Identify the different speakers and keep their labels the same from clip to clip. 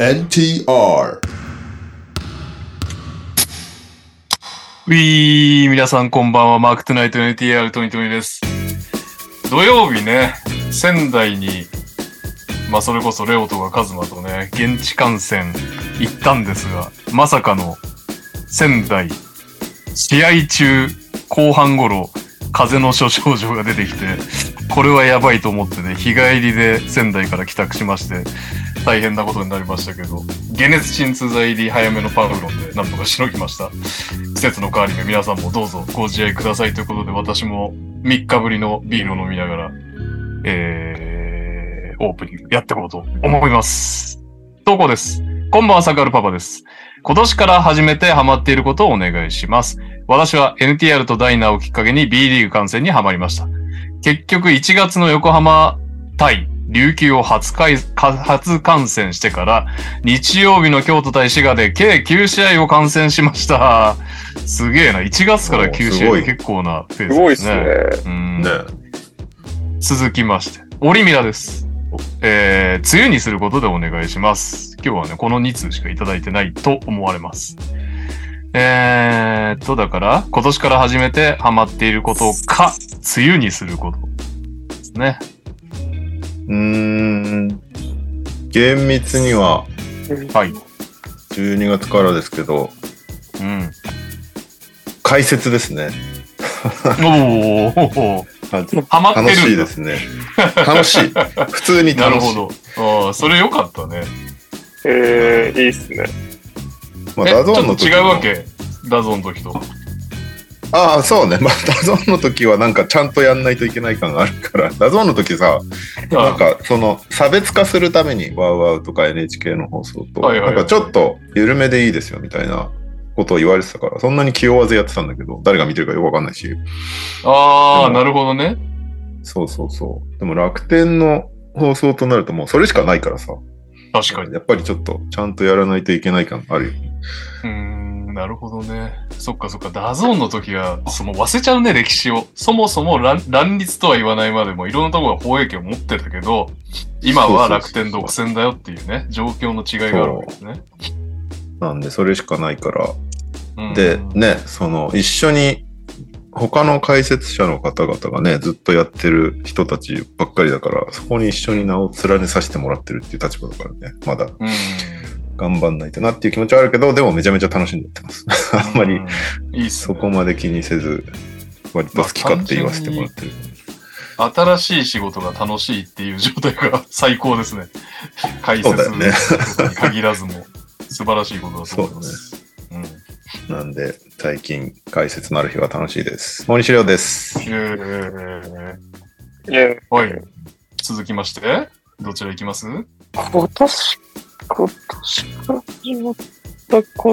Speaker 1: NTR。
Speaker 2: 皆さんこんばんは。マークトゥナイト NTR トニトニです。土曜日ね、仙台にそれこそレオとかカズマとね、現地観戦行ったんですが、まさかの仙台試合中後半頃風邪の諸症状が出てきて、これはやばいと思ってね、日帰りで仙台から帰宅しまして、大変なことになりましたけど、解熱鎮痛剤入り早めのパウロンでなんとかしのぎました。季節の変わり目、皆さんもどうぞご自愛くださいということで、私も3日ぶりのビールを飲みながら、オープニングやっていこうと思います。投稿です。こんばんは、サカルパパです。今年から始めてハマっていることをお願いします。私は NTR とダイナーをきっかけに B リーグ観戦にハマりました。結局1月の横浜対琉球を初観戦してから、日曜日の京都対滋賀で計9試合を観戦しました。すげえな。1月から9試合で結構なペースですね。
Speaker 3: すごいっすね。
Speaker 2: 続きまして、オリミラです。梅雨にすることでお願いします。今日はね、この2通しかいただいてないと思われます。だから今年から始めてハマっていることか、梅雨にすることですね。
Speaker 1: 厳密には、
Speaker 2: はい。
Speaker 1: 12月からですけど、解説ですね。
Speaker 2: ハマってるんだ。
Speaker 1: 楽しいですね。楽しい。普通に楽しい。
Speaker 2: なるほど。それ良かったね。
Speaker 3: いいっすね。
Speaker 1: ダゾーンの時
Speaker 2: ちょっと違うわけ？ダゾーンの時と。
Speaker 1: ああ、そうね。ダゾーンの時はなんかちゃんとやんないといけない感があるから、ダゾーンの時さ、なんかその差別化するためにワウワウとか NHK の放送と、なんかちょっと緩めでいいですよみたいなことを言われてたから、そんなに気負わずやってたんだけど、誰が見てるかよくわかんないし。
Speaker 2: なるほどね。
Speaker 1: そうそうそう。でも楽天の放送となるともうそれしかないからさ。
Speaker 2: 確かに。
Speaker 1: やっぱりちょっとちゃんとやらないといけない感あるよね。
Speaker 2: なるほどね。そっか。ダゾーンの時は、忘れちゃうね、歴史を。そもそも乱立とは言わないまでもいろんなところが放映権を持ってたけど、今は楽天独占だよっていうね、状況の違いがあるわけですね。
Speaker 1: なんでそれしかないから。で、ね、一緒に他の解説者の方々がね、ずっとやってる人たちばっかりだから、そこに一緒に名を連ねさせてもらってるっていう立場だからね、まだ。頑張んないとなっていう気持ちはあるけど、でもめちゃめちゃ楽しんでやってます。あんまりそこまで気にせず、割と好き勝手言わせてもらってる。
Speaker 2: 新しい仕事が楽しいっていう状態が最高ですね。解説に限らずも素晴らしいことだと思います。
Speaker 1: なんで、最近解説のある日は楽しいです。大西亮です。
Speaker 2: はい。続きまして、どちら行きます？
Speaker 3: 今年から始まったこと、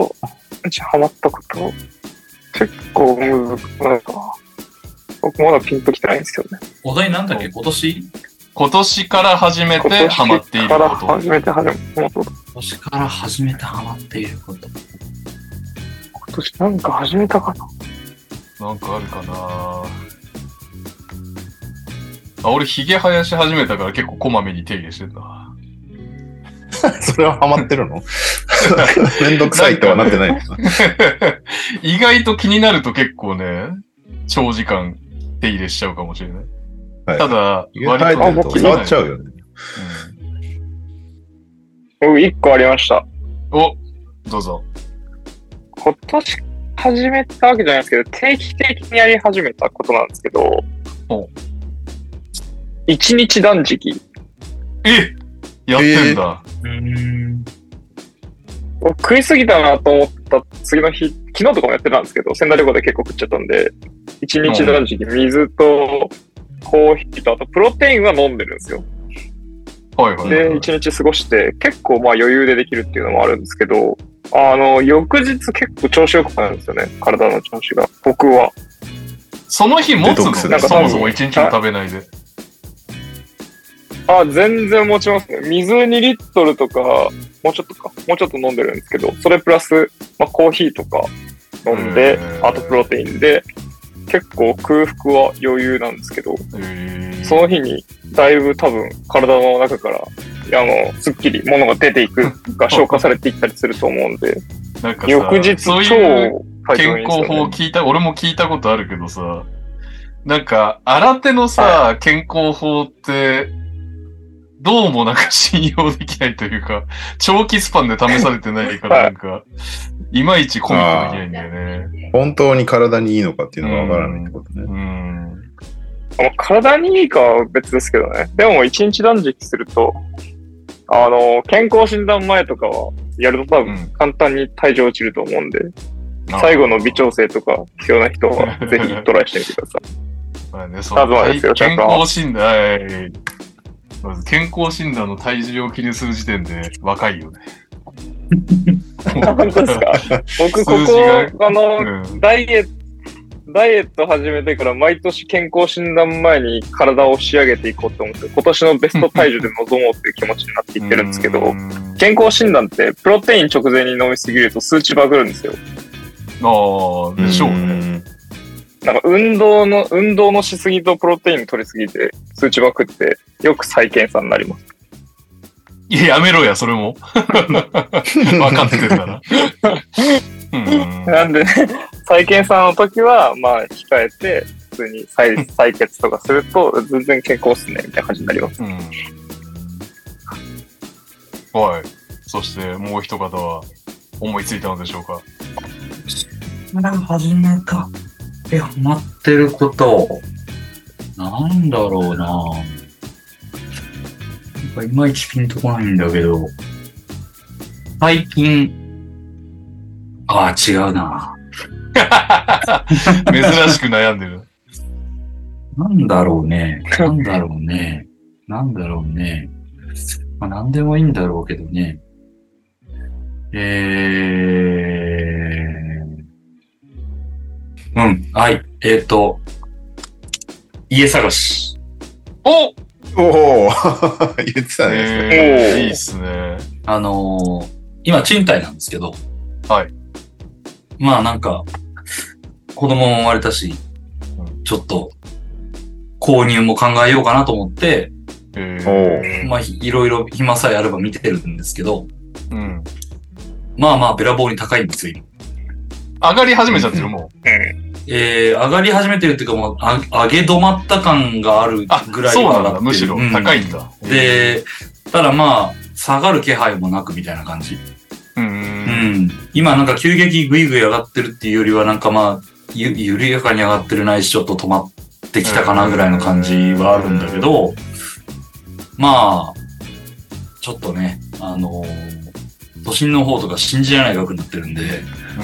Speaker 3: ハマったこと、結構難しいかな。僕まだピンときてないんですけどね。
Speaker 4: お題なんだっけ？今
Speaker 2: 年から始めてハマっていること。今年
Speaker 4: から始めてハマっていること。
Speaker 3: 今年なんか始めたかな？
Speaker 2: なんかあるかな。俺ヒゲ生やし始めたから結構こまめに手入れしてんだ。
Speaker 1: それはハマってるの？めんどくさいとはなってないの？
Speaker 2: 意外と気になると結構ね、長時間手入れしちゃうかもしれない。はい、ただ、
Speaker 1: 割と触っちゃうよね。
Speaker 3: 僕1個ありました。
Speaker 2: どうぞ。
Speaker 3: 今年始めたわけじゃないですけど、定期的にやり始めたことなんですけど、1日断食。
Speaker 2: やってんだ。
Speaker 3: 食いすぎたなと思った次の日、昨日とかもやってたんですけど、仙台旅行で結構食っちゃったんで、1日断食、水とコーヒーとあとプロテインは飲んでるんですよ。で、1日過ごして、結構余裕でできるっていうのもあるんですけど、翌日結構調子良くなるんですよね、体の調子が。僕は。
Speaker 2: その日持つの？そもそも1日も食べないで。
Speaker 3: 全然持ちますね。水2リットルとか、もうちょっと飲んでるんですけど、それプラス、コーヒーとか飲んで、あとプロテインで、結構空腹は余裕なんですけど、その日にだいぶ多分体の中からすっきり物が出ていくが消化されていったりすると思うんで、
Speaker 2: なんかさ、
Speaker 3: 翌日
Speaker 2: そう
Speaker 3: 超
Speaker 2: いう
Speaker 3: 体調い
Speaker 2: 健
Speaker 3: いんですよね。
Speaker 2: 康法俺も聞いたことあるけどさ、なんか、新手のさ、健康法って、どうもなんか信用できないというか、長期スパンで試されてないからなんか、いまいちコミットできないんだよね。
Speaker 1: 本当に体にいいのかっていうのがわからないってことね。
Speaker 3: 体にいいかは別ですけどね。でも一日断食すると、健康診断前とかはやると多分簡単に体重落ちると思うんで、最後の微調整とか必要な人はぜひトライしてみてください。
Speaker 2: まあね、
Speaker 3: まずはですよ、
Speaker 2: 健康診断、まず健康診断の体重を気にする時点で若いよね。
Speaker 3: 本当ですか？僕、ここ、ダイエット始めてから毎年健康診断前に体を仕上げていこうと思って、今年のベスト体重で臨もうっていう気持ちになっていってるんですけど、健康診断ってプロテイン直前に飲みすぎると数値バグるんですよ。
Speaker 2: ああ、でしょうね。
Speaker 3: なんか運動のしすぎとプロテイン取りすぎて数値バグってよく再検査になります。
Speaker 2: いや、やめろや、それも。分かってるから。
Speaker 3: なんで、ね、再検査の時は、まあ、控えて、普通に採血とかすると、全然健康っすね、みたいな感じになります。
Speaker 2: はい。そして、もう一方は、思いついたのでしょうか。
Speaker 4: 始めた。ハマってること。なんだろうな。いまいちピンとこないんだけど、最近、違うな。
Speaker 2: 珍しく悩んでる。
Speaker 4: なんだろうね。まあ、なんでもいいんだろうけどね。はい。家探し。
Speaker 1: おお言ってたね。
Speaker 2: いいっすね。
Speaker 4: 今、賃貸なんですけど。
Speaker 2: はい。
Speaker 4: まあなんか、子供も生まれたし、ちょっと、購入も考えようかなと思って、まあ、いろいろ暇さえあれば見てるんですけど、まあまあ、べらぼうに高いんですよ、今。
Speaker 2: 上がり始めちゃってる、もう。
Speaker 4: 上がり始めてるっていうか、もう、上げ止まった感があるぐらい
Speaker 2: そうなんだ、むしろ。高いんだ。
Speaker 4: で、ただまあ、下がる気配もなくみたいな感じ。今なんか急激ぐいぐい上がってるっていうよりはなんかまあ、緩やかに上がってるないしちょっと止まってきたかなぐらいの感じはあるんだけど、まあ、ちょっとね、都心の方とか信じられない額になってるんで、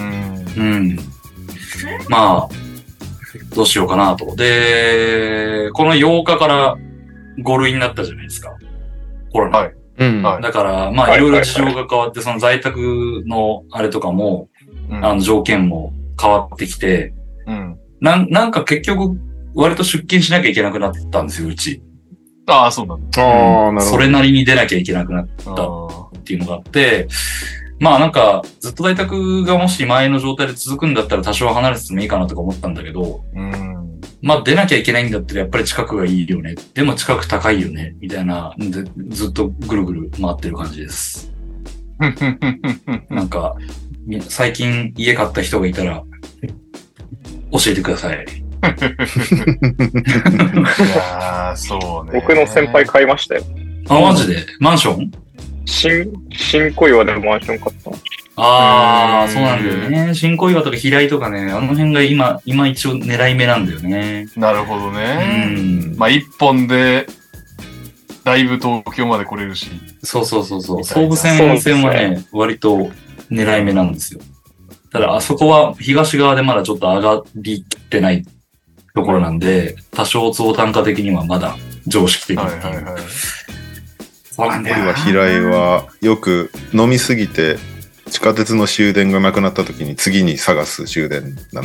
Speaker 4: まあ、どうしようかなと。で、この8日から5類になったじゃないですか。コロナ。
Speaker 2: はい。
Speaker 4: だから、まあ、いろいろ事情が変わって、その在宅のあれとかも、条件も変わってきて、なんか結局、割と出勤しなきゃいけなくなったんですよ、うち。
Speaker 2: ああ、そうなんだ。
Speaker 1: なるほど。
Speaker 4: それなりに出なきゃいけなくなったっていうのがあって、まあなんか、ずっと在宅がもし前の状態で続くんだったら多少離れててもいいかなとか思ったんだけど、まあ出なきゃいけないんだったらやっぱり近くがいいよね。でも近く高いよね。みたいな、でずっとぐるぐる回ってる感じです。なんか、最近家買った人がいたら、教えてください。
Speaker 2: いやそうね。
Speaker 3: 僕の先輩買いましたよ。
Speaker 4: マジでマンション？
Speaker 3: 新小岩でマンション買った。
Speaker 4: そうなんだよね。新小岩とか平井とかね、あの辺が今一応狙い目なんだよね。
Speaker 2: なるほどね。まあ一本で、だいぶ東京まで来れるし。
Speaker 4: そう。総武線はね、割と狙い目なんですよ。ただ、あそこは東側でまだちょっと上がりきってないところなんで、多少坪単価的にはまだ常識的っていう。そうなんだよな。
Speaker 1: 平井はよく飲みすぎて地下鉄の終電がなくなった時に次に探す終電だね。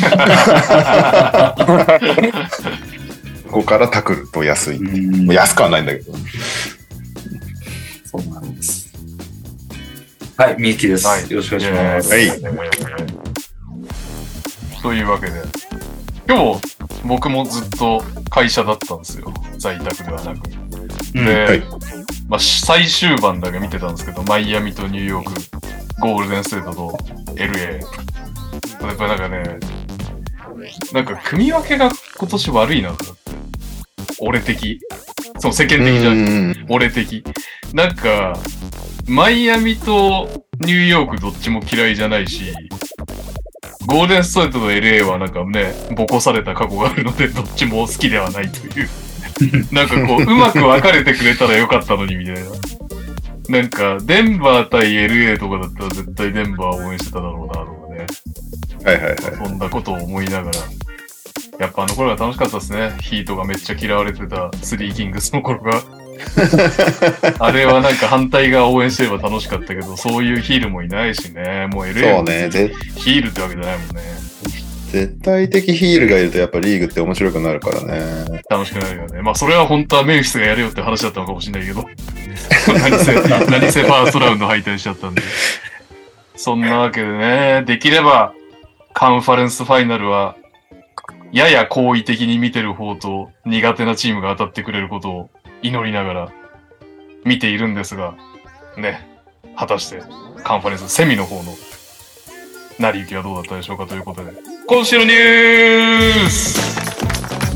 Speaker 1: ここからタクると安いっていう。安くはないんだけど。
Speaker 4: そうなんです。はい、みゆきです。よろしくお願いします。
Speaker 2: というわけで、今日僕もずっと会社だったんですよ。在宅ではなく。で、 まあ、最終盤だけ見てたんですけど、マイアミとニューヨーク、ゴールデンステートと LA。やっぱなんかね、なんか組み分けが今年悪いなと思って。俺的。そう、世間的じゃなくて、俺的。なんか、マイアミとニューヨークどっちも嫌いじゃないし、ゴールデンストレートと LA はなんかね、ボコされた過去があるので、どっちも好きではないという。なんかこう、うまく分かれてくれたらよかったのにみたいな。なんか、デンバー対 LA とかだったら絶対デンバーを応援してただろうなとかね。
Speaker 1: はいはいはい。
Speaker 2: そんなことを思いながら。やっぱあの頃が楽しかったですね。ヒートがめっちゃ嫌われてたスリーキングスの頃が。あれはなんか反対が応援してれば楽しかったけど、そういうヒールもいないしね。もう LA もヒールってわけじゃないもんね。
Speaker 1: 絶対的ヒールがいるとやっぱリーグって面白くなるからね。
Speaker 2: 楽しくなるよね。まあそれは本当はメンフィスがやれよって話だったのかもしれないけど。何せファーストラウンド敗退しちゃったんで。そんなわけでね、できればカンファレンスファイナルはやや好意的に見てる方と苦手なチームが当たってくれることを祈りながら見ているんですが、ね、果たしてカンファレンスセミの方の成り行きはどうだったでしょうかということで、今週のニュースい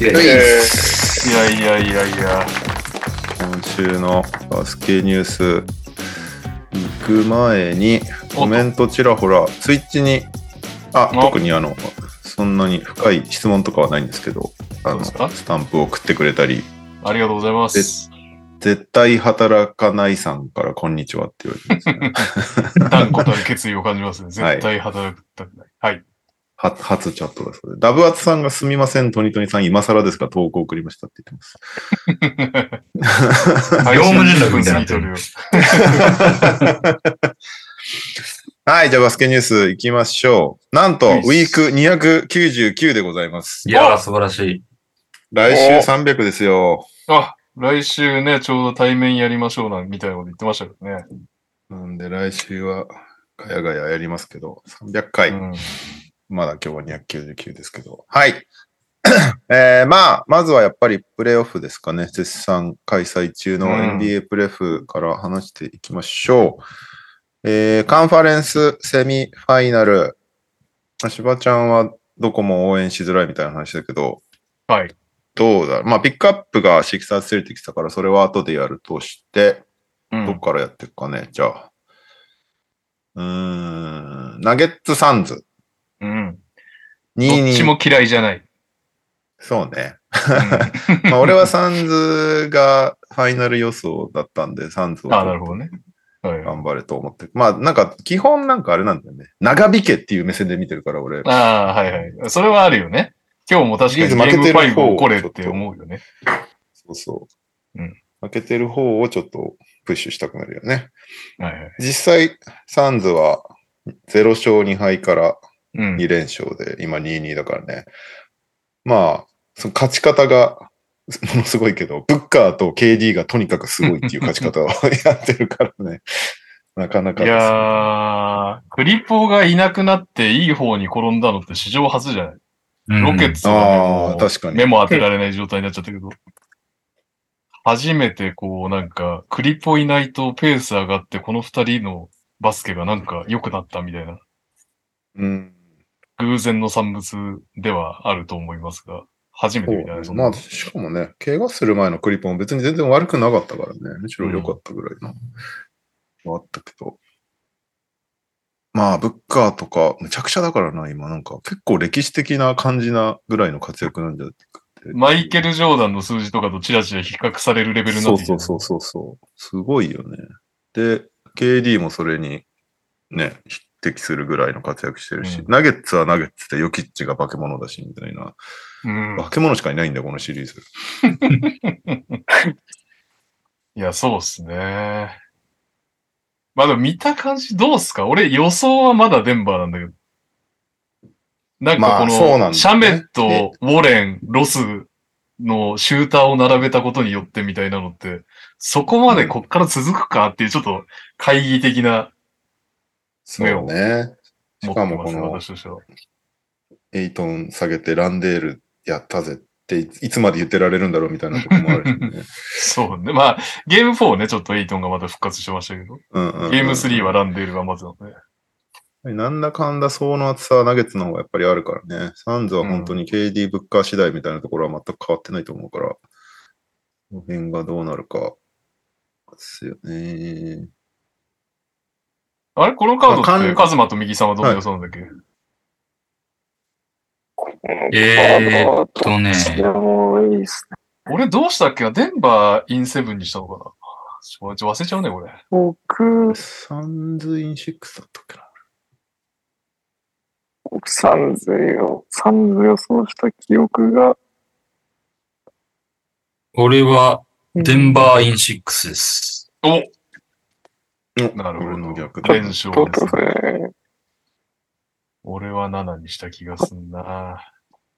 Speaker 2: や。
Speaker 1: 今週のバスケニュース行く前にコメントちらほら、ツイッチに、特にそんなに深い質問とかはないんですけど、スタンプを送ってくれたり、
Speaker 2: ありがとうございます。
Speaker 1: 絶対働かないさんからこんにちはって言われてますね。
Speaker 2: 断固たる決意を感じますね。絶対働きたくない。はい。
Speaker 1: 初チャットだそうで。ダブアツさんがすみません、トニトニさん、今更ですか、投稿送りましたって言ってます。
Speaker 4: 業務連絡みたいになってるよ。
Speaker 1: はい、じゃあバスケニュース行きましょう。なんと、ウィーク299でございます。
Speaker 4: いやー、素晴らしい。
Speaker 1: 来週300ですよ。
Speaker 2: 来週ね、ちょうど対面やりましょうみたいなこと言ってましたけどね。
Speaker 1: なんで来週は、ガヤガヤやりますけど、300回。まだ今日は299ですけど。はい。まずはやっぱりプレイオフですかね。絶賛開催中の NBA プレフから話していきましょう。カンファレンスセミファイナル。しばちゃんはどこも応援しづらいみたいな話だけど。
Speaker 2: はい。
Speaker 1: どうだろう。ピックアップがシクサーズセルティクスだから、それは後でやるとして、どっからやっていくかね。じゃあ。ナゲッツサンズ。
Speaker 2: どっちも嫌いじゃない。
Speaker 1: そうね。俺はサンズがファイナル予想だったんで、サンズを
Speaker 2: なるほどね。
Speaker 1: 頑張れと思って。なんか、基本なんかあれなんだよね。長引けっていう目線で見てるから、俺。
Speaker 2: はい。それはあるよね。今日も確かにゲーム5起これって思うよね。
Speaker 1: そう。負けてる方をちょっとプッシュしたくなるよね。
Speaker 2: はい。
Speaker 1: 実際、サンズは0勝2敗から2連勝で、今 2-2 だからね。その勝ち方がものすごいけど、ブッカーと KD がとにかくすごいっていう勝ち方をやってるからね。なかなかです、ね。い
Speaker 2: やー、クリポがいなくなっていい方に転んだのって史上初じゃない？ロケッツは
Speaker 1: 確かに
Speaker 2: 目も当てられない状態になっちゃったけど。初めてなんか、クリポいないとペース上がって、この二人のバスケがなんか良くなったみたいな。偶然の産物ではあると思いますが、初めて見たね。
Speaker 1: しかもね、怪我する前のクリポも別に全然悪くなかったからね。むしろ良かったぐらいの、あったけど。ブッカーとか、むちゃくちゃだからな、今。なんか結構歴史的な感じなぐらいの活躍なんじゃないかって。
Speaker 2: マイケル・ジョーダンの数字とかとチラチラ比較されるレベルになってきてる。
Speaker 1: そう。すごいよね。で、KD もそれにね、匹敵するぐらいの活躍してるし、ナゲッツはナゲッツでヨキッチが化け物だし、みたいな。化け物しかいないんだよ、このシリーズ。
Speaker 2: いや、そうっすね。でも見た感じどうっすか？俺予想はまだデンバーなんだけど。なんかこの、シャメット、ウォレン、ロスのシューターを並べたことによってみたいなのって、そこまでこっから続くかっていうちょっと懐疑的な目を持ってますね、私としては。
Speaker 1: エイトン下げてランデールやったぜっっていつまで言ってられるんだろうみたいなところもあるしね。
Speaker 2: そうね。まあ、ゲーム4ね、ちょっとエイトンがまた復活してましたけど。ゲーム3はランデールがまずだね。
Speaker 1: なんだかんだ層の厚さはナゲッツの方がやっぱりあるからね。サンズは本当に KD ブッカー次第みたいなところは全く変わってないと思うから、この辺がどうなるかですよね。
Speaker 2: あれこのカードってカズマと右さんはどんな予想なんだっけ、俺どうしたっけな、デンバーイン7にしたのかな、忘れちゃうね、これ。
Speaker 3: 僕、
Speaker 1: サンズイン6だったっけな。
Speaker 3: 僕、サンズ予想した記憶が。
Speaker 4: 俺は、デンバーイン6です。
Speaker 2: おなるほど。
Speaker 1: 俺の逆
Speaker 2: だ。連勝ですね。俺は7にした気がすんな。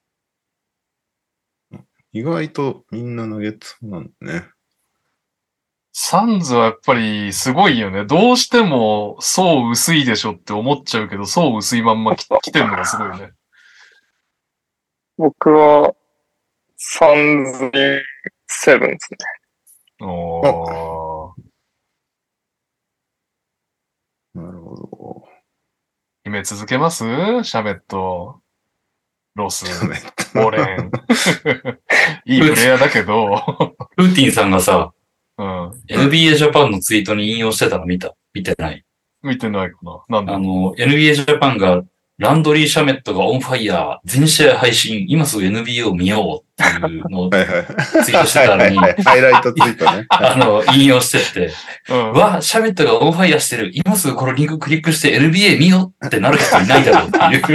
Speaker 1: 意外とみんなナゲッツなんだね。
Speaker 2: サンズはやっぱりすごいよね。どうしても層薄いでしょって思っちゃうけど、層薄いまんま来てるのがすごいよね。
Speaker 3: 僕は、サンズ7ですね。
Speaker 2: おー。
Speaker 1: なるほど。
Speaker 2: 決め続けます？シャベット、ロス、オレン。いいプレイヤーだけど。
Speaker 4: プーティンさんがさ、
Speaker 2: NBA
Speaker 4: ジャパンのツイートに引用してたの見てない？
Speaker 2: 見てないかな。なんで
Speaker 4: NBA ジャパンがランドリー・シャメットがオンファイヤー、全試合配信、今すぐ NBA を見ようっていうのをツイートしてたのに、
Speaker 1: ハイライトツイートね。
Speaker 4: 引用してて、わ、シャメットがオンファイヤーしてる、今すぐこのリンククリックして NBA 見ようってなる人いないだろうっていう。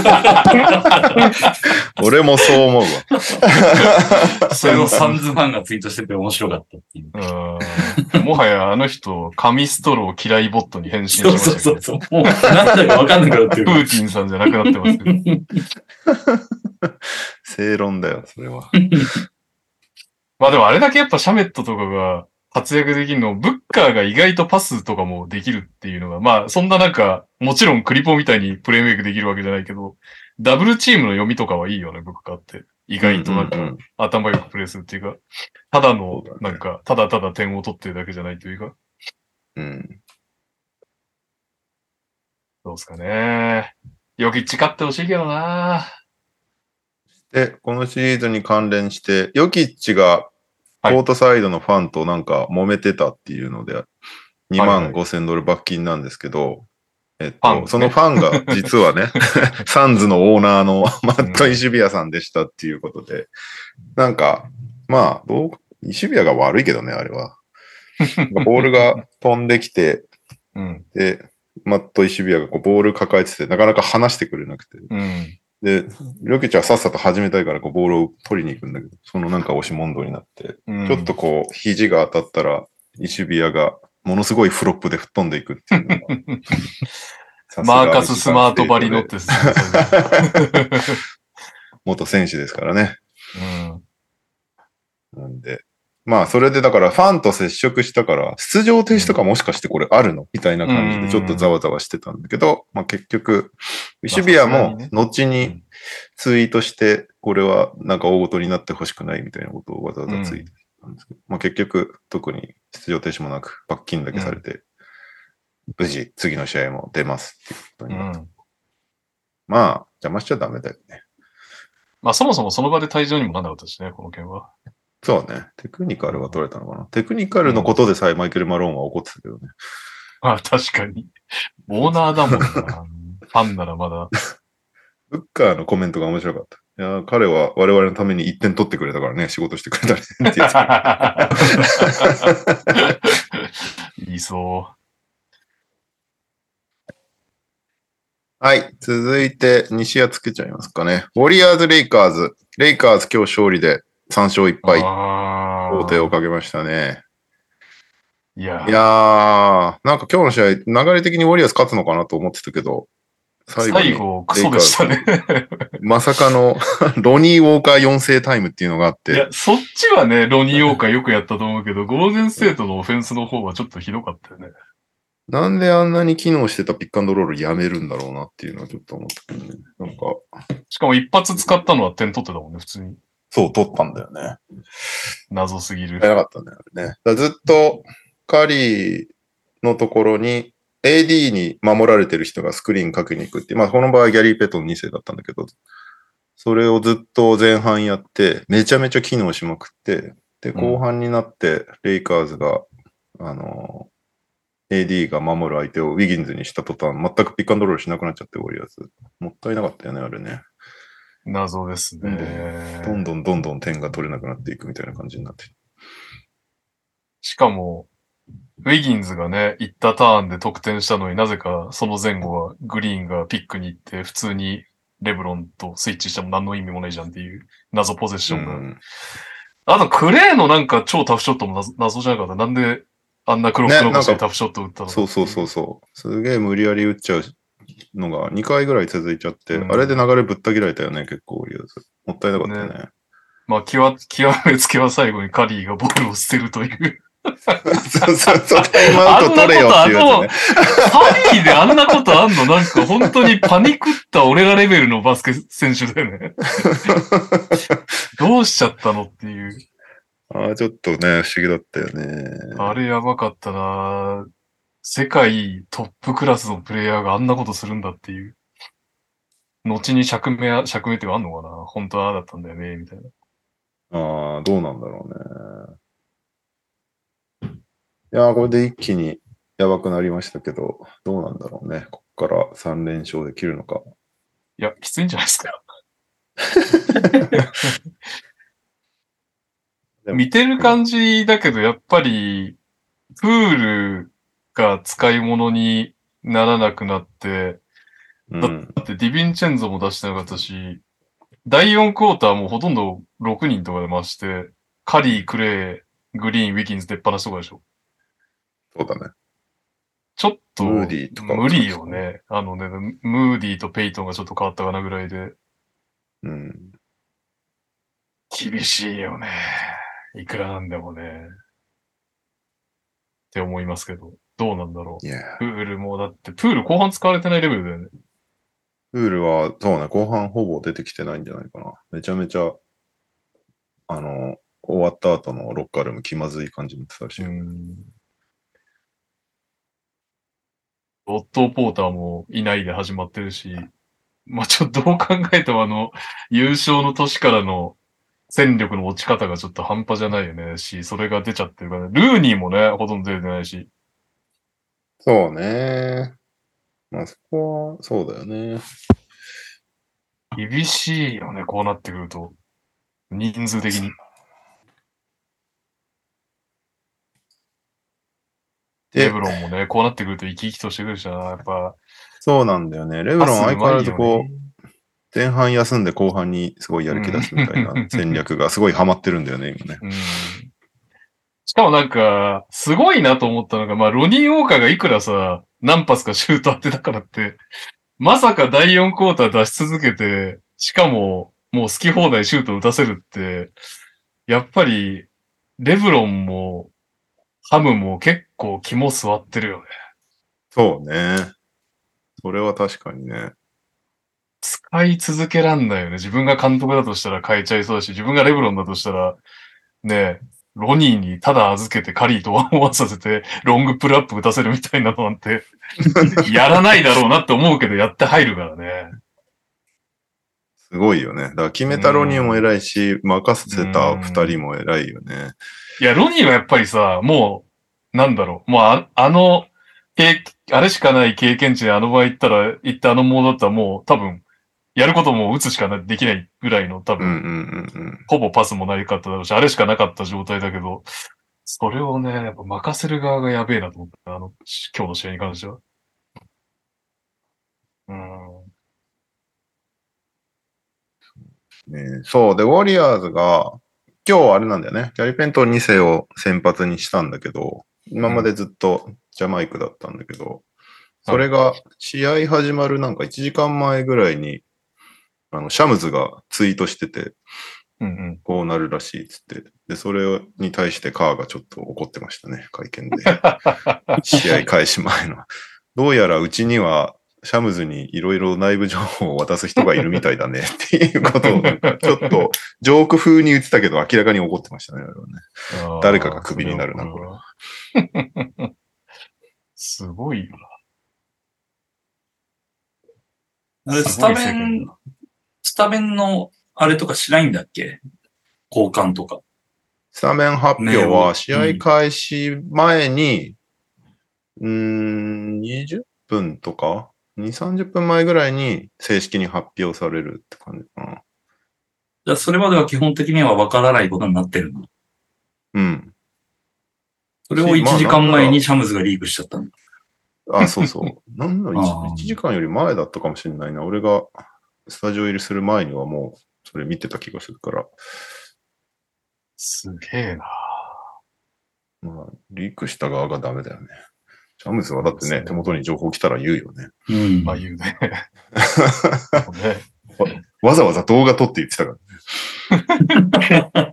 Speaker 1: 俺もそう思うわ。
Speaker 4: それをサンズファンがツイートしてて面白かったっていう。
Speaker 2: もはやあの人、紙ストロー嫌いボットに変身しましたけど。
Speaker 4: そう。もう、なんだかわかんなくなってる。
Speaker 2: プーティンさんじゃなくなってますけど。
Speaker 1: 正論だよ、それは。
Speaker 2: まあでもあれだけやっぱシャメットとかが活躍できるの、ブッカーが意外とパスとかもできるっていうのが、まあそんななんか、もちろんクリポみたいにプレイメイクできるわけじゃないけど、ダブルチームの読みとかはいいよね、ブッカーって。意外となんか、頭よくプレイするっていうか、ただの、なんか、ただただ点を取ってるだけじゃないというか。どうすかね。ヨキッチ勝ってほしいけどな。
Speaker 1: で、このシリーズに関連して、ヨキッチがコートサイドのファンとなんか揉めてたっていうので、$25,000罰金なんですけど、そのファンが実はね、サンズのオーナーのマット・イシュビアさんでしたっていうことで、なんか、まあ、イシュビアが悪いけどね、あれは。ボールが飛んできて、で、マット・イシュビアがこうボール抱えてて、なかなか離してくれなくて。で、ヨキッチはさっさと始めたいからこうボールを取りに行くんだけど、そのなんか押し問答になって、ちょっとこう、肘が当たったら、イシュビアがものすごいフロップで吹っ飛んでいくっていうのが。
Speaker 2: マーカス・スマートバリノってですね。
Speaker 1: 元選手ですからね。なんで。まあ、それでだからファンと接触したから、出場停止とかもしかしてこれあるのみたいな感じでちょっとざわざわしてたんだけど、まあ結局、イシュビアも後にツイートして、これはなんか大事になってほしくないみたいなことをわざわざツイートしたんですけど、まあ結局、特に出場停止もなく、罰金だけされて、無事次の試合も出ますっていうことになった。まあ、邪魔しちゃダメだよね。
Speaker 2: まあそもそもその場で退場にもなんなかったしね、この件は。
Speaker 1: そうね。テクニカルは取れたのかな。テクニカルのことでさえマイケル・マローンは怒ってたけどね。
Speaker 2: ああ、確かに。オーナーだもんな。ファンならまだ。
Speaker 1: ブッカーのコメントが面白かった。いや、彼は我々のために1点取ってくれたからね、仕事してくれたねってやつ。
Speaker 2: 言いそう。
Speaker 1: はい。続いて、西谷つけちゃいますかね。ウォリアーズ・レイカーズ。レイカーズ今日勝利で3勝1敗。王手をかけましたね。いやー、なんか今日の試合、流れ的にウォリアーズ勝つのかなと思ってたけど、
Speaker 2: 最後クソでしたね。
Speaker 1: まさかのロニー・ウォーカー4世タイムっていうのがあって。
Speaker 2: いや、そっちはね、ロニー・ウォーカーよくやったと思うけど、ゴールデンステートのオフェンスの方はちょっとひどかったよね。
Speaker 1: なんであんなに機能してたピックアンドロールやめるんだろうなっていうのはちょっと思ったけどね。なんか。
Speaker 2: しかも一発使ったのは点取ってたもんね、普通に。
Speaker 1: そう、取ったんだよね。
Speaker 2: 謎すぎる。
Speaker 1: 早かったんだよね。ずっとカリーのところに AD に守られてる人がスクリーンかけに行くって、まあこの場合ギャリー・ペトン2世だったんだけど、それをずっと前半やって、めちゃめちゃ機能しまくって、で、後半になってレイカーズが、AD が守る相手をウィギンズにした途端、全くピックアンドロールしなくなっちゃって、ウォリアーズ。もったいなかったよね、あれね。
Speaker 2: 謎ですね。
Speaker 1: どんどん点が取れなくなっていくみたいな感じになって。
Speaker 2: しかも、ウィギンズがね、行ったターンで得点したのになぜかその前後はグリーンがピックに行って普通にレブロンとスイッチしても何の意味もないじゃんっていう謎ポゼッションが。あとクレーのなんか超タフショットも謎じゃなかった。なんであんなクロック残してタフショット打ったの、
Speaker 1: そう。すげえ無理やり打っちゃうのが2回ぐらい続いちゃって、あれで流れぶった切られたよね、結構。もったいなかったね。
Speaker 2: まあ、極めつけは最後にカリーがボールを捨てるという。
Speaker 1: そう、タイムアウト取れよっていうやつね。
Speaker 2: カリーであんなことあんのなんか本当にパニックった俺らレベルのバスケ選手だよね。どうしちゃったのっていう。
Speaker 1: ちょっとね、不思議だったよね。
Speaker 2: あれやばかったな。世界トップクラスのプレイヤーがあんなことするんだっていう。後に釈明ってあんのかな本当はだったんだよね、みたいな。
Speaker 1: どうなんだろうね。いやこれで一気にやばくなりましたけど、どうなんだろうね。こっから3連勝できるのか。
Speaker 2: いや、きついんじゃないですか。見てる感じだけど、やっぱり、プールが使い物にならなくなって、だってディヴィンチェンゾも出してなかったし、第4クォーターもほとんど6人とかで回して、カリー、クレイ、グリーン、ウィキンズ出っ放しとかでしょ。
Speaker 1: そうだね。
Speaker 2: ちょっと、無理よね。ムーディーとペイトンがちょっと変わったかなぐらいで。厳しいよね。いくらなんでもね。って思いますけど、どうなんだろう。プールも、だってプール後半使われてないレベルだよね。
Speaker 1: プールは、そうね、後半ほぼ出てきてないんじゃないかな。めちゃめちゃ、終わった後のロッカールーム気まずい感じになってたし。
Speaker 2: ロッド・ポーターもいないで始まってるし、まあ、ちょっとどう考えても優勝の年からの戦力の落ち方がちょっと半端じゃないよねし、それが出ちゃってるから、ルーニーもね、ほとんど出てないし。
Speaker 1: そうね。まあそこは、そうだよね。
Speaker 2: 厳しいよね、こうなってくると。人数的に。レブロンもね、こうなってくると生き生きとしてくるしな、やっぱ。
Speaker 1: そうなんだよね。レブロン相変わらず前半休んで後半にすごいやる気出すみたいな戦略がすごいハマってるんだよね、今ね。
Speaker 2: しかもなんか、すごいなと思ったのが、まあ、ロニー・ウォーカーがいくらさ、何発かシュート当てたからって、まさか第4クォーター出し続けて、しかも、もう好き放題シュート打たせるって、やっぱり、レブロンも、ハムも結構肝座ってるよね。
Speaker 1: そうね。それは確かにね。
Speaker 2: 使い続けらんないよね。自分が監督だとしたら変えちゃいそうだし、自分がレブロンだとしたら、ね、ロニーにただ預けてカリーとワンワンさせて、ロングプルアップ打たせるみたいなのなんて、やらないだろうなって思うけど、やって入るからね。
Speaker 1: すごいよね。だから決めたロニーも偉いし、任せた二人も偉いよね。
Speaker 2: いや、ロニーはやっぱりさ、もう、なんだろう。もうあれしかない経験値であの場合行ってあのモードだったらもう多分、やることも打つしかできないぐらいの多分、ほぼパスもないかっただろうし、あれしかなかった状態だけど、それをね、やっぱ任せる側がやべえなと思った。今日の試合に関しては。
Speaker 1: そう。で、ウォリアーズが、今日あれなんだよね。ギャリー・ペントン2世を先発にしたんだけど、今までずっとジャマイクだったんだけど、それが試合始まるなんか1時間前ぐらいに、シャムズがツイートしてて、こうなるらしいっつって。で、それに対してカーがちょっと怒ってましたね、会見で。試合開始前の。どうやらうちにはシャムズにいろいろ内部情報を渡す人がいるみたいだねっていうことをなんかちょっとジョーク風に言ってたけど明らかに怒ってましたね。あれはね誰かがクビになるな、これ。
Speaker 2: すごいよ
Speaker 4: な。あれ、スタメンのあれとかしないんだっけ？交換とか。
Speaker 1: スタメン発表は試合開始前に、20分とか2、30分前ぐらいに正式に発表されるって感じかな。
Speaker 4: じゃあ、それまでは基本的には分からないことになってるの。
Speaker 1: うん。
Speaker 4: それを1時間前にシャムズがリークしちゃったんだ。
Speaker 1: あ、そうそう。なんだろう、1時間より前だったかもしれないな。俺がスタジオ入りする前にはもうそれ見てた気がするから。
Speaker 2: すげえな。
Speaker 1: まあ、リークした側がダメだよね。シャムズはだってね、手元に情報来たら言うよね。
Speaker 4: うん。
Speaker 2: まあ言うね。
Speaker 1: わざわざ動画撮って言ってたから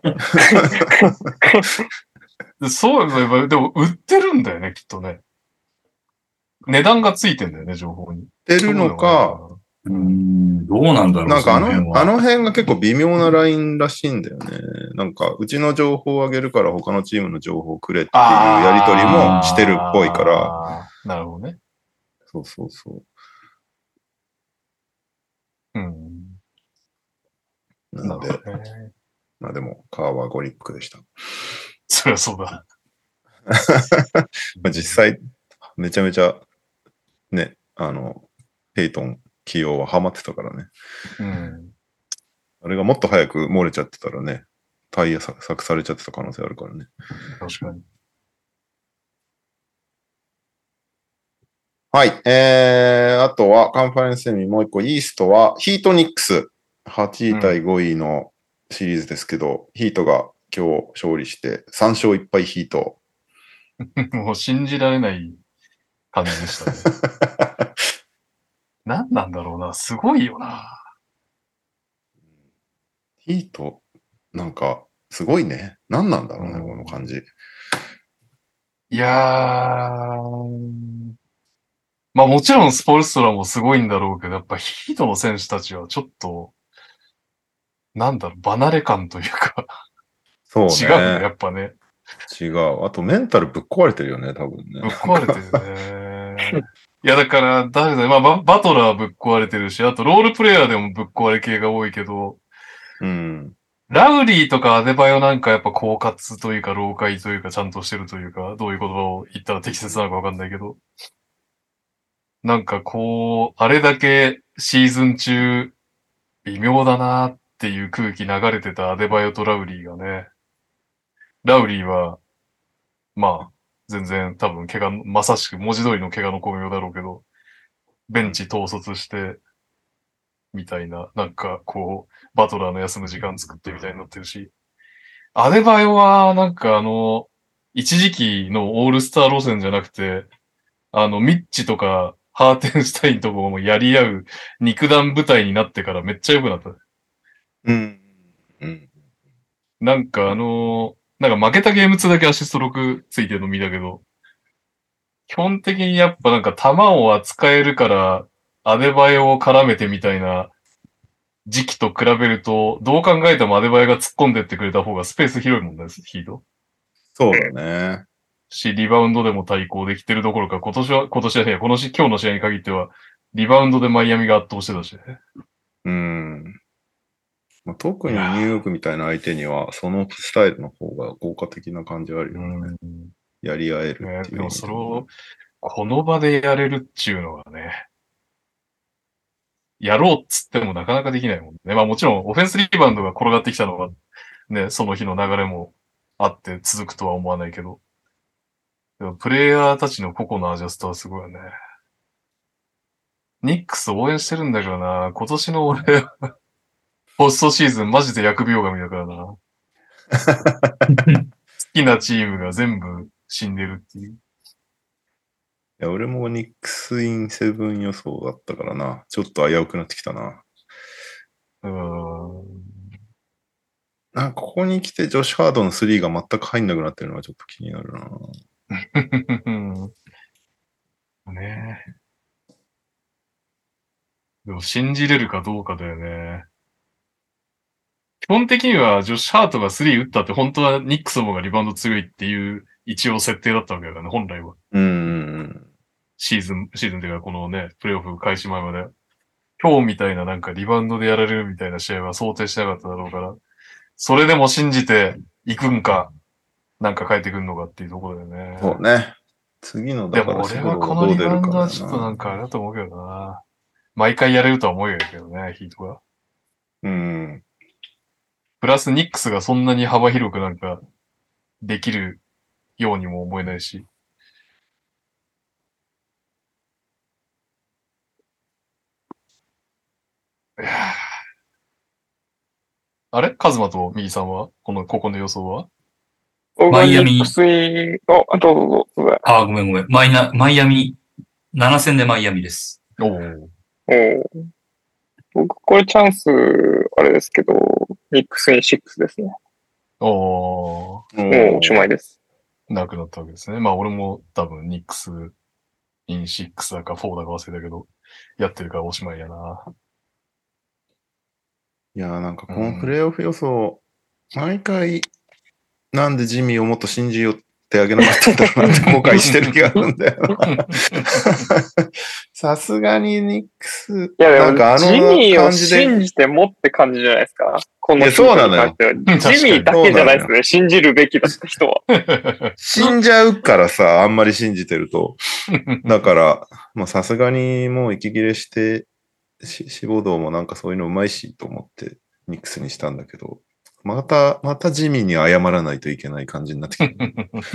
Speaker 2: ね。そういえば、でも売ってるんだよね、きっとね。値段がついてんだよね、情報に。売
Speaker 1: ってるのか、
Speaker 4: どうなんだろう。
Speaker 1: なんかあの辺が結構微妙なラインらしいんだよね。なんか、うちの情報をあげるから他のチームの情報をくれっていうやりとりもしてるっぽいから。
Speaker 2: なるほどね。
Speaker 1: そうそうそう。
Speaker 2: うん。
Speaker 1: なので、まあでも、カーはゴリックでした。
Speaker 2: そりゃそうだ。
Speaker 1: まあ実際、めちゃめちゃ、ね、ペイトン起用はハマってたからね。
Speaker 2: うん。
Speaker 1: あれがもっと早く漏れちゃってたらね、タイヤ削されちゃってた可能性あるからね。
Speaker 2: 確かに。
Speaker 1: はい。あとはカンファレンスセミもう一個、イーストはヒートニックス。8位対5位のシリーズですけど、ヒートが今日勝利して3勝1敗ヒート。
Speaker 2: もう信じられない感じでしたね。何なんだろうな。すごいよな。
Speaker 1: ヒート、なんか、すごいね。何なんだろうね、この感じ。
Speaker 2: いやー。まあもちろんスポルストラもすごいんだろうけど、やっぱヒートの選手たちはちょっと、なんだろう、離れ感というか
Speaker 1: そうね。
Speaker 2: 違うね、やっぱね。
Speaker 1: 違う。あとメンタルぶっ壊れてるよね、多分ね。
Speaker 2: ぶっ壊れてるね。いやだから、誰だ、まあバトラーぶっ壊れてるし、あとロールプレイヤーでもぶっ壊れ系が多いけど、
Speaker 1: うん。
Speaker 2: ラウリーとかアデバヨなんかやっぱ狡猾というか、老快というか、ちゃんとしてるというか、どういう言葉を言ったら適切なのかわかんないけど、なんかこう、あれだけシーズン中、微妙だなっていう空気流れてたアデバヨとラウリーがね、ラウリーは、まあ、全然多分怪我、まさしく文字通りの怪我の巧妙だろうけど、ベンチ統率して、みたいな、なんかこう、バトラーの休む時間作ってみたいになってるし、アデバヨはなんか一時期のオールスター路線じゃなくて、ミッチとか、ハーテンシュタインとかもやり合う肉弾部隊になってからめっちゃ良くなった。
Speaker 1: うん。うん。
Speaker 2: なんかなんか負けたゲーム2だけアシスト6ついてるの見たけど、基本的にやっぱなんか弾を扱えるから、アデバヨを絡めてみたいな時期と比べると、どう考えてもアデバヨが突っ込んでってくれた方がスペース広いもんです、ヒート。
Speaker 1: そうだね。
Speaker 2: リバウンドでも対抗できてるどころか、今日の試合に限っては、リバウンドでマイアミが圧倒してたしね。
Speaker 1: まあ、特にニューヨークみたいな相手には、そのスタイルの方が効果的な感じあるよね。やり合えるっていう、
Speaker 2: でもそれを、この場でやれるっていうのがね、やろうっつってもなかなかできないもんね。まあもちろん、オフェンスリバウンドが転がってきたのが、ね、その日の流れもあって続くとは思わないけど、でもプレイヤーたちの個々のアジャストはすごいよね。ニックス応援してるんだけどな、今年の俺、ポストシーズンマジで疫病神だからな。好きなチームが全部死んでるっていう。い
Speaker 1: や、俺もニックスイン7予想だったからな。ちょっと危うくなってきたな。なんかここに来てジョシュ・ハードの3が全く入んなくなってるのはちょっと気になるな。
Speaker 2: ねえ。 でも信じれるかどうかだよね。基本的にはジョシュ・ハートが3打ったって本当はニックスの方がリバウンド強いっていう一応設定だったわけだからね、本来は。シーズンっていうかこのね、プレイオフ開始前まで。今日みたいななんかリバウンドでやられるみたいな試合は想定してなかっただろうから、それでも信じていくんか、なんか変えてくんのかっていうところだよね。
Speaker 1: そうね。次の
Speaker 2: だからでも俺はこのリバウンドはちょっとなんかあれだと思うけどな。毎回やれるとは思うけどね、ヒートが。プラスニックスがそんなに幅広くなんかできるようにも思えないし。あれカズマと右さんはここの予想は
Speaker 4: マイアミ。
Speaker 3: どうぞ。
Speaker 4: ごめん。マイアミ、7戦でマイアミです。
Speaker 3: 僕、これチャンス、あれですけど、ニックスイン6ですね。もうおしまいです。
Speaker 2: なくなったわけですね。まあ俺も多分ニックスイン6だか4だか忘れたけど、やってるからおしまいやな。
Speaker 1: いやーなんかこのプレイオフ予想、毎回なんでジミーをもっと信じようってあげなかったんだろうなって後悔してる気があるんだよな。さすがにニックス。
Speaker 3: いやでもジミーを信じてもって感じじゃないですか。この
Speaker 1: そうなのよ。
Speaker 3: ジミーだけじゃないですね。信じるべきだった人は。
Speaker 1: 死んじゃうからさ、あんまり信じてると。だから、まあさすがにもう息切れして、志望道もなんかそういうのうまいしと思ってニックスにしたんだけど、またジミーに謝らないといけない感じになってきて。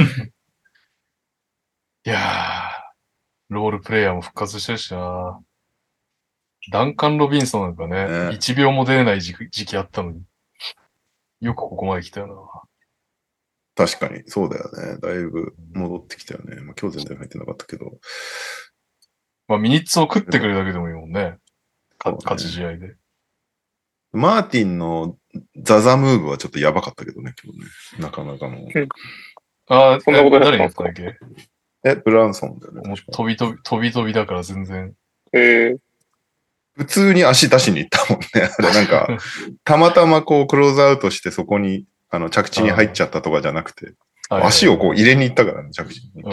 Speaker 2: いやー、ロールプレイヤーも復活してるしな。ダンカン・ロビンソンなんかね、1秒も出れない時期あったのに。よくここまで来たよな。
Speaker 1: 確かに、そうだよね。だいぶ戻ってきたよね。まあ、今日全然入ってなかったけど。
Speaker 2: まあ、ミニッツを食ってくれるだけでもいいもんね。勝ち試合で。
Speaker 1: マーティンのザザムーブはちょっとやばかったけどね、今日ね。なかなかの。
Speaker 3: そんなこと
Speaker 2: 誰にやったっけ
Speaker 1: ブランソンだよね。
Speaker 2: 飛びだから全然。
Speaker 1: 普通に足出しに行ったもんね。あれなんか、たまたまこうクローズアウトしてそこに着地に入っちゃったとかじゃなくて、足をこう入れに行ったからね、着地に。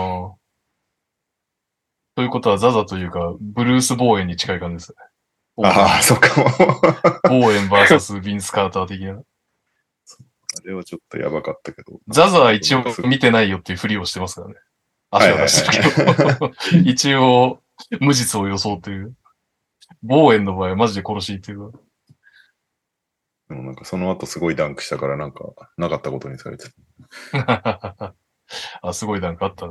Speaker 2: ということはザザというか、ブルース・ボーエンに近い感じですね。
Speaker 1: ああ、そっかも。
Speaker 2: ボーエン VS ビンス・カーター的な。
Speaker 1: あれはちょっとやばかったけど。
Speaker 2: ザザは一応見てないよっていうふりをしてますからね。足を出してるけど。一応、無実を装っていう。ボーエンの場合はマジで殺しっていうか。
Speaker 1: でもなんかその後すごいダンクしたからなんかなかったことにされて
Speaker 2: た。あ、すごいダンクあったね。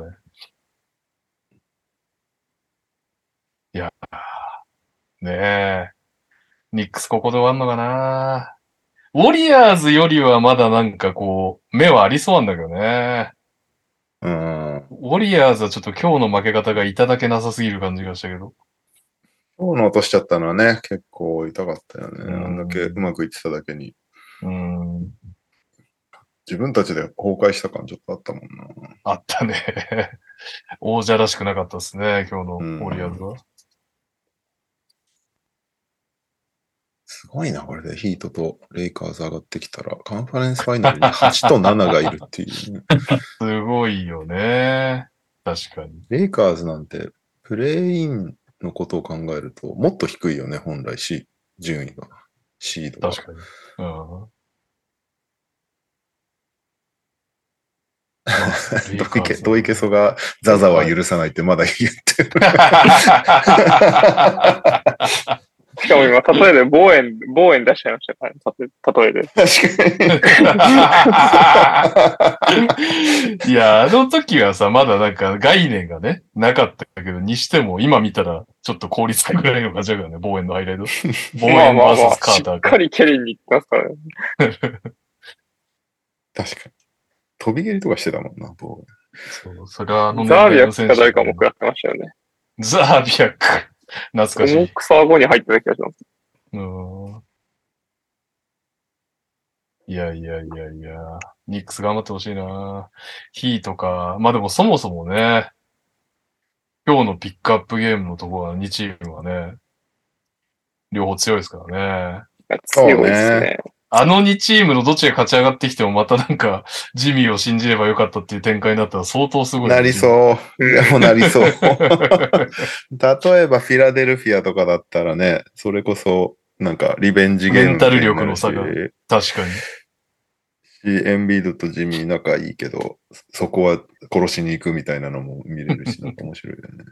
Speaker 2: いや、ねえ。ニックスここで終わんのかな。ウォリアーズよりはまだなんかこう、目はありそうなんだけどね。ウォリアーズはちょっと今日の負け方がいただけなさすぎる感じがしたけど。
Speaker 1: 今日の落としちゃったのはね、結構痛かったよね。あんだけうまくいってただけに。自分たちで崩壊した感ちょっとあったもんな。
Speaker 2: あったね。王者らしくなかったですね、今日のウォリアーズは。
Speaker 1: すごいな、これでヒートとレイカーズ上がってきたら、カンファレンスファイナルに8と7がいるっていう、ね。
Speaker 2: すごいよね。確かに。
Speaker 1: レイカーズなんて、プレイインのことを考えると、もっと低いよね、本来順位が。シードが。
Speaker 2: 確かに。
Speaker 1: どういけそがザザは許さないってまだ言ってる。
Speaker 3: しかも今、例えでボーエン出しちゃいましたからね。例えで。
Speaker 1: 確
Speaker 2: かに。いや、あの時はさ、まだなんか概念がね、なかったけど、にしても今見たら、ちょっと効率がぐらいの感じだからね、ボーエンのハイライト。ボーエン VS カーター
Speaker 3: か。しっかり蹴りに行ってますからね。
Speaker 1: 確かに。飛び蹴りとかしてたもんな、ボーエン。
Speaker 2: そう、それは
Speaker 3: ザービアックか誰かも食らってましたよね。
Speaker 2: ザービアック。懐かしい。
Speaker 3: 重くさ後に入ってた気がします。
Speaker 2: いや。ニックス頑張ってほしいな。ヒーとか、まあでもそもそもね、今日のピックアップゲームのところは2チームはね、 両方強いですからね。
Speaker 3: 強いですね。
Speaker 2: あの2チームのどっちが勝ち上がってきてもまたなんか、ジミーを信じればよかったっていう展開になったら相当すごい、
Speaker 1: なりそう。でもなりそう。例えばフィラデルフィアとかだったらね、それこそ、なんかリベンジゲーム
Speaker 2: メンタル力の差が。確かに。
Speaker 1: エンビードとジミー仲いいけど、そこは殺しに行くみたいなのも見れるし、なんか面白いよね。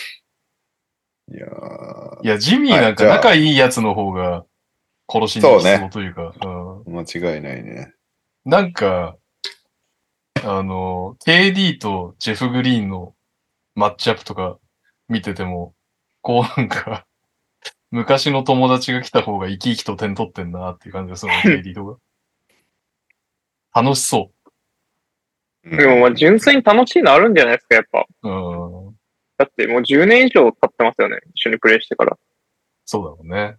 Speaker 2: いや、ジミーなんか仲いいやつの方が殺しに行きそうというか。
Speaker 1: 間違いないね。
Speaker 2: なんか、KD とジェフ・グリーンのマッチアップとか見てても、こうなんか、昔の友達が来た方が生き生きと点取ってんなっていう感じがするの、KD とか。楽しそう。
Speaker 3: でもまあ純粋に楽しいのあるんじゃないですか、やっぱ。だってもう10年以上経ってますよね。一緒にプレイしてから。
Speaker 2: そうだろうね。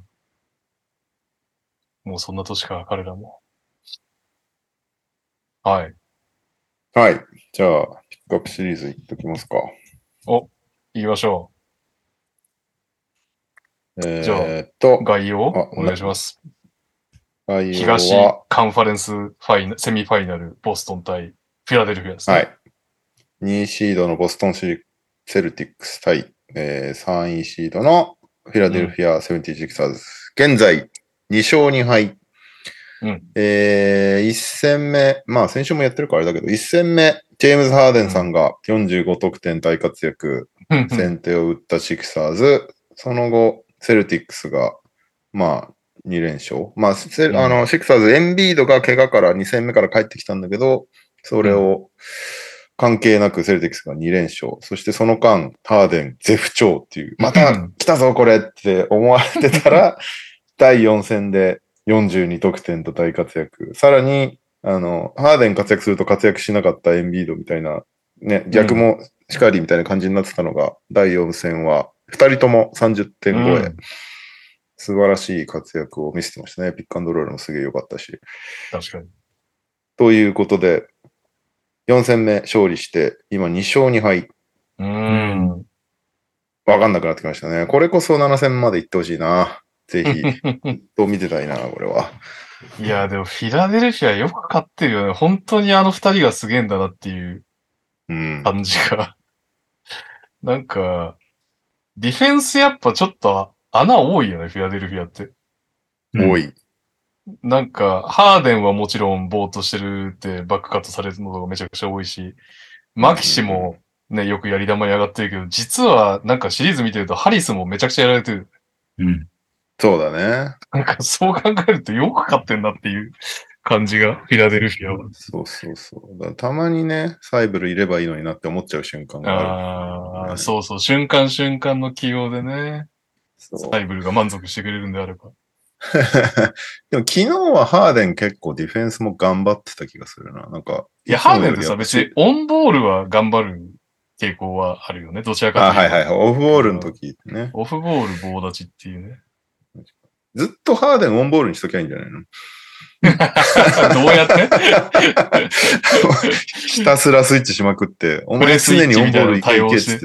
Speaker 2: もうそんな年か、彼らも。はい。
Speaker 1: はい。じゃあ、ピックアップシリーズいっときますか。
Speaker 2: 行きましょう。じゃあ、概要お願いします。東カンファレンスセミファイナル、ボストン対フィラデルフィアですね。
Speaker 1: はい。2位シードのボストンセルティックス対、3位シードのフィラデルフィア・セブンティシクサーズ。現在、2勝2敗。1戦目、まあ先週もやってるからあれだけど、1戦目、ジェームズ・ハーデンさんが45得点大活躍、先手を打ったシクサーズ。その後、セルティックスが、まあ、2連勝。まあ、シクサーズ、エンビードが怪我から2戦目から帰ってきたんだけど、それを関係なくセルティックスが2連勝。そしてその間、ハーデン絶不調っていう、また来たぞこれって思われてたら、第4戦で42得点と大活躍。さらに、ハーデン活躍すると活躍しなかったエンビードみたいな、ね、逆もしかりみたいな感じになってたのが、第4戦は2人とも30点超え。素晴らしい活躍を見せてましたね。ピックアンドロールもすげえ良かったし。
Speaker 2: 確かに。
Speaker 1: ということで、4戦目勝利して、今2勝2敗。わかんなくなってきましたね。これこそ7戦まで行ってほしいな。ぜひ。と見てたいな、これは。
Speaker 2: いや、でもフィラデルフィアよく勝ってるよね。本当にあの2人がすげえんだなっていう感じが。なんか、ディフェンスやっぱちょっと穴多いよね、フィラデルフィアって。
Speaker 1: 多い。
Speaker 2: なんか、ハーデンはもちろんぼーっとしてるってバックカットされるのがめちゃくちゃ多いし、マキシもね、よくやり玉に上がってるけど、実はなんかシリーズ見てるとハリスもめちゃくちゃやられてる。
Speaker 1: そうだね。
Speaker 2: なんかそう考えるとよく勝ってんなっていう感じが、フィラデルフィアは。
Speaker 1: そう。たまにね、サイブルいればいいのになって思っちゃう瞬間がある、
Speaker 2: そう、瞬間の起用でね、サイブルが満足してくれるんであれば。
Speaker 1: でも昨日はハーデン結構ディフェンスも頑張ってた気がするな。なんか。
Speaker 2: いや、ハーデンってさ、別にオンボールは頑張る傾向はあるよね。どちらかというと。
Speaker 1: はい。オフボールの時ね。
Speaker 2: オフボール棒立ちっていうね。
Speaker 1: ずっとハーデンオンボールにしときゃいいんじゃないの
Speaker 2: どうやって
Speaker 1: ひたすらスイッチしまくって、お前常にオンボール行け行けって。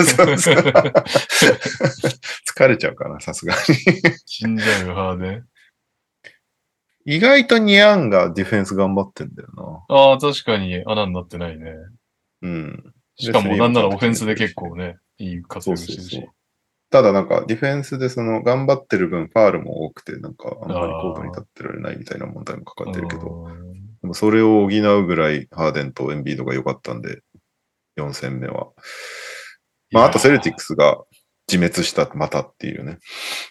Speaker 1: 疲れちゃうかな、さすがに。
Speaker 2: 死んじゃうよ、ハーデン。
Speaker 1: 意外とニャンがディフェンス頑張ってんだよ
Speaker 2: な。ああ、確かに穴になってないね。しかもなんならオフェンスで結構ね、いい活躍してるし。
Speaker 1: ただなんかディフェンスでその頑張ってる分ファールも多くてなんかあんまりコートに立ってられないみたいな問題もかかってるけど、でもそれを補うぐらいハーデンとエンビードが良かったんで、4戦目は。まああとセルティックスが自滅したまたっていうね。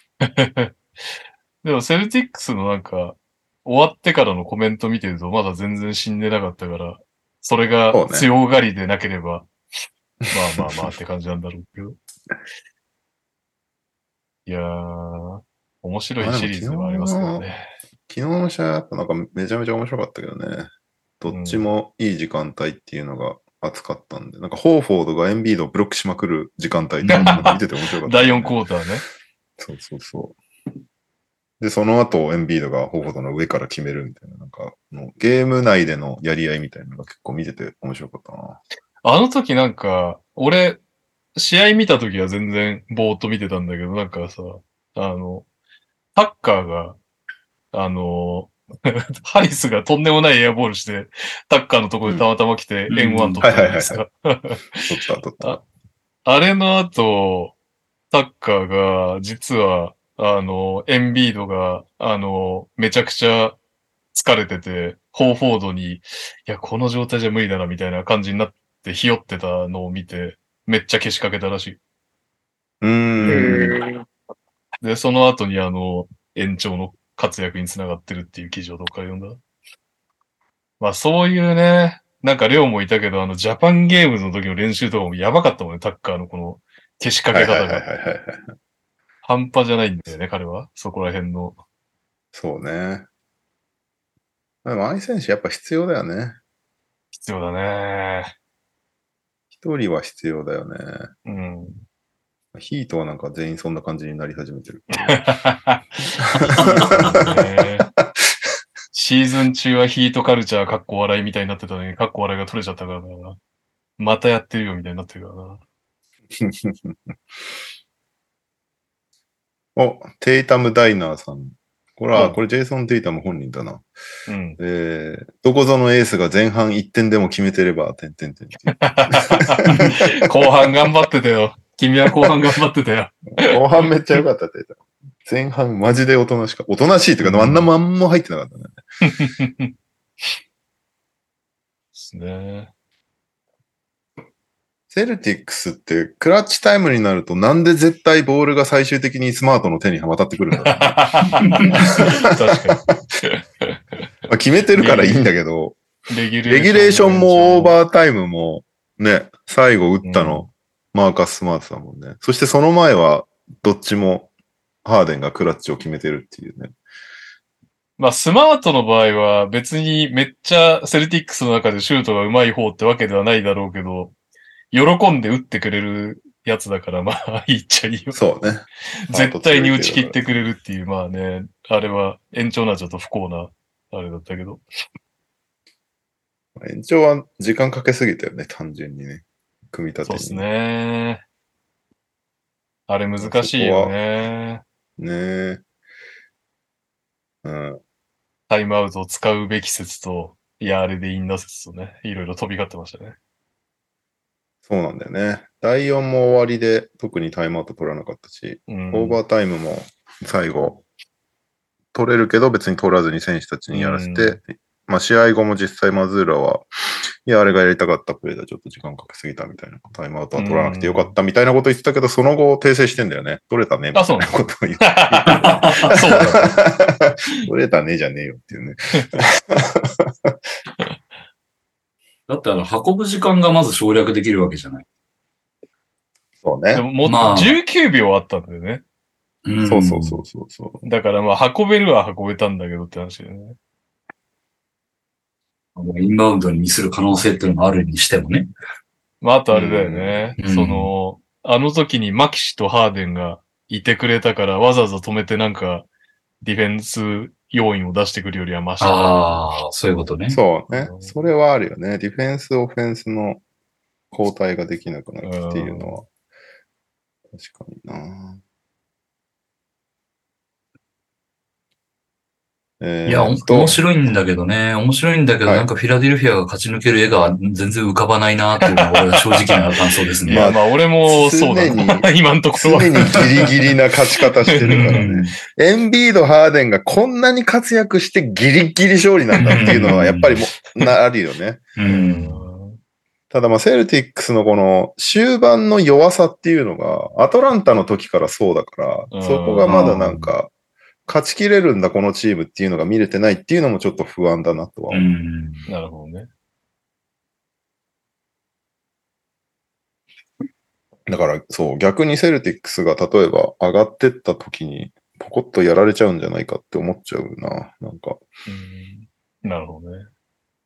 Speaker 2: でもセルティックスのなんか終わってからのコメント見てるとまだ全然死んでなかったから、それが強がりでなければ、まあって感じなんだろうけど。いやー、面白いシリーズではありますからね。
Speaker 1: 昨日の試合はやっぱなんかめちゃめちゃ面白かったけどね。どっちもいい時間帯っていうのが熱かったんで、なんかホーフォードがエンビードをブロックしまくる時間帯っていうのが見てて面白かった、
Speaker 2: 第4クォーターね。
Speaker 1: そう。で、その後エンビードがホーフォードの上から決めるみたいな、なんかゲーム内でのやり合いみたいなのが結構見てて面白かったな。
Speaker 2: あの時なんか、俺、試合見た時は全然ぼーっと見てたんだけど、なんかさ、 タッカーが、ハリスがとんでもないエアボールして、タッカーのところでたまたま来て、N1 取ったじゃないですか。
Speaker 1: 取った。
Speaker 2: あれの後、タッカーが、実は、エンビードが、めちゃくちゃ疲れてて、ホーフォードに、いや、この状態じゃ無理だな、みたいな感じになってひよってたのを見て、めっちゃ消しかけたらしい。で、その後に延長の活躍につながってるっていう記事をどっから読んだ。まあそういうね、なんかレオもいたけど、ジャパンゲームズの時の練習とかもやばかったもんね、タッカーのこの消しかけ方が。半端じゃないんだよね、彼は。そこら辺の。
Speaker 1: そうね。でも、ああいう選手やっぱ必要だよね。
Speaker 2: 必要だね。
Speaker 1: 一人は必要だよね。
Speaker 2: うん。
Speaker 1: ヒートはなんか全員そんな感じになり始めてる。
Speaker 2: シーズン中はヒートカルチャーかっこ笑いみたいになってたのに、かっこ笑いが取れちゃったからな。またやってるよみたいになってるからな。
Speaker 1: お、テイタムダイナーさん。これジェイソン・テイタム本人だな。
Speaker 2: うん。
Speaker 1: どこぞのエースが前半1点でも決めてれば、後
Speaker 2: 半頑張ってたよ。君は後半頑張ってたよ。
Speaker 1: 後半めっちゃ良かった、テイタム。前半マジでおとなしいっていうか、あんなまんも入ってなかったね。
Speaker 2: ですね。
Speaker 1: セルティックスってクラッチタイムになるとなんで絶対ボールが最終的にスマートの手に渡ってくるんだろう、ね、確かに。決めてるからいいんだけど、レギュレーションもオーバータイムもね、最後打ったの、マーカス・スマートだもんね。そしてその前はどっちもハーデンがクラッチを決めてるっていうね。
Speaker 2: まあ、スマートの場合は別にめっちゃセルティックスの中でシュートが上手い方ってわけではないだろうけど、喜んで打ってくれるやつだから、まあ、いいっちゃいいよ。
Speaker 1: そうね。
Speaker 2: 絶対に打ち切ってくれるっていう、まあね、あれは延長なちょっと不幸な、あれだったけど。
Speaker 1: 延長は時間かけすぎたよね、単純にね。組み立てに。
Speaker 2: そうですね。あれ難しいよね。
Speaker 1: ねえ。うん。
Speaker 2: タイムアウトを使うべき説と、いや、あれでいいんだ説とね、いろいろ飛び交ってましたね。
Speaker 1: そうなんだよね。第4も終わりで特にタイムアウト取らなかったし、オーバータイムも最後取れるけど別に取らずに選手たちにやらせて、まあ試合後も実際マズーラは、いや、あれがやりたかったプレーでちょっと時間かけすぎたみたいな、タイムアウトは取らなくてよかったみたいなこと言ってたけど、その後訂正してんだよね。取れたねみたいなことを言って。そうだ。取れたねじゃねえよっていうね。
Speaker 4: だって運ぶ時間がまず省略できるわけじゃない。
Speaker 1: そうね。
Speaker 2: でももう19秒あったんだよね。
Speaker 1: そう。
Speaker 2: だからまあ運べるは運べたんだけどって話だよね。
Speaker 4: インバウンドにミスる可能性っていうのもあるにしてもね。
Speaker 2: まああとあれだよね。あの時にマキシとハーデンがいてくれたからわざわざ止めてなんかディフェンス要因を出してくるよりはマシだ。
Speaker 4: ああ、そういうことね。
Speaker 1: そうね。それはあるよね。ディフェンス、オフェンスの交代ができなくなるっていうのは。確かにな。
Speaker 4: いや、面白いんだけどね。面白いんだけど、なんかフィラデルフィアが勝ち抜ける絵が全然浮かばないなっていうのが俺は正直な感想ですね。
Speaker 2: まあ俺もそうだな。今のところは。
Speaker 1: 常にギリギリな勝ち方してるからね。エンビード、ハーデンがこんなに活躍してギリギリ勝利なんだっていうのはやっぱりあるよね。ただセルティックスのこの終盤の弱さっていうのがアトランタの時からそうだから、そこがまだなんか、勝ちきれるんだ、このチームっていうのが見れてないっていうのもちょっと不安だなとは思う。
Speaker 2: なるほどね。
Speaker 1: だから、そう、逆にセルティックスが例えば上がってった時に、ポコッとやられちゃうんじゃないかって思っちゃうな、なんか。
Speaker 2: なるほどね。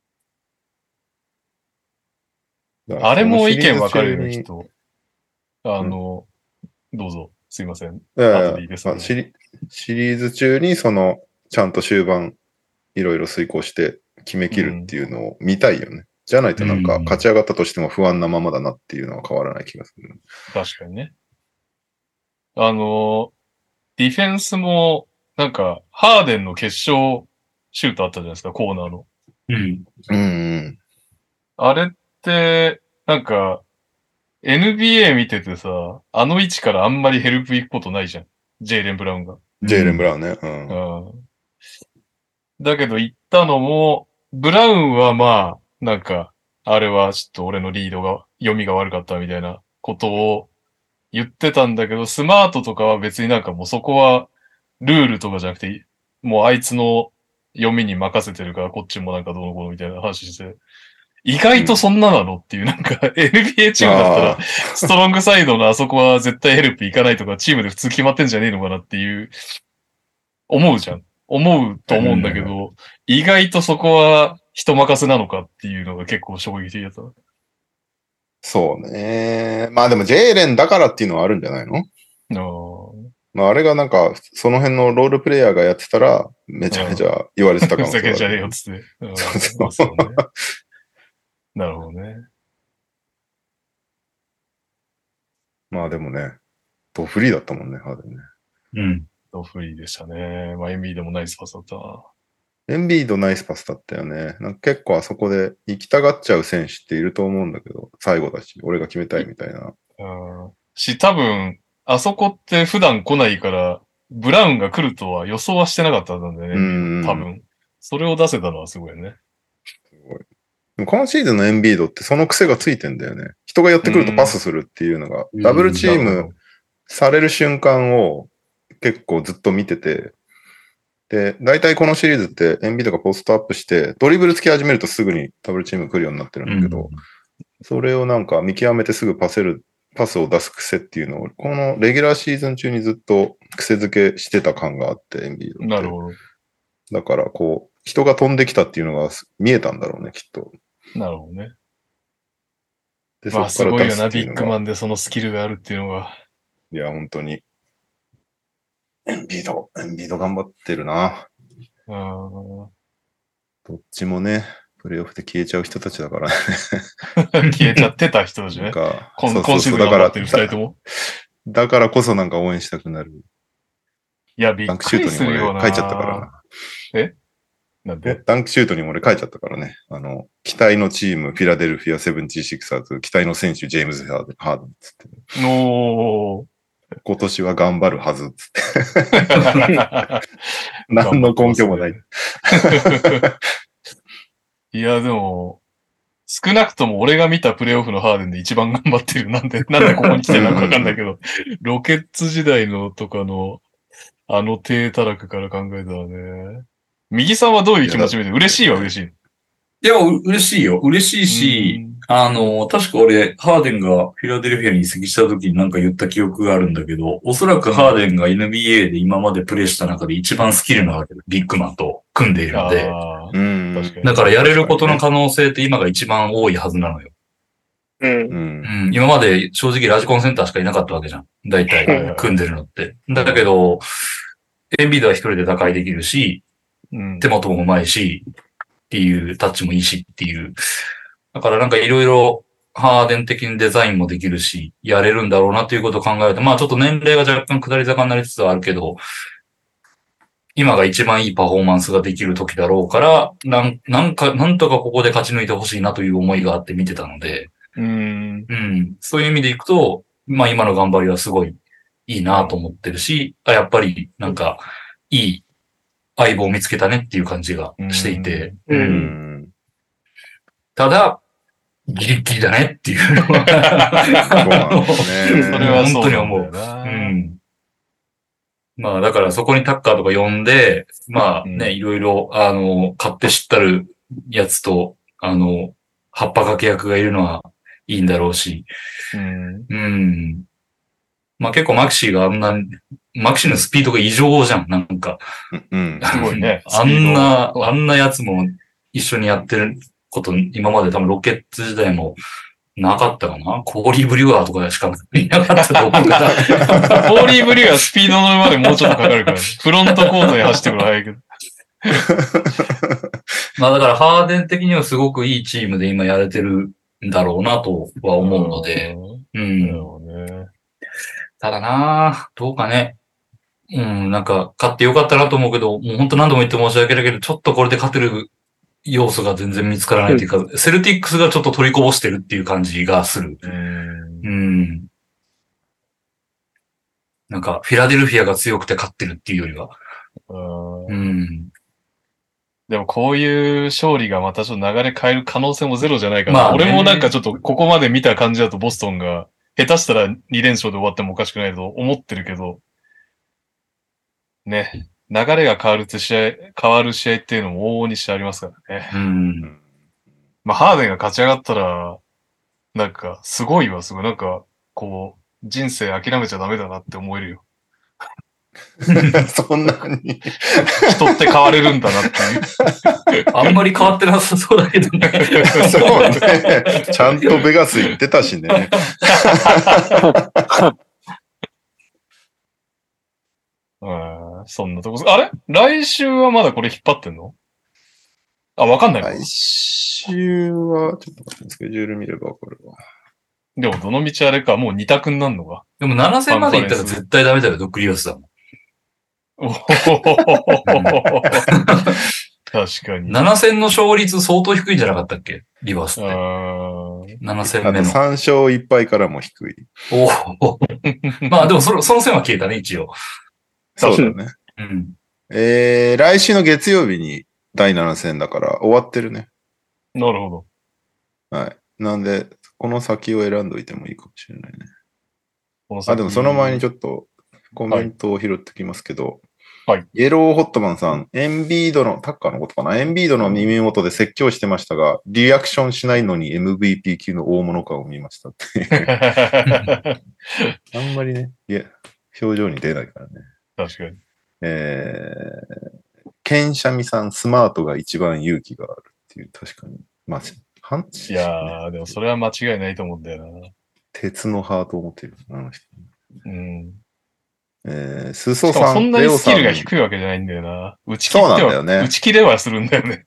Speaker 2: あれも意見分かるよね、きっと。どうぞ、すいません。後でいいですね。
Speaker 1: シリーズ中にちゃんと終盤いろいろ遂行して決めきるっていうのを見たいよね。じゃないとなんか勝ち上がったとしても不安なままだなっていうのは変わらない気がする。
Speaker 2: 確かにね。 ディフェンスも、なんか、ハーデンの決勝シュートあったじゃないですか、コーナーの。
Speaker 4: うん。
Speaker 1: うん。
Speaker 2: あれって、なんか、NBA 見ててさ、あの位置からあんまりヘルプ行くことないじゃん。ジェイレン・ブラウンが。
Speaker 1: ジェイレン・ブラウンね。
Speaker 2: だけど行ったのも、ブラウンはまあ、なんか、あれはちょっと俺のリードが、読みが悪かったみたいなことを言ってたんだけど、スマートとかは別になんかもうそこはルールとかじゃなくて、もうあいつの読みに任せてるからこっちもなんかどうのこうのみたいな話して、意外とそんななのっていうなんか NBA チームだったらストロングサイドのあそこは絶対ヘルプ行かないとかチームで普通決まってんじゃねえのかなっていう思うじゃん。思うと思うんだけど、意外とそこは人任せなのかっていうのが結構衝撃的だった。
Speaker 1: そうね。まあでもジェイレンだからっていうのはあるんじゃないの？まああれがなんか、その辺のロールプレイヤーがやってたら、めちゃめちゃ言われてたかもしれない。
Speaker 2: ふざけんじゃねえよっつって。そうね。なるほどね。
Speaker 1: まあでもね、ドフリーだったもんね、ハーデンね。
Speaker 4: うん。
Speaker 2: ドフリーでしたね。まあ NBA でもナイスパスだったな。
Speaker 1: エンビードナイスパスだったよね。なんか結構あそこで行きたがっちゃう選手っていると思うんだけど、最後だし、俺が決めたいみたいな。
Speaker 2: 多分、あそこって普段来ないから、ブラウンが来るとは予想はしてなかったんだよね。多分。それを出せたのはすごいね。
Speaker 1: すごい。でも今シーズンのエンビードってその癖がついてんだよね。人が寄ってくるとパスするっていうのが、ダブルチームされる瞬間を結構ずっと見てて、で、大体このシリーズってエンビードがポストアップして、ドリブルつき始めるとすぐにダブルチーム来るようになってるんだけど、それをなんか見極めてすぐパスを出す癖っていうのを、このレギュラーシーズン中にずっと癖づけしてた感があって、エンビードって。
Speaker 2: なるほど。
Speaker 1: だからこう、人が飛んできたっていうのが見えたんだろうね、きっと。
Speaker 2: なるほどね。
Speaker 1: で、
Speaker 2: まあすごいよな、ビッグマンでそのスキルがあるっていうのが。
Speaker 1: いや、本当に。エンビード頑張ってるな。どっちもね、プレイオフで消えちゃう人たちだからね。
Speaker 2: 消えちゃってた人たちね。今シーズン頑張ってる二人とも。
Speaker 1: だからこそなんか応援したくなる。
Speaker 2: いや、びっくりするよな。
Speaker 1: ダンクシュートに俺書いちゃったからな。
Speaker 2: なんで
Speaker 1: ダンクシュートにも俺書いちゃったからね。期待のチーム、フィラデルフィア・セブンティシクサーズ、期待の選手、ジェームズ・ハーデンっつって。今年は頑張るはずっつって。何の根拠もない。
Speaker 2: いや、でも、少なくとも俺が見たプレイオフのハーデンで一番頑張ってる。なんでここに来てるのかわかんないけど、ロケッツ時代のとかの、低たらくから考えたらね。右さんはどういう気持ちで嬉しいは嬉しい。
Speaker 4: いや、嬉しいよ。嬉しいし、確か俺、ハーデンがフィラデルフィアに移籍した時になんか言った記憶があるんだけど、おそらくハーデンが NBA で今までプレイした中で一番スキルのあるビッグマンと組んでいるので、だからやれることの可能性って今が一番多いはずなのよ。今まで正直ラジコンセンターしかいなかったわけじゃん。大体組んでるのって。だけど、エンビードは一人で打開できるし、手元も上手いし、っていうタッチもいいしっていう。だからなんかいろいろハーデン的にデザインもできるし、やれるんだろうなっていうことを考えて、まあちょっと年齢が若干下り坂になりつつはあるけど、今が一番いいパフォーマンスができる時だろうから、なんとかここで勝ち抜いてほしいなという思いがあって見てたので、そういう意味でいくと、まあ今の頑張りはすごいいいなと思ってるし、やっぱりなんかいい相棒を見つけたねっていう感じがしていて。ただ、ギリギリだねっていうのは。それは本当に思う。まあだからそこにタッカーとか呼んで、まあね、いろいろ、買って知ったるやつと、葉っぱ掛け役がいるのはいいんだろうし。まあ結構マキシーのスピードが異常じゃん、なんか。
Speaker 2: すごいね。
Speaker 4: あんなやつも一緒にやってること今まで多分ロケッツ時代もなかったかな。コーリー・ブリュワーとかしかいなかったと思うから。
Speaker 2: コーリー・ブリュワースピードの上までもうちょっとかかるから、フロントコートに走ってくるの早いけど。
Speaker 4: まあだからハーデン的にはすごくいいチームで今やれてるんだろうなとは思うので。ただなぁ、どうかね。 なんか、勝ってよかったなと思うけど、もう本当何度も言って申し訳ないけど、ちょっとこれで勝てる要素が全然見つからないというか、セルティックスがちょっと取りこぼしてるっていう感じがする。なんか、フィラデルフィアが強くて勝ってるっていうよりは。
Speaker 2: でもこういう勝利がまたちょっと流れ変える可能性もゼロじゃないかな。まあ、俺もなんかちょっとここまで見た感じだとボストンが下手したら2連勝で終わってもおかしくないと思ってるけど、ね、流れが変わる試合っていうのも往々にしてありますからね。まあ、ハーデンが勝ち上がったら、なんか、すごいわ、すごい。なんか、こう、人生諦めちゃダメだなって思えるよ。
Speaker 1: そんなに
Speaker 2: 人って変われるんだなっていう。
Speaker 4: あんまり変わってなさそうだけどね。
Speaker 1: そうね。ちゃんとベガス行ってたしね。
Speaker 2: そんなとこ。あれ来週はまだこれ引っ張ってんの？わかんない。
Speaker 1: 来週は、ちょっと待って、スケジュール見ればわかるわ。
Speaker 2: でも、どの道あれか、もう2択になるのか。
Speaker 4: でも7戦まで行ったら絶対ダメだよ、ドッグリオスだもん。
Speaker 2: 確かに。
Speaker 4: 7戦の勝率相当低いんじゃなかったっけリバースって。7戦目の。
Speaker 1: 3勝1敗からも低い。
Speaker 4: まあでもその線は消えたね、一応。
Speaker 1: そうだね。来週の月曜日に第7戦だから終わってるね。
Speaker 2: なるほ
Speaker 1: ど。はい。なんで、この先を選んどいてもいいかもしれないね。でもその前にちょっとコメントを拾ってきますけど、イエローホットマンさん、エンビードの、タッカーのことかな、エンビードの耳元で説教してましたが、リアクションしないのに MVP 級の大物感を見ましたっていう。あんまりね、表情に出ないからね。
Speaker 2: 確かに。
Speaker 1: ケンシャミさん、スマートが一番勇気があるっていう、確かに。まあ、
Speaker 2: いやー、でもそれは間違いないと思うんだよな。
Speaker 1: 鉄のハートを持ってる、あの人。
Speaker 2: すそさん。そんなにスキルが低いわけじゃないんだよな。打ち切れはするんだよね。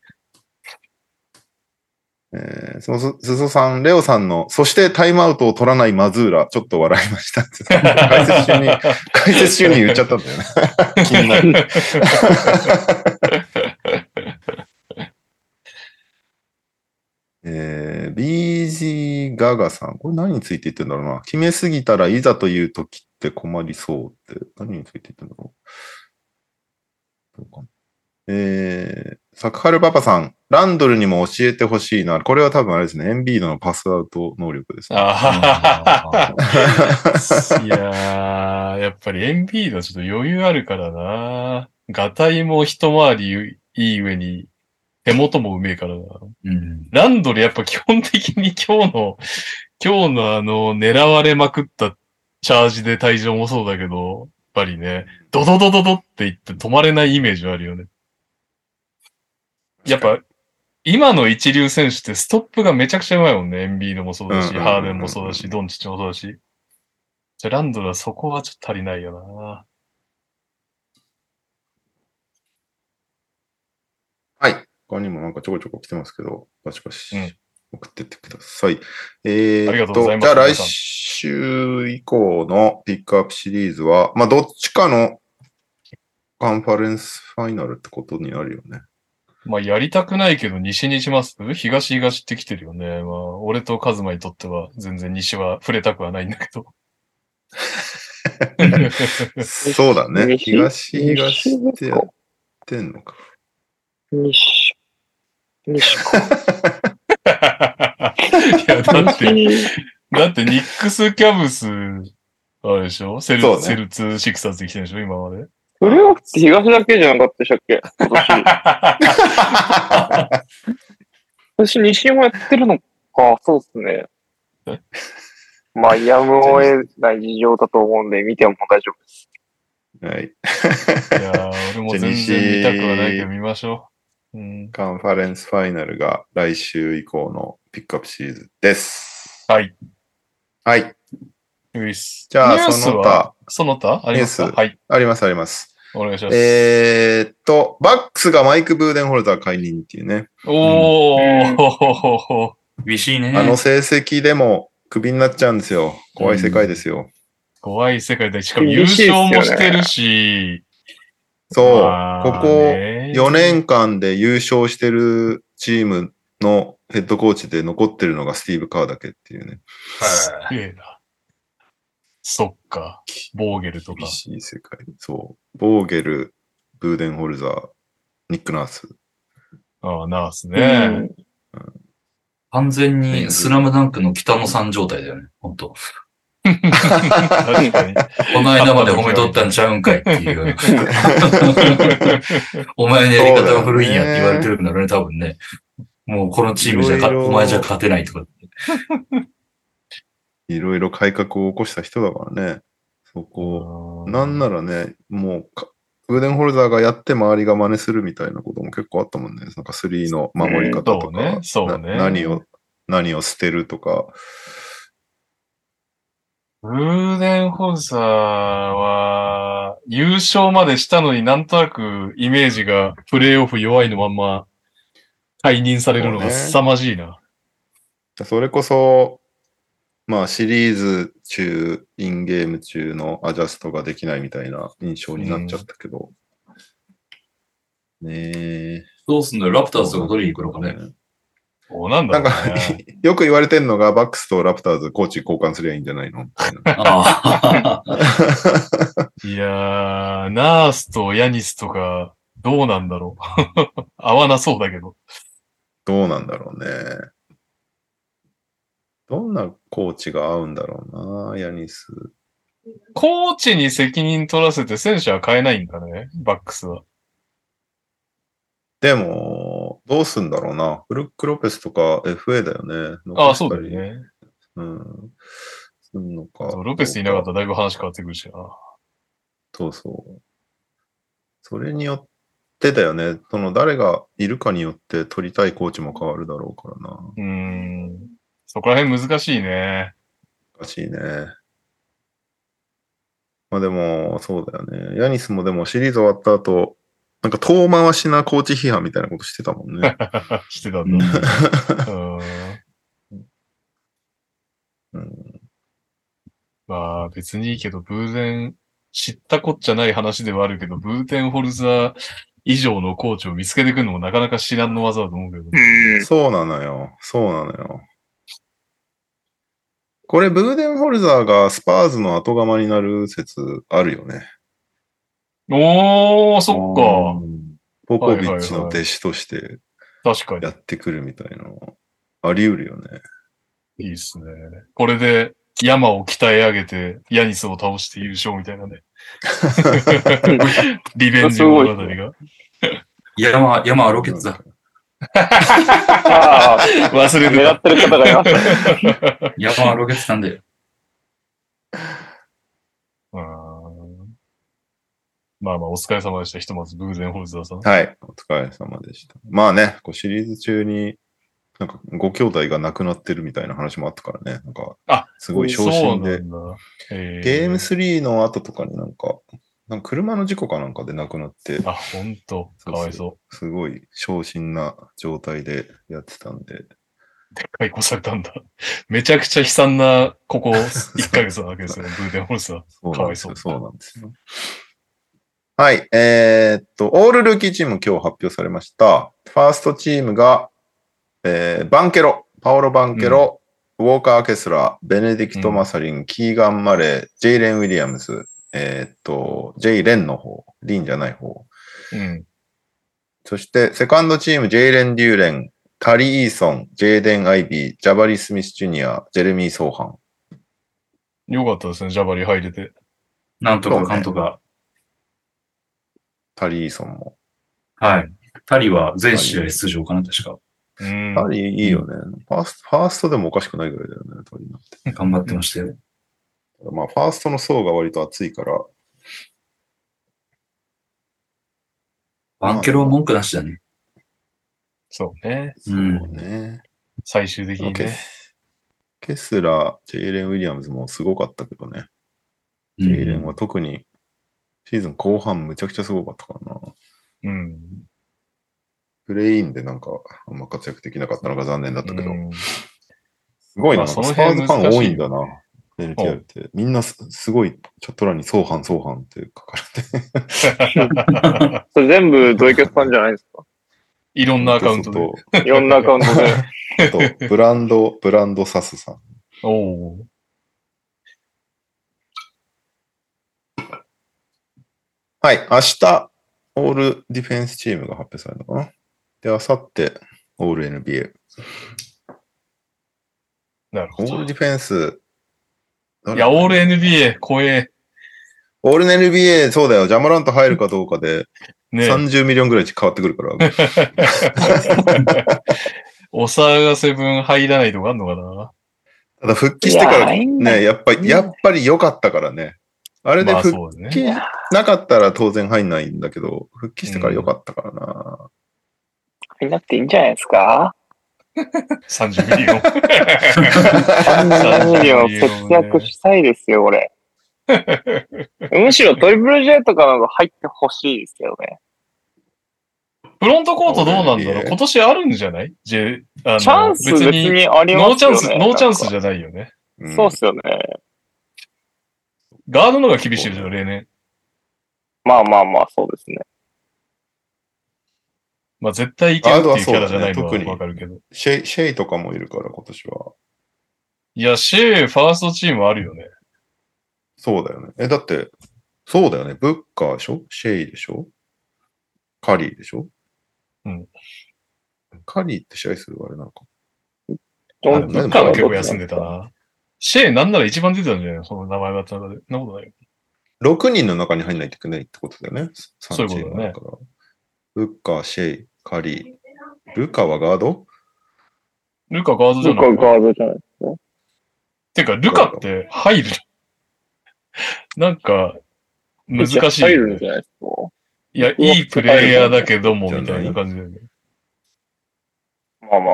Speaker 1: すそさん、レオさんの、そしてタイムアウトを取らないマズーラ、ちょっと笑いましたって。解説中に言っちゃったんだよね。気になる。BG ガガさん、これ何について言ってんだろうな。決めすぎたらいざという時って困りそうって、何について言ってんだろう。どうかな。サクハルパパさん、ランドルにも教えてほしいな。これは多分あれですね、エンビードのパスアウト能力ですね。
Speaker 2: いやー、やっぱりエンビードはちょっと余裕あるからな。ガタイも一回りいい上に、手元もうめえからな。ランドルやっぱ基本的に今日の狙われまくったチャージで退場もそうだけど、やっぱりね、ドドドドドって言って止まれないイメージあるよね。やっぱ、今の一流選手ってストップがめちゃくちゃうまいもんね。エンビードもそうだし、ハーデンもそうだし、ドンチッチもそうだし。じゃランドルはそこはちょっと足りないよな。
Speaker 1: はい。他にもなんかちょこちょこ来てますけど、バシバシ送ってってください。あり
Speaker 2: がとうございます。
Speaker 1: じゃあ来週以降のピックアップシリーズは、まあどっちかのカンファレンスファイナルってことになるよね。
Speaker 2: まあやりたくないけど西にします東ってきてるよね。まあ俺とカズマにとっては全然西は触れたくはないんだけど。
Speaker 1: そうだね。東ってやってんのか。
Speaker 3: 西か。
Speaker 2: いや、だってニックス、キャブス、あれでしょセルツ、シクサーズで来てるでしょ今まで。
Speaker 3: それは東だけじゃなかったでしたっけ今年。私、西もやってるのか。そうですね。まあ、やむを得ない事情だと思うんで、見ても大丈夫です。
Speaker 1: はい。
Speaker 2: いや俺も全然見たくはないけど見ましょう。
Speaker 1: カンファレンスファイナルが来週以降のピックアップシリーズです。
Speaker 2: はい。
Speaker 1: はい。
Speaker 2: じ
Speaker 1: ゃあ、
Speaker 2: その他ありますか？はい。
Speaker 1: あります、あります。
Speaker 2: お願いします。
Speaker 1: バックスがマイク・ブーデンホルザー解任っていうね。
Speaker 4: 厳しいね。
Speaker 1: あの成績でもクビになっちゃうんですよ。怖い世界ですよ。
Speaker 2: 怖い世界で、しかも優勝もしてるし、
Speaker 1: そう、ここ4年間で優勝してるチームのヘッドコーチで残ってるのがスティーブ・カーだけっていうね。
Speaker 2: すげえな。そっか。ボーゲルとか。
Speaker 1: 厳しい世界。そう。ボーゲル、ブーデンホルザー、ニック・ナース。
Speaker 2: ああ、ナースね。
Speaker 4: 完全にスラムダンクの北野さん状態だよね。本当
Speaker 2: 確かに。
Speaker 4: この間まで褒めとったんちゃうんかいっていう。お前のやり方が古いんやって言われてるんだろうね、多分ね。もうこのチームじゃお前じゃ勝てないとか。
Speaker 1: いろいろ改革を起こした人だからね。そこ、なんならね、もう、ウーデンホルザーがやって周りが真似するみたいなことも結構あったもんね。なんかスリーの守り方とか、
Speaker 2: そうね。
Speaker 1: 何を捨てるとか。
Speaker 2: ウーデンホルザーは、優勝までしたのになんとなくイメージがプレイオフ弱いのまんま解任されるのが凄まじいな。
Speaker 1: それこそ、まあシリーズ中、インゲーム中のアジャストができないみたいな印象になっちゃったけど。ねえ。
Speaker 4: どうすんのよ、ラプターズが取りに行くのかね。
Speaker 2: そうなんだろうね。
Speaker 1: なんか、よく言われてるのが、バックスとラプターズ、コーチ交換すりゃいいんじゃないのみたいな。
Speaker 2: いやー、ナースとヤニスとか、どうなんだろう。合わなそうだけど。
Speaker 1: どうなんだろうね。どんなコーチが合うんだろうな、ヤニス。
Speaker 2: コーチに責任取らせて選手は変えないんだね、バックスは。
Speaker 1: でも、どうすんだろうな。フルック・ロペスとか FA だよね。
Speaker 2: ああ、そうだよね。
Speaker 1: うん。すんのか。
Speaker 2: ロペスいなかったらだいぶ話変わってくるしな。
Speaker 1: そうそう。それによってだよね。その誰がいるかによって取りたいコーチも変わるだろうからな。
Speaker 2: そこら辺難しいね。
Speaker 1: 難しいね。まあでも、そうだよね。ヤニスもでもシリーズ終わった後、なんか遠回しなコーチ批判みたいなことしてたもんね。
Speaker 2: してたんだ。まあ別にいいけど、ブーデン、知ったこっちゃない話ではあるけど、ブーデンホルザー以上のコーチを見つけてくるのもなかなか至難の技だと思うけど。
Speaker 1: そうなのよ。そうなのよ。これ、ブーデンホルザーがスパーズの後釜になる説あるよね。
Speaker 2: おー、そっか。
Speaker 1: ポポビッチの弟子として
Speaker 2: 確かに
Speaker 1: やってくるみたいなのあり得るよね。
Speaker 2: いいっすね。これで山を鍛え上げて、ヤニスを倒して優勝みたいなね。リベンジ物語が。
Speaker 4: 山はロケッツだ。
Speaker 2: 忘れて
Speaker 3: 狙ってる方がいます。
Speaker 4: 山はロケッツなんで。
Speaker 2: まあまあ、お疲れ様でした。ひとまず、ブーデンホルザーさん。
Speaker 1: はい、お疲れ様でした。まあね、こうシリーズ中に、なんかご兄弟が亡くなってるみたいな話もあったからね。なんか、すごい昇進で。ゲーム3の後とかになんか車の事故かなんかで亡くなって。
Speaker 2: あ、ほんと。かわいそう。
Speaker 1: すごい昇進な状態でやってたんで。
Speaker 2: でっかい子されたんだ。めちゃくちゃ悲惨な、ここ1ヶ月なわけですよね、ブーデンホルザー。かわいそう。
Speaker 1: そうなんですよ。はい。オールルーキーチーム今日発表されました。ファーストチームが、バンケロ、パオロ・バンケロ、ウォーカー・ケスラー、ベネディクト・マサリン、キーガン・マレー、ジェイレン・ウィリアムズ、ジェイレンの方、リンじゃない方。そして、セカンドチーム、ジェイレン・デューレン、タリー・イーソン、ジェイデン・アイビー、ジャバリ・スミス・ジュニア、ジェレミー・ソーハン。
Speaker 2: よかったですね、ジャバリ入れて。
Speaker 4: なんとかかんとか。
Speaker 1: タリー・イーソンも。
Speaker 4: はい。タリは全試合出場かな、確か。
Speaker 1: タリいいよね。ファーストでもおかしくないぐらいだよね、タリなんて。
Speaker 4: 頑張ってましたよ。
Speaker 1: まあ、ファーストの層が割と厚いから。
Speaker 4: バンケロは文句なしだね。
Speaker 2: そうね。
Speaker 1: そうね。
Speaker 2: 最終的にね。
Speaker 1: ケスラー、ジェイレン・ウィリアムズもすごかったけどね。ジェイレンは特にシーズン後半むちゃくちゃすごかったからな。プレイインでなんかあんま活躍できなかったのが残念だったけど。すごいな、スパーズファン多いんだな。 NTR って。みんなすごい、チャット欄に相反って書か
Speaker 3: れて。それ全部ドイケツさんじゃないですか？
Speaker 2: いろんなアカウントで。
Speaker 3: いろんなアカウントで。
Speaker 1: あと、ブランドサスさん。
Speaker 2: おー。
Speaker 1: はい、明日、オールディフェンスチームが発表されるのかな。で、明後日、オール NBA。
Speaker 2: なるほど。
Speaker 1: オールディフェンス。
Speaker 2: いや、オール NBA、怖え。
Speaker 1: オール NBA、そうだよ。ジャマラント入るかどうかで、30ミリオンぐらい変わってくるから。
Speaker 2: お騒がせ分入らないとかあんのかな。
Speaker 1: ただ、復帰してからね、やっぱり良かったからね。あれで復帰なかったら当然入んないんだけど、復帰してから良かったからな。
Speaker 3: 入んなくていいんじゃないですか
Speaker 2: ？30ミリオン。
Speaker 3: 30ミリオン節約したいですよ、俺。むしろトリプル J とかの方が入ってほしいですけどね。
Speaker 2: フロントコートどうなんだろう？今年あるんじゃない？
Speaker 3: チャンス別にありますよね。
Speaker 2: ノーチャンスじゃないよね。
Speaker 3: そうっすよね。
Speaker 2: ガードの方が厳しいでしょ、例年。
Speaker 3: まあ、そうですね。
Speaker 2: まあ絶対いけるっていうキャラじゃないのはわかるけど。
Speaker 1: シェイとかもいるから、今年は。
Speaker 2: いや、シェイ、ファーストチームあるよね。
Speaker 1: そうだよね。だって、そうだよね。ブッカーでしょ？シェイでしょ？カリーでしょ？
Speaker 2: うん。
Speaker 1: カリーって試合するあれなのか。
Speaker 2: ブッカーは結構休んでたな。シェイなんなら一番出てたんじゃないの？その名前があった中で。そんなことないよ。
Speaker 1: 6人の中に入んないといけないってことだよね。
Speaker 2: そういうことだね。
Speaker 1: ブッカー、シェイ、カリー。ルカはガード？
Speaker 2: ルカガードじゃない？
Speaker 3: ルカガードじゃないですか。
Speaker 2: てか、ルカって入るなんか、難しい、ね。
Speaker 3: 入るんじゃないですか。
Speaker 2: いや、いいプレイヤーだけども、みたいな感じだよね。
Speaker 3: まあ。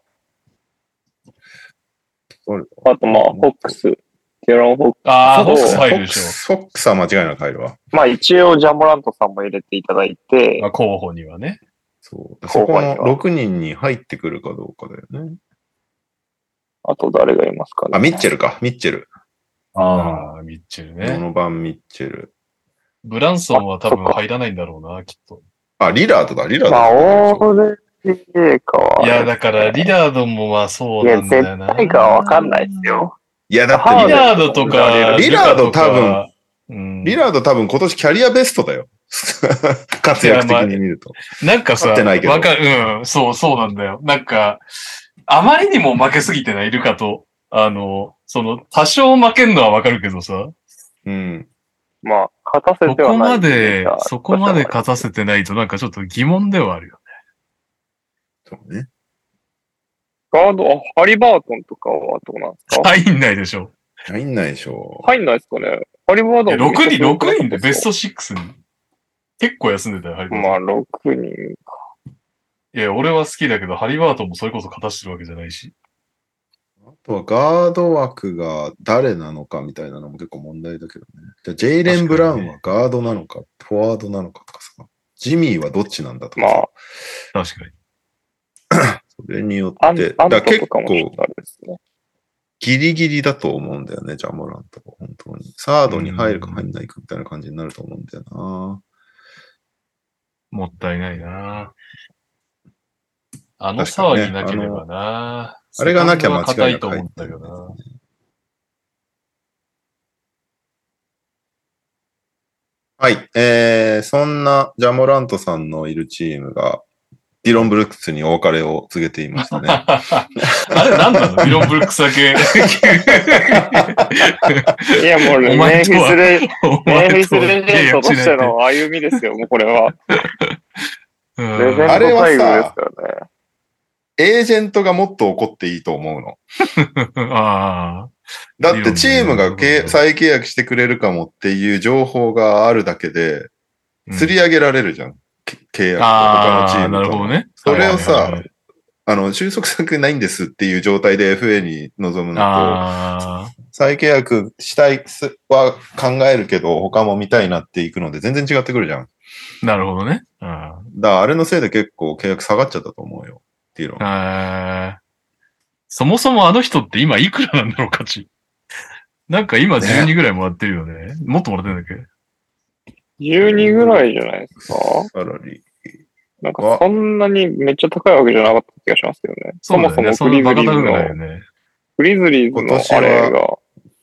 Speaker 3: あとホックス。ティアロン・ホックス。
Speaker 2: ああ、ホックス入るでし
Speaker 1: ょ。ホックスは間違いなく入るわ。
Speaker 3: まあ一応ジャモラントさんも入れていただいて。
Speaker 2: まあ候補にはね。
Speaker 1: そこの6人に入ってくるかどうかだよね。
Speaker 3: あと誰がいますかね。
Speaker 1: ミッチェルか。ミッチェル。
Speaker 2: ああ、ミッチェルね。
Speaker 1: ドノバン・ミッチェル。
Speaker 2: ブランソンは多分入らないんだろうな、きっと。
Speaker 1: リラードだ。
Speaker 3: まあ、オール NBA かは。
Speaker 2: いや、だから、リラードもまあそうなんだよな。
Speaker 3: 絶対かはわかんないですよ。
Speaker 1: いや、だって
Speaker 2: リラードとか、
Speaker 1: リラード多分今年キャリアベストだよ。活躍的に見ると。
Speaker 2: なんかさ、わかる、そうなんだよ。なんか、あまりにも負けすぎてない、ルカと。多少負けんのはわかるけどさ。
Speaker 1: うん。
Speaker 3: まあ、勝たせてはない。
Speaker 2: そこまで勝たせてないとなんかちょっと疑問ではあるよね。
Speaker 1: そうね。
Speaker 3: ガード、ハリバートンとかはどうなんですか？
Speaker 2: 入んないでしょ。
Speaker 1: 入んないでしょ。
Speaker 3: 入んないですかね。ハリバートン
Speaker 2: 6人でベスト6に。結構休んでたよ、ハリバートン。
Speaker 3: まあ、6人か。
Speaker 2: いや、俺は好きだけど、ハリバートンもそれこそ勝たしてるわけじゃないし。
Speaker 1: あとはガード枠が誰なのかみたいなのも結構問題だけどね。じゃあジェイレン・ブラウンはガードなのか、フォワードなのかとかさ。ジミーはどっちなんだとかさ。
Speaker 2: まあ、確かに。
Speaker 1: それによって、結構ギリギリだと思うんだよね、ジャモラント。本当に。サードに入るか入んないかみたいな感じになると思うんだよな。
Speaker 2: もったいないな。騒ぎなければな。
Speaker 1: あれがなきゃ間違いない
Speaker 2: と思ったけどな。
Speaker 1: はい。そんなジャモラントさんのいるチームが、ディロン・ブルックスにお別れを告げていましたね。
Speaker 2: あれ何なの？ディロン・ブルックスだけ。
Speaker 3: いや、もうメンフィスレジェンドとしての歩みですよ、もうこれは。
Speaker 1: あれはさ、エージェントがもっと怒っていいと思うの。だってチームが再契約してくれるかもっていう情報があるだけで、釣り上げられるじゃん。契約他のチームと。
Speaker 2: なるほどね。
Speaker 1: それをさ、収束先ないんですっていう状態で FA に臨むのと、再契約したいは考えるけど、他も見たいなっていくので全然違ってくるじゃん。
Speaker 2: なるほどね。
Speaker 1: だからあれのせいで結構契約下がっちゃったと思うよ。っていうの。
Speaker 2: そもそもあの人って今いくらなんだろう、価値。 なんか今12ぐらいもらってるよね。もっともらってるんだっけ？
Speaker 3: 12ぐらいじゃないですか。
Speaker 1: サラリー。
Speaker 3: なんかそんなにめっちゃ高いわけじゃなかった気がしますけどね。そもそも
Speaker 2: そんなバカ高くないよね。
Speaker 3: グリズリーズのあれが。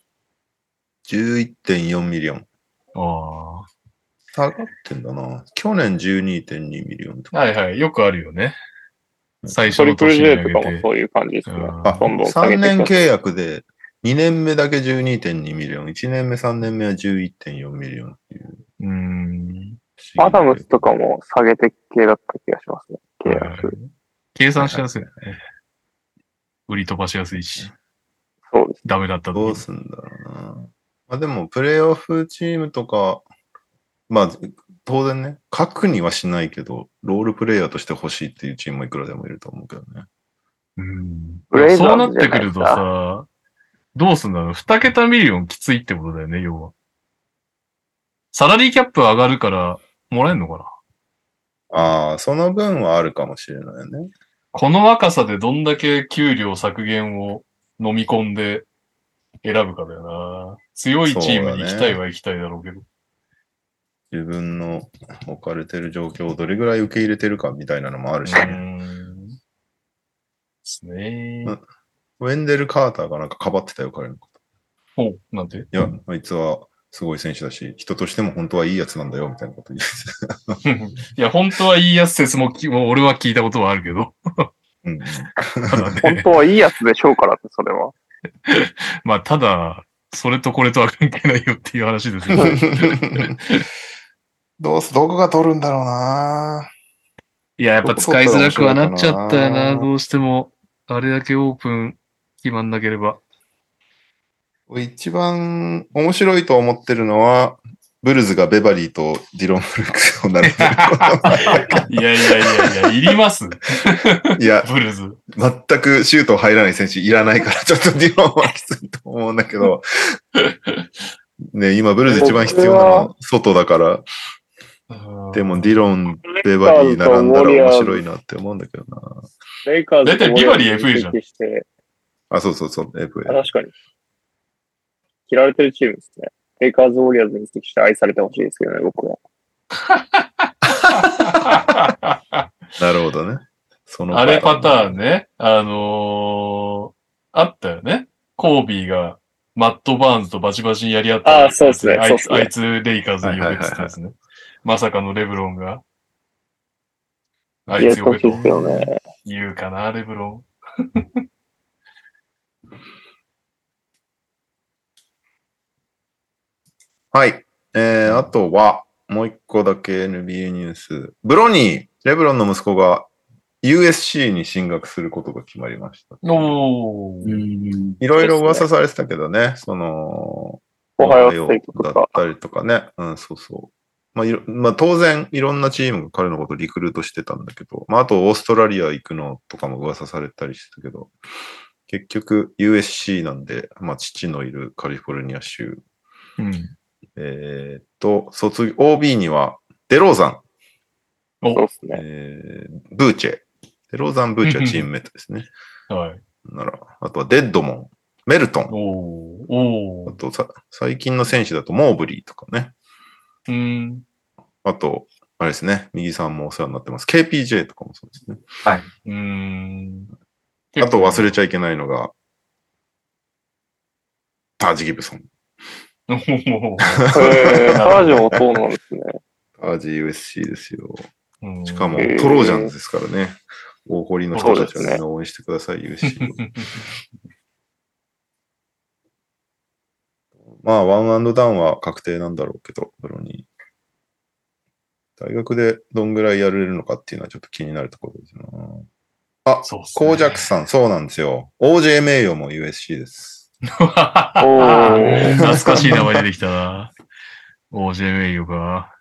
Speaker 1: 11.4 ミリオン。
Speaker 2: ああ。
Speaker 1: 下がってんだな。去年 12.2 ミリオンとか。
Speaker 2: はいはい。よくあるよね。最初
Speaker 3: トリプル
Speaker 2: の年に
Speaker 3: J
Speaker 2: 上げて。
Speaker 3: とかもそういう感じですね。
Speaker 1: どんどん3年契約で、2年目だけ 12.2 ミリオン、1年目3年目は 11.4 ミリオンっていう。
Speaker 3: アダムスとかも下げて系だった気がしますね。契約。
Speaker 2: 計算しやすいよね。売り飛ばしやすいし。
Speaker 3: そうです。
Speaker 2: ダメだった
Speaker 1: どうすんだろうな。まあでも、プレイオフチームとか、まあ、当然ね、核にはしないけど、ロールプレイヤーとして欲しいっていうチームもいくらでもいると思うけどね。
Speaker 2: そうなってくるとさ、どうすんだろう。2桁ミリオンきついってことだよね、要は。サラリーキャップ上がるから、もらえんのかな？
Speaker 1: ああ、その分はあるかもしれないね。
Speaker 2: この若さでどんだけ給料削減を飲み込んで選ぶかだよな。強いチームに行きたいは行きたいだろうけど。
Speaker 1: 自分の置かれてる状況をどれぐらい受け入れてるかみたいなのもあるしね。
Speaker 2: ですね。
Speaker 1: ウェンデル・カーターがなんかかばってたよ、彼のこと。
Speaker 2: お、なんで？
Speaker 1: いや、あいつはすごい選手だし、人としても本当はいいやつなんだよ、みたいなこと言って
Speaker 2: いや、本当はいいやつ説も俺は聞いたことはあるけど。
Speaker 3: 本当はいいやつでしょうからって、それは。
Speaker 2: まあ、ただ、それとこれとは関係ないよっていう話ですよね。
Speaker 1: どこが取るんだろうな。
Speaker 2: いや、やっぱ使いづらくはなっちゃったよな、どうしても。あれだけオープン決まんなければ。
Speaker 1: 一番面白いと思ってるのは、ブルズがベバリーとディロン・フルックスを並べる。
Speaker 2: いや、いります
Speaker 1: いや、
Speaker 2: ブルズ。
Speaker 1: 全くシュート入らない選手いらないから、ちょっとディロンはきついと思うんだけど。ね、今ブルズ一番必要なのは外だから。でもディロン、ベバリー並んだら面白いなって思うんだけどな。
Speaker 3: レイカーズ
Speaker 2: だいたいビバリー FA じゃん。
Speaker 1: あ、そう、FA。
Speaker 3: 確かに。嫌われてるチームですね。レイカーズ・ウォリアーズに移籍して愛されてほしいですけどね、僕は。
Speaker 1: なるほどね。
Speaker 2: あれパターンね。あったよね。コービーがマット・バーンズとバチバチにやり合った。
Speaker 3: そうですね。
Speaker 2: あいつレイカーズに呼べって言ったんですね。まさかのレブロンが。あいつ呼べと言うかな、レブロン。
Speaker 1: はい。あとは、もう一個だけ NBA ニュース。ブロニー、レブロンの息子が USC に進学することが決まりました。いろいろ噂されてたけどね、
Speaker 3: オハイオステイト
Speaker 1: だったりとかね。そう。まあ、当然、いろんなチームが彼のことをリクルートしてたんだけど、まあ、あとオーストラリア行くのとかも噂されたりしてたけど、結局 USC なんで、まあ、父のいるカリフォルニア州。卒業、OB には、デローザン。
Speaker 3: そうですね。
Speaker 1: ブーチェ。デローザン・ブーチェはチームメイトですね。
Speaker 2: はい。
Speaker 1: あとはデッドモン、メルトン。あと最近の選手だとモーブリーとかね。あと、あれですね。右さんもお世話になってます。KPJ とかもそうですね。
Speaker 4: はい。
Speaker 1: あと忘れちゃいけないのが、タージ・ギブソン。
Speaker 3: タージもそうなんですね。
Speaker 1: タージ USC ですよ。しかもトロージャンズですからね。大堀の人たちはみんな応援してください、USC を。まあ、ワンアンドダウンは確定なんだろうけど、プロに。大学でどんぐらいやれるのかっていうのはちょっと気になるところですな。あ、コージャックさん、そうなんですよ。OJ 名誉も USC です。
Speaker 2: 懐かしい名前出てきたな。OJ 名誉が。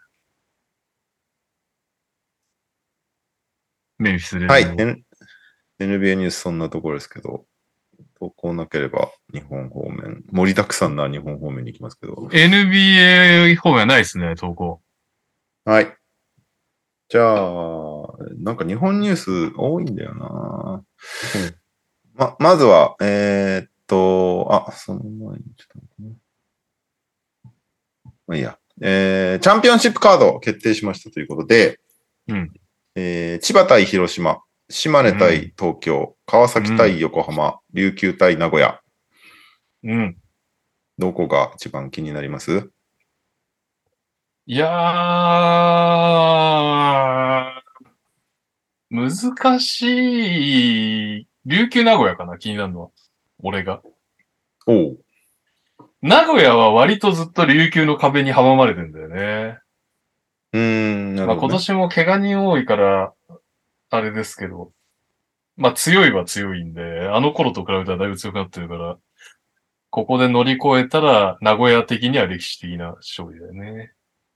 Speaker 2: メンフィスで。
Speaker 1: はい。NBA ニュースそんなところですけど、投稿なければ日本方面、盛りだくさんな日本方面に行きますけど。
Speaker 2: NBA 方面はないですね、投稿。
Speaker 1: はい。じゃあ、なんか日本ニュース多いんだよな。まずは、 その前にちょっと待ってね。まあいいや。チャンピオンシップカード決定しましたということで、
Speaker 2: うん。
Speaker 1: 千葉対広島、島根対東京、川崎対横浜、琉球対名古屋。
Speaker 2: うん。
Speaker 1: どこが一番気になります？
Speaker 2: いやー、難しい。琉球名古屋かな、気になるのは。俺が。
Speaker 1: おう。
Speaker 2: 名古屋は割とずっと琉球の壁に阻まれてんだよね。
Speaker 1: なるほどね。
Speaker 2: まあ今年も怪我人多いから、あれですけど。まあ強いは強いんで、あの頃と比べたらだいぶ強くなってるから、ここで乗り越えたら、名古屋的には歴史的な勝利だよね。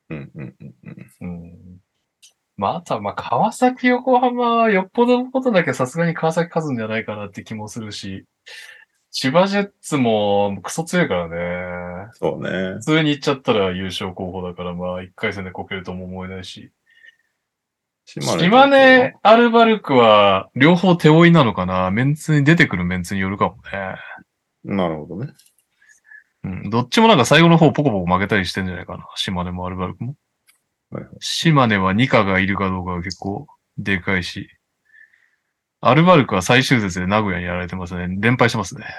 Speaker 2: まあ、あとは、まあ、川崎、横浜はよっぽどのことだけさすがに川崎勝つんじゃないかなって気もするし、千葉ジェッツもクソ強いからね。
Speaker 1: そうね。
Speaker 2: 普通に行っちゃったら優勝候補だから、まあ、一回戦でこけるとも思えないし。島根、アルバルクは、両方手負いなのかな。メンツに出てくるメンツによるかもね。
Speaker 1: なるほどね。
Speaker 2: うん。どっちもなんか最後の方ポコポコ負けたりしてんじゃないかな。島根もアルバルクも。
Speaker 1: はいはい、
Speaker 2: 島根はニカがいるかどうかが結構でかいし。アルバルクは最終節で名古屋にやられてますね。連敗してますね。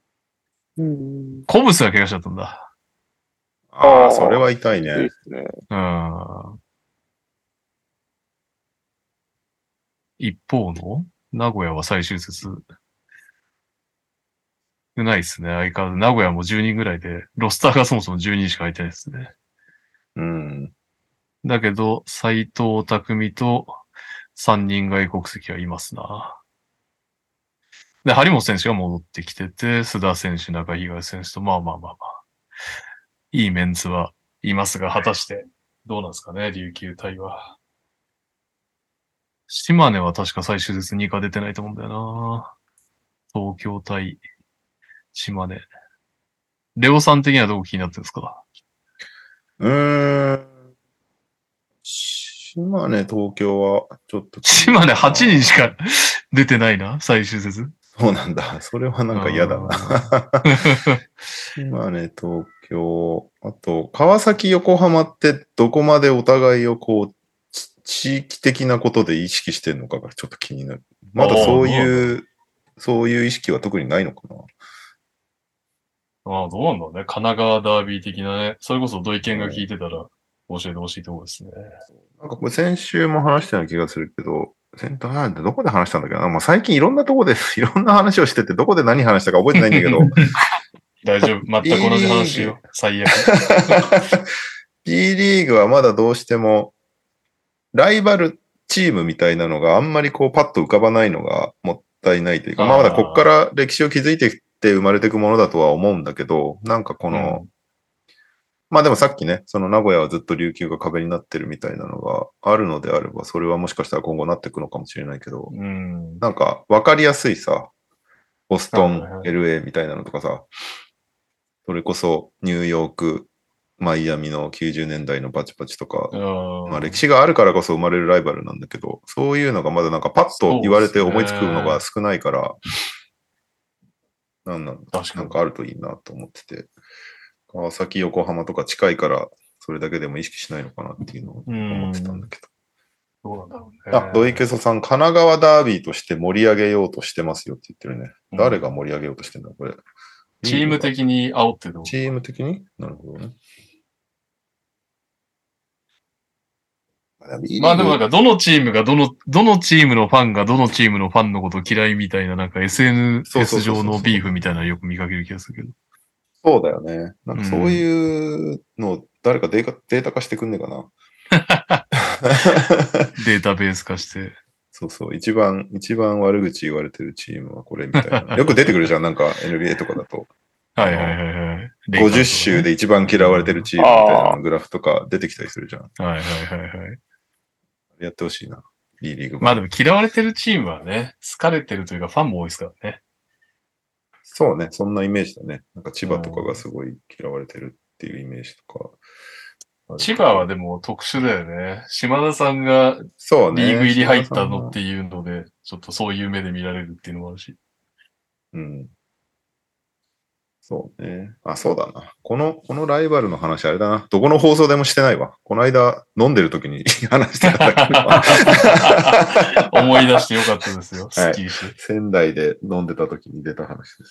Speaker 2: コブスが怪我しちゃったんだ。
Speaker 1: ああ、それは痛いね。いいですね。
Speaker 2: 一方の名古屋は最終節。少ないですね。相変わらず名古屋も10人ぐらいで、ロスターがそもそも10人しか入ってないですね。だけど、斎藤匠と3人外国籍はいますな。で、張本選手が戻ってきてて、須田選手、中東選手と、まあ、いいメンツはいますが、果たしてどうなんですかね、琉球対は。島根は確か最終節2か出てないと思うんだよな。東京対島根。レオさん的にはどこ気になってるんですか？
Speaker 1: 島根、東京はちょっと。
Speaker 2: 島根8人しか出てないな、最終節。
Speaker 1: そうなんだ。それはなんか嫌だな。島根、東京、あと、川崎、横浜ってどこまでお互いをこう、地域的なことで意識してるのかがちょっと気になる。まだそういう意識は特にないのかな。
Speaker 2: ああ、どうなんだろうね。神奈川ダービー的なね。それこそ土井健が聞いてたら教えてほしいところですね。
Speaker 1: なんかこれ先週も話したような気がするけど、センターなんてどこで話したんだっけな。まあ、最近いろんなとこでいろんな話をしてて、どこで何話したか覚えてないんだけど。
Speaker 2: 大丈夫。全く同じ話よ。最悪。
Speaker 1: B リーグはまだどうしても、ライバルチームみたいなのがあんまりこうパッと浮かばないのがもったいないというか、まあまだこっから歴史を築いていって生まれていくものだとは思うんだけど、なんかこの、まあでもさっきね、その名古屋はずっと琉球が壁になってるみたいなのがあるのであれば、それはもしかしたら今後なっていくのかもしれないけど、なんか分かりやすいさ、ボストン、LA みたいなのとかさ、それこそニューヨーク、マイアミの90年代のバチバチとか、まあ歴史があるからこそ生まれるライバルなんだけど、そういうのがまだなんかパッと言われて思いつくのが少ないから、なんかあるといいなと思ってて、川崎、横浜とか近いからそれだけでも意識しないのかなっていうのを思ってたんだけど。
Speaker 2: どうなんだろうね。
Speaker 1: あ、土井ケソさん、神奈川ダービーとして盛り上げようとしてますよって言ってるね。誰が盛り上げようとしてんだこれ。
Speaker 2: チーム的に煽ってるの？
Speaker 1: チーム的になるほどね。
Speaker 2: まあでもなんかどのチームがどのチームのファンがどのチームのファンのことを嫌いみたいななんか SNS 上のビーフみたいなのよく見かける気がするけど。
Speaker 1: そうだよね。なんかそういうのを誰かデータ化してくんねえかな。
Speaker 2: データベース化して。
Speaker 1: そうそう。一番悪口言われてるチームはこれみたいな。よく出てくるじゃん。なんか NBA とかだと。
Speaker 2: はい。
Speaker 1: 50州で一番嫌われてるチームみたいなグラフとか出てきたりするじゃん。
Speaker 2: はい。
Speaker 1: やってほしいな。B リーグ。
Speaker 2: まあでも嫌われてるチームはね、好かれてるというかファンも多いですからね。
Speaker 1: そうね。そんなイメージだね。なんか千葉とかがすごい嫌われてるっていうイメージとか。
Speaker 2: 千葉はでも特殊だよね。島田さんがリーグ入り入ったのっていうので、ちょっとそういう目で見られるっていうのもあるし。
Speaker 1: そうね。あ、そうだな。このライバルの話あれだな。どこの放送でもしてないわ。この間飲んでる時に話してただけだわ。
Speaker 2: 思い出してよかったですよ。すっきりして。
Speaker 1: 仙台で飲んでた時に出た話です。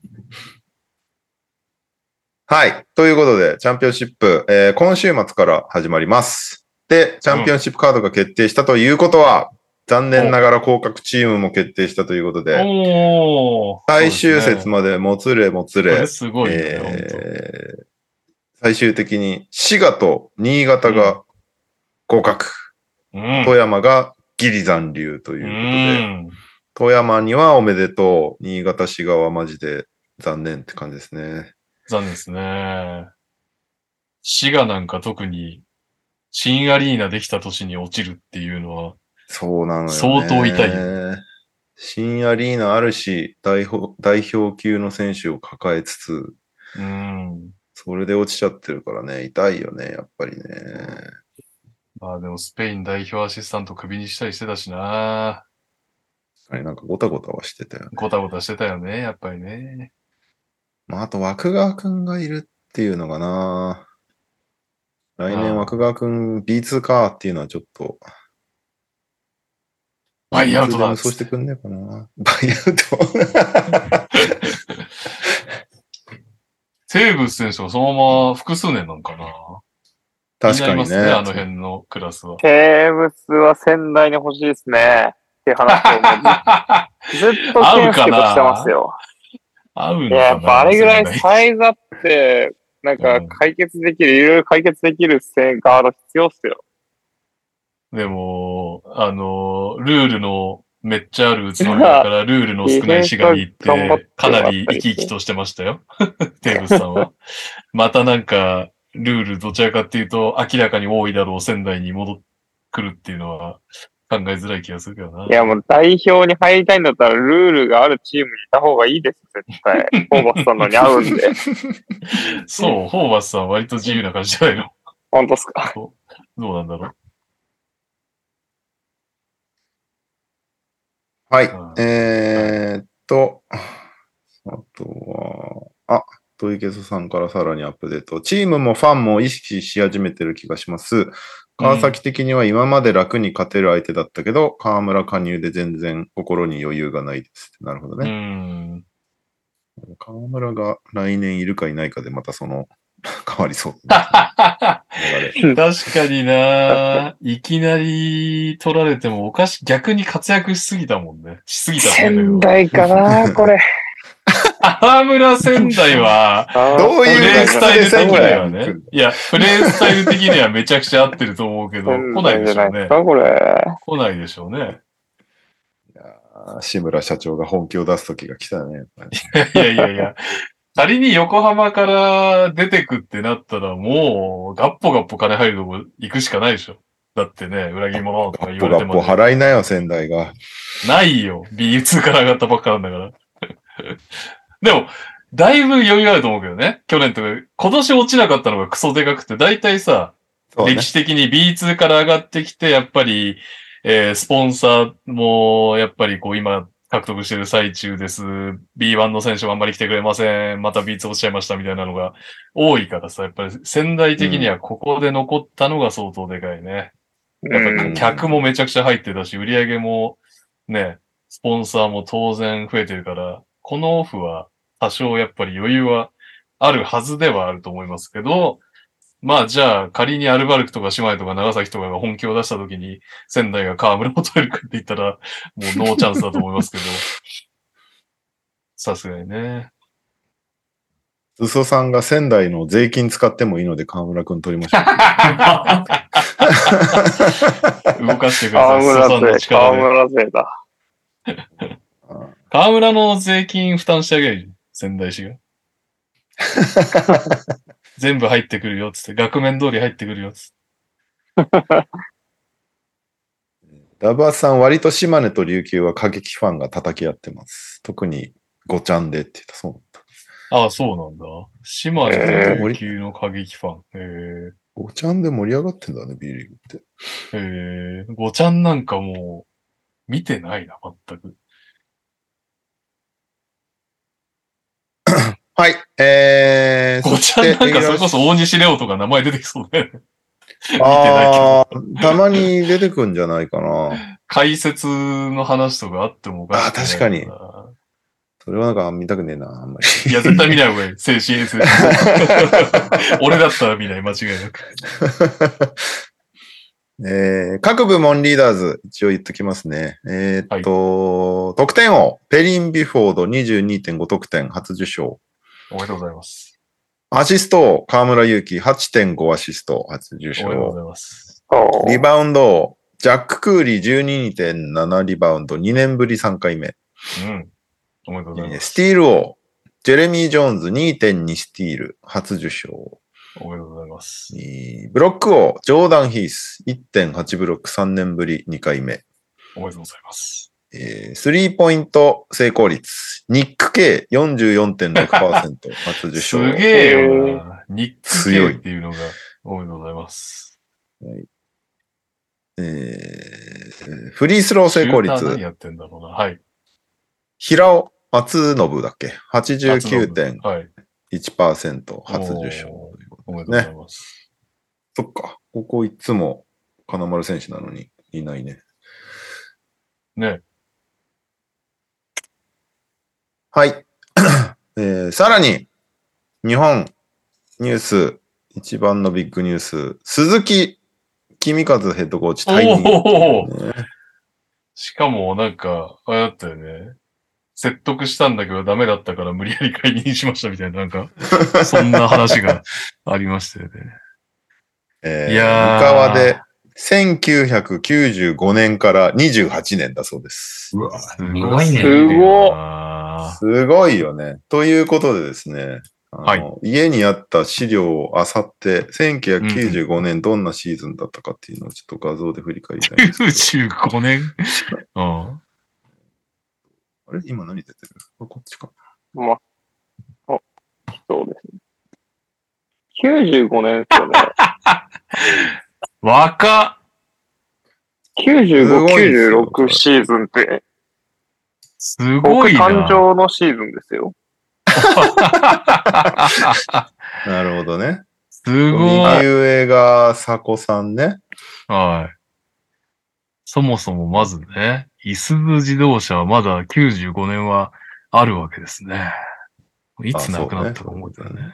Speaker 1: はい。ということで、チャンピオンシップ、今週末から始まります。で、チャンピオンシップカードが決定したということは、残念ながら降格チームも決定したということで、最終節までもつれもつれ、
Speaker 2: すごいね、
Speaker 1: 最終的に滋賀と新潟が降格、富山がギリ残留ということで、富山にはおめでとう、新潟滋賀はマジで残念って感じですね。
Speaker 2: 残念ですね。滋賀なんか特に新アリーナできた年に落ちるっていうのは、
Speaker 1: そうなのよね。
Speaker 2: 相当痛いよ。
Speaker 1: 新アリーナあるし、代表級の選手を抱えつつ、それで落ちちゃってるからね、痛いよね、やっぱりね。
Speaker 2: まあでもスペイン代表アシスタントクビにしたりしてたしな。
Speaker 1: なんかゴタゴタはしてたよね。
Speaker 2: ゴタゴタしてたよね、やっぱりね。
Speaker 1: まああと枠川くんがいるっていうのがな。来年枠川くん B2 かっていうのはちょっと。
Speaker 2: バイアウトだ。
Speaker 1: そうしてくんねえかな。バイアウト。
Speaker 2: テーブス選手はそのまま複数年なんかな。
Speaker 1: 確かにね。
Speaker 2: あの辺のクラスは。
Speaker 3: テーブスは仙台に欲しいですね。っていう話をずっとケンスケとしてますよ。
Speaker 2: 合うのかな。
Speaker 3: やっぱあれぐらいサイズアップで、なんか解決できる、いろいろ解決できるガード必要っすよ。
Speaker 2: でも、ルールのめっちゃある宇都宮からルールの少ない滋賀に行って、かなり生き生きとしてましたよ。テーブスさんは。またなんか、ルールどちらかっていうと明らかに多いだろう仙台に戻ってくるっていうのは考えづらい気がするけどな。
Speaker 3: いやもう代表に入りたいんだったらルールがあるチームにいた方がいいです、絶対。ホーバスさんのに合うんで。
Speaker 2: そう、ホーバスさんは割と自由な感じじゃないの？
Speaker 3: 本当っすか？
Speaker 2: どうなんだろう。
Speaker 1: はい。あとは、トイケソさんからさらにアップデート。チームもファンも意識し始めてる気がします。川崎的には今まで楽に勝てる相手だったけど、河村加入で全然心に余裕がないです。なるほどね。河村が来年いるかいないかでまた変わりそう。
Speaker 2: 確かにないきなり取られても逆に活躍しすぎたもんね。しすぎたもんね。
Speaker 3: 仙台かなこれ。
Speaker 2: 河村仙台は、
Speaker 1: どういう
Speaker 2: プレイスタイル的にはね。いや、プレイスタイル的にはめちゃくちゃ合ってると思うけど、来ないでしょうね。来ないでしょうね。
Speaker 1: 志村社長が本気を出す時が来たね。
Speaker 2: いや。仮に横浜から出てくってなったらもう、ガッポガッポ金入るとこ行くしかないでしょ。だってね、裏切り者とか言われても、
Speaker 1: ガッポガッポ払いなよ、仙台が。
Speaker 2: ないよ。B2 から上がったばっかなんだから。でも、だいぶ余裕あると思うけどね。去年とか、今年落ちなかったのがクソでかくて、だいたいさ、歴史的に B2 から上がってきて、やっぱり、スポンサーも、やっぱり今、獲得してる最中です。B1 の選手もあんまり来てくれません。また B2 落ちちゃいましたみたいなのが多いからさ、やっぱり仙台的にはここで残ったのが相当でかいね。やっぱり客もめちゃくちゃ入ってたし、売り上げもね、スポンサーも当然増えてるから、このオフは多少やっぱり余裕はあるはずではあると思いますけど、まあじゃあ仮にアルバルクとか姉妹とか長崎とかが本気を出した時に仙台が河村を取れるかって言ったらもうノーチャンスだと思いますけど、さすがにね。
Speaker 1: うそさんが仙台の税金使ってもいいので河村くん取りましょう。
Speaker 2: 動かしてください。
Speaker 3: 河村税だ。
Speaker 2: 河村の税金負担してあげるよ。仙台市が。全部入ってくるよ、つって。額面通り入ってくるよ、つって。
Speaker 1: ダバーさん、割と島根と琉球は過激ファンが叩き合ってます。特にごちゃんでって言ったそうだった。
Speaker 2: ああ、そうなんだ。島根と琉球の過激ファン。
Speaker 1: ごちゃんで盛り上がってんだね、B リーグ
Speaker 2: って。ごちゃんなんかもう、見てないな、全く。
Speaker 1: はい。
Speaker 2: ごちゃんなんかそれこそ大西レオとか名前出てきそうね。
Speaker 1: ああ、たまに出てくんじゃないかな。
Speaker 2: 解説の話とかあってもおかしくない。
Speaker 1: 確かに。それはなんか見たくねえな、あんまり。
Speaker 2: いや、絶対見ない方がいい。精神衛生。俺だったら見ない、間違いなく。
Speaker 1: 各部門リーダーズ、一応言っときますね。はい、得点王、ペリン・ビフォード 22.5 得点、初受賞。
Speaker 2: おめでとうございます。
Speaker 1: アシスト、河村勇輝 8.5 アシスト、初受賞。
Speaker 2: おめでとうございます。
Speaker 1: リバウンド、ジャック・クーリー 12.7 リバウンド、2年ぶり3回目。
Speaker 2: うん。おめでとうございます。
Speaker 1: スティール王、ジェレミー・ジョーンズ 2.2 スティール、初受賞。
Speaker 2: おめでとうございます。
Speaker 1: ブロック王、ジョーダン・ヒース 1.8 ブロック3年ぶり2回目。
Speaker 2: おめでとうございます。
Speaker 1: スリーポイント成功率、ニック K44.6% 初受賞。
Speaker 2: すげえよな。ニック K っていうのがおめでとうございます。
Speaker 1: はい、フリースロー成功率。
Speaker 2: 何やってんだろうな。はい。
Speaker 1: 平尾松信だっけ ?89.1% 初受賞、
Speaker 2: おめでとうございます。
Speaker 1: そっか。ここいつも金丸選手なのにいないね。
Speaker 2: ね。
Speaker 1: はい。さらに、日本ニュース、一番のビッグニュース、鈴木公和ヘッドコーチ退任、
Speaker 2: ね。しかもなんか、あれだったよね。説得したんだけどダメだったから無理やり解任しましたみたいな、なんか、そんな話がありましたよね。
Speaker 1: いやー。三河で1995年から28年だそうです。
Speaker 4: うわ、すごいね。
Speaker 1: すごいよね。ということでですね、
Speaker 2: はい、
Speaker 1: 家にあった資料を漁って、1995年どんなシーズンだったかっていうのをちょっと画像で振り返りたいんですけど。
Speaker 2: 95年うん。
Speaker 1: あれ今何出てる？こっちか。
Speaker 3: そうですね。95年ですよね。
Speaker 2: 若っ
Speaker 3: !95、96シーズンって、
Speaker 2: すごいな。
Speaker 3: 僕誕生のシーズンですよ。
Speaker 1: なるほどね。
Speaker 2: すごい。
Speaker 1: 右上が佐古さんね。
Speaker 2: はい。そもそもまずね、いすゞ自動車はまだ95年はあるわけですね。いつ亡くなったか思ったよね。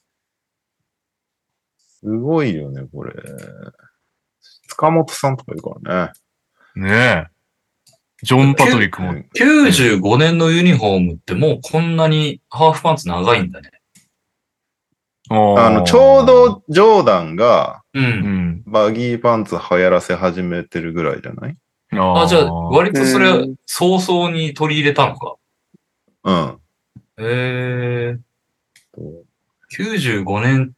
Speaker 1: すごいよね、これ。塚本さんとかいるから
Speaker 2: ね。ねえ。ジョン・パトリックも。
Speaker 4: 95年のユニフォームってもうこんなにハーフパンツ長いんだね。
Speaker 1: ちょうどジョーダンが、バギーパンツ流行らせ始めてるぐらいじゃない？
Speaker 4: じゃあ、割とそれは早々に取り入れたのか。
Speaker 1: うん。
Speaker 4: 95年って、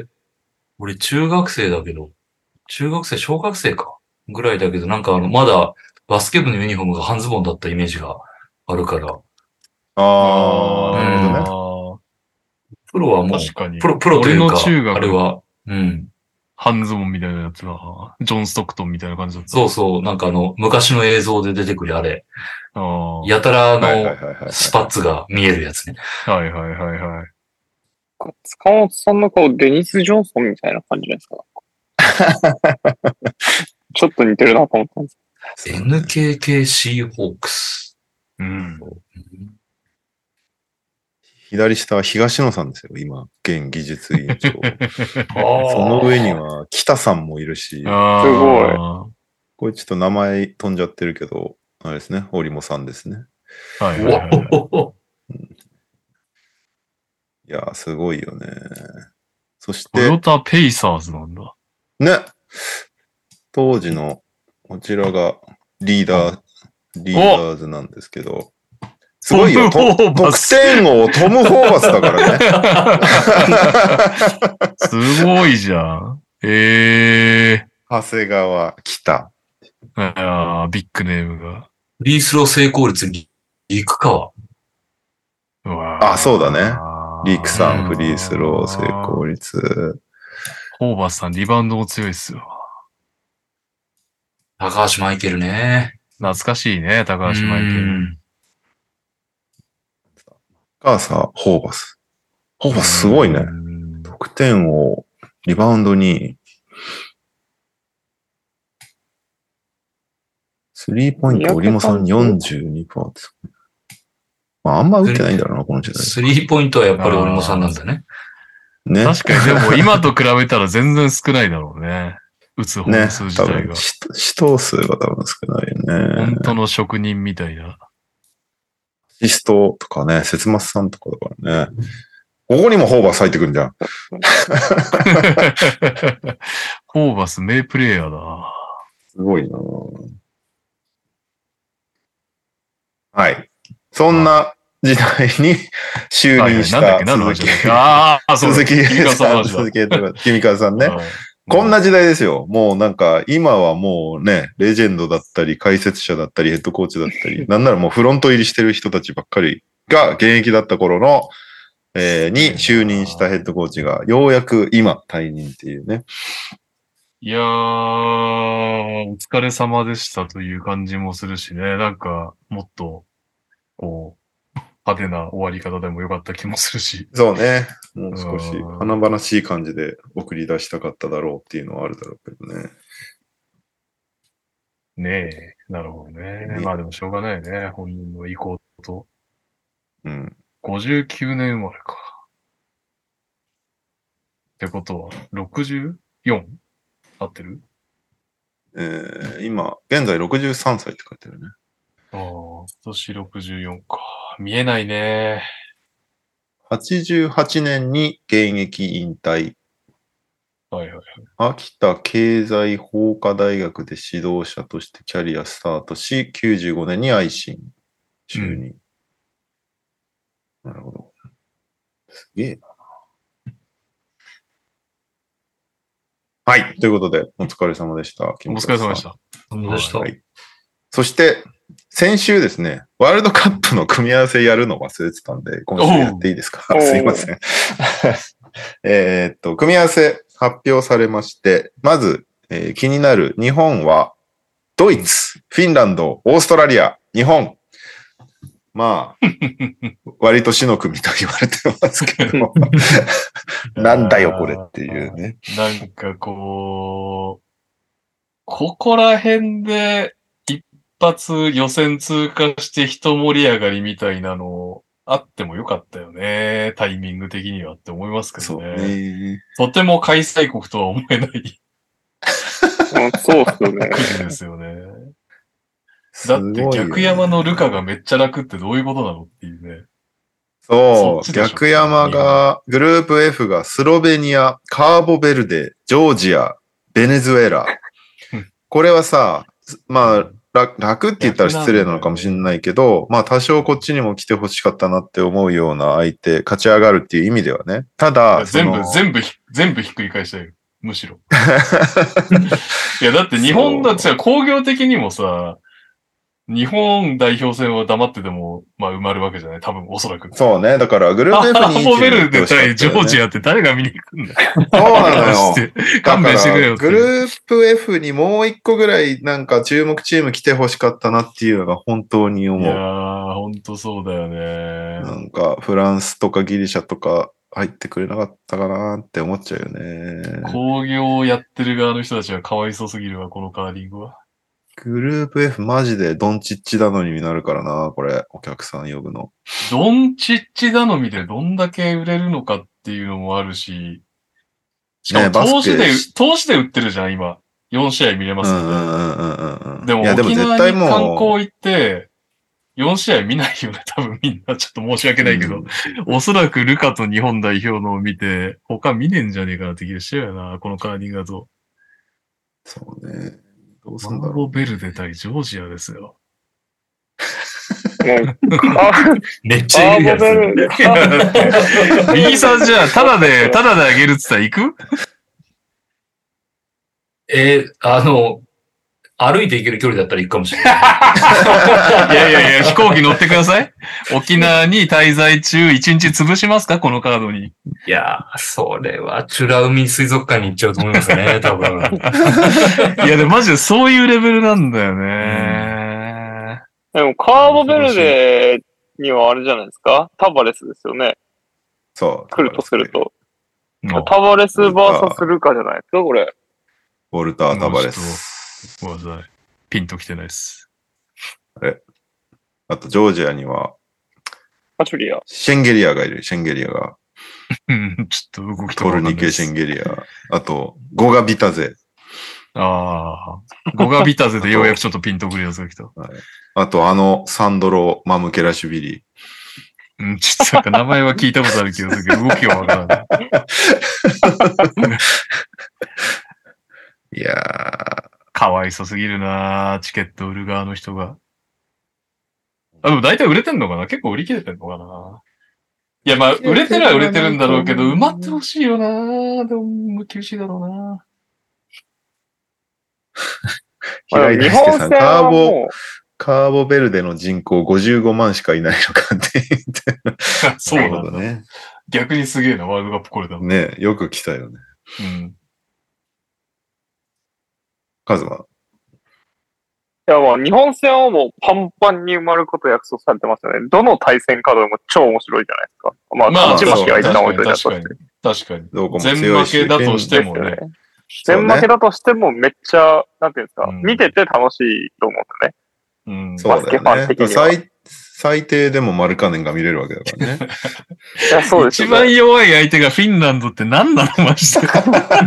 Speaker 4: 俺中学生だけど、小学生かぐらいだけど、なんかまだバスケ部のユニフォームが半ズボンだったイメージがあるから。
Speaker 1: なるほどね。
Speaker 4: プロはもう、
Speaker 2: 確かに
Speaker 4: プロというか、あれは、
Speaker 2: 半ズボンみたいなやつは、ジョン・ストックトンみたいな感じだった。
Speaker 4: そうそう、なんか昔の映像で出てくるあれ。やたらスパッツが見えるやつね。
Speaker 2: はいはいはいはい。
Speaker 3: 塚本さんの顔、デニス・ジョンソンみたいな感じですか？ちょっと似てるなと思ったんです。
Speaker 4: NKK シーホークス。
Speaker 1: 左下は東野さんですよ、今、現技術委員長。その上には北さんもいるし、すごい。これちょっと名前飛んじゃってるけど、あれですね、堀もさんですね。
Speaker 2: はいはいはい。
Speaker 1: いや、すごいよね。そして。
Speaker 2: トヨタペイサーズなんだ。
Speaker 1: ね。当時の、こちらがリーダーズなんですけど、すごいよ。得点王トム・ホーバスだから
Speaker 2: ね。すごいじゃん。
Speaker 1: 長谷川、北。
Speaker 2: ビッグネームが。
Speaker 4: フリースロー成功率に陸川。
Speaker 1: そうだね。リクさん、フリースロー成功率。
Speaker 2: ホーバスさん、リバウンドも強いっすよ。
Speaker 4: 高橋マイケルね。
Speaker 2: 懐かしいね、高橋マイケル。
Speaker 1: カーサー、ホーバス。 ホーバスすごいね。得点を、リバウンドに、スリーポイント、折茂さん 42%です。まあ、あんま打ってないんだろうな、この時代。
Speaker 4: スリーポイントはやっぱり折茂さんなんだね。
Speaker 2: ね。確かに、でも今と比べたら全然少ないだろうね。打つ方数自体が。
Speaker 1: 死闘数が多分少ないよね。
Speaker 2: 本当の職人みたいな。
Speaker 1: アシストとかね、節松さんとかだからね。ここにもホーバス入ってくるんじゃん。
Speaker 2: ホーバス名プレイヤーだ。
Speaker 1: すごいな。はい。そんな時代に就任した鈴木君川さんね。こんな時代ですよ。もうなんか、今はもうね、レジェンドだったり、解説者だったり、ヘッドコーチだったり、なんならもうフロント入りしてる人たちばっかりが現役だった頃の、に就任したヘッドコーチが、ようやく今退任っていうね。
Speaker 2: いやー、お疲れ様でしたという感じもするしね。なんか、もっと、こう、派手な終わり方でもよかった気もするし。
Speaker 1: そうね。もう少し華々しい感じで送り出したかっただろうっていうのはあるだろうけどね。
Speaker 2: ねえ、なるほどね。まあでもしょうがないね。本人の意向と。
Speaker 1: うん。
Speaker 2: 59年生まれか。ってことは、64? 合ってる？
Speaker 1: 今、現在63歳って書いてあるね。
Speaker 2: ああ、今年64か。見えないね。
Speaker 1: 88年に現役引退。
Speaker 2: はいはいはい。
Speaker 1: 秋田経済法科大学で指導者としてキャリアスタートし、95年に愛心就任。なるほど。すげえな。はい。ということで、お疲れ様でした。
Speaker 2: お疲れ様でした。
Speaker 4: はい。
Speaker 1: そして、先週ですね、ワールドカップの組み合わせやるの忘れてたんで、今週やっていいですか？すいません。組み合わせ発表されまして、まず、気になる日本は、ドイツ、フィンランド、オーストラリア、日本。まあ、割と死の組と言われてますけど、なんだよこれっていうね。
Speaker 2: なんかここら辺で一発予選通過して一盛り上がりみたいなのあってもよかったよね。タイミング的にはって思いますけどね。
Speaker 1: そうね。
Speaker 2: とても開催国とは思えない。
Speaker 3: そうっすよね。
Speaker 2: 国ですよね。だって逆山のルカがめっちゃ楽ってどういうことなのっていうね。
Speaker 1: そう、逆山が、グループ F がスロベニア、カーボベルデ、ジョージア、ベネズエラ。これはさ、まあ、楽って言ったら失礼なのかもしれないけど、まあ多少こっちにも来てほしかったなって思うような相手、勝ち上がるっていう意味ではね。ただ、
Speaker 2: 全部ひっくり返したよ。むしろ。いや、だって日本だって工業的にもさ、日本代表戦は黙ってても、まあ埋まるわけじゃない多分、おそらく。
Speaker 1: そうね。だから、グループ F に、
Speaker 2: カーボベルデ対ジョージアって誰が見に行くんだよ。
Speaker 1: そうなのよ。
Speaker 2: 勘弁してくれよ。
Speaker 1: グループ F にもう一個ぐらいなんか注目チーム来てほしかったなっていうのが本当に思う。いや
Speaker 2: ー、本当そうだよね。
Speaker 1: なんか、フランスとかギリシャとか入ってくれなかったかなって思っちゃうよね。
Speaker 2: 工業をやってる側の人たちはかわいそうすぎるわ、このカーリングは。
Speaker 1: グループ F マジでドンチッチ頼みになるからな、これ、お客さん呼ぶの。
Speaker 2: ドンチッチ頼みでどんだけ売れるのかっていうのもあるし、しかも投資で売ってるじゃん、今。4試合見れますので。でも沖縄に観光行って、4試合見ないよね、多分みんな。ちょっと申し訳ないけど。おそらくルカと日本代表のを見て、他見ねえんじゃねえかなって気がしちゃうよな、このカーリングだと。
Speaker 1: そうね。
Speaker 2: カーボベルデ対ジョージアですよ。
Speaker 4: めっちゃいいやつ。
Speaker 2: 右さんじゃあ、ただであげるって言ったら行く？
Speaker 4: 歩いて行ける距離だったら行くかもしれない。
Speaker 2: いや、飛行機乗ってください。沖縄に滞在中1日潰しますかこのカードに。
Speaker 4: いやー、それは美ら海水族館に行っちゃうと思いますね、多分。
Speaker 2: いや、でもマジでそういうレベルなんだよね。
Speaker 3: でも、カーボベルデにはあれじゃないですか？タバレスですよね。
Speaker 1: そう。
Speaker 3: 来るとすると。
Speaker 2: あ
Speaker 3: タバレスバーサスルカじゃないですか、これ。
Speaker 1: ウォルター・タバレ
Speaker 2: ちょっ
Speaker 1: ス。
Speaker 2: とごめんなさい。ピンときてないです。
Speaker 1: あと、ジョージアには、
Speaker 3: パチュリア。
Speaker 1: シェンゲリアがいる。シェンゲリアが。
Speaker 2: うんちょっと動きと
Speaker 1: ト
Speaker 2: かわかんないです
Speaker 1: ルニケ・シェンゲリア。あと、ゴガビタゼ。
Speaker 2: ああ。ゴガビタゼでようやくちょっとピンとくるやつが来た。
Speaker 1: あと、サンドロ・マムケラシュビリ。
Speaker 2: うん、ちょっとなんか名前は聞いたことある気がするけど、動きがわからない。
Speaker 1: いやー、
Speaker 2: かわいそすぎるなチケット売る側の人が。あ、でも大体売れてんのかな結構売り切れてんのかないや、まあ、売れてるは売れてるんだろうけど、埋まってほしいよなでも、厳しいだろうな
Speaker 1: 平井
Speaker 3: 日
Speaker 1: 大輔さん、
Speaker 3: 本戦はも
Speaker 1: カーボベルデの人口55万しかいないのかって言って。
Speaker 2: そう
Speaker 1: なる
Speaker 2: なんだ。
Speaker 1: ほどね。
Speaker 2: 逆にすげえな、ワールドカップこれだもん。
Speaker 1: ね、よく来たよね。
Speaker 2: うん。
Speaker 1: カズマ。
Speaker 3: いや、まあ、日本戦はもうパンパンに埋まること約束されてますよね。どの対戦カードでも超面白いじゃないですか。まあ、
Speaker 2: まあ、
Speaker 3: 勝ち負けは一旦置いといたと
Speaker 2: 確
Speaker 3: して。
Speaker 2: かに。
Speaker 1: どこも
Speaker 2: 全
Speaker 1: 強いし。
Speaker 2: 負けだとしてもね。
Speaker 3: 全負けだとしてもめっちゃ、なんていうんですか、
Speaker 2: うん
Speaker 3: 見てて楽しいと思うんですよね。
Speaker 2: うん。
Speaker 1: そうだ
Speaker 3: バスケファン
Speaker 1: よ
Speaker 3: 的に
Speaker 1: ね。
Speaker 3: は
Speaker 1: 最低でもマルカネンが見れるわけだからね。
Speaker 3: いや、そうです
Speaker 2: 一
Speaker 3: よね。
Speaker 2: 番弱い相手がフィンランドって何なのマジで。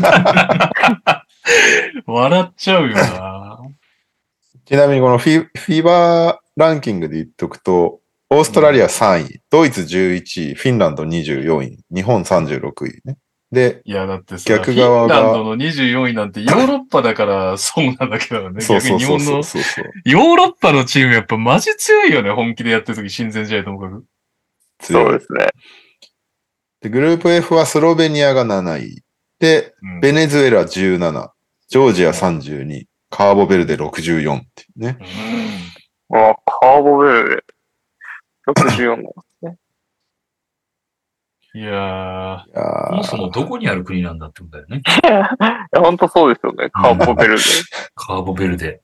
Speaker 2: 笑っちゃうよな
Speaker 1: ちなみにこのフィバーランキングで言っとくと、オーストラリア3位、ドイツ11位、フィンランド24位、日本36位ね。で、
Speaker 2: いや、だってさ、
Speaker 1: 逆側が
Speaker 2: フィンランドの24位なんてヨーロッパだからそうなんだけどね。
Speaker 1: そう
Speaker 2: 逆に日本の
Speaker 1: そう。
Speaker 2: ヨーロッパのチームやっぱマジ強いよね。本気でやってる時親善試合ともかく。
Speaker 1: 強い
Speaker 3: そうですね。
Speaker 1: で、グループ F はスロベニアが7位。で、
Speaker 2: うん
Speaker 1: ベネズエラ17、ジョージア32、カーボベルデ64っていうね。
Speaker 3: あ、カーボベルデ。64の。
Speaker 2: いや
Speaker 1: いや
Speaker 4: そもそもどこにある国なんだってことだよね。
Speaker 3: いや、ほんとそうですよね。カーボベルデ。
Speaker 4: カーボベルデ。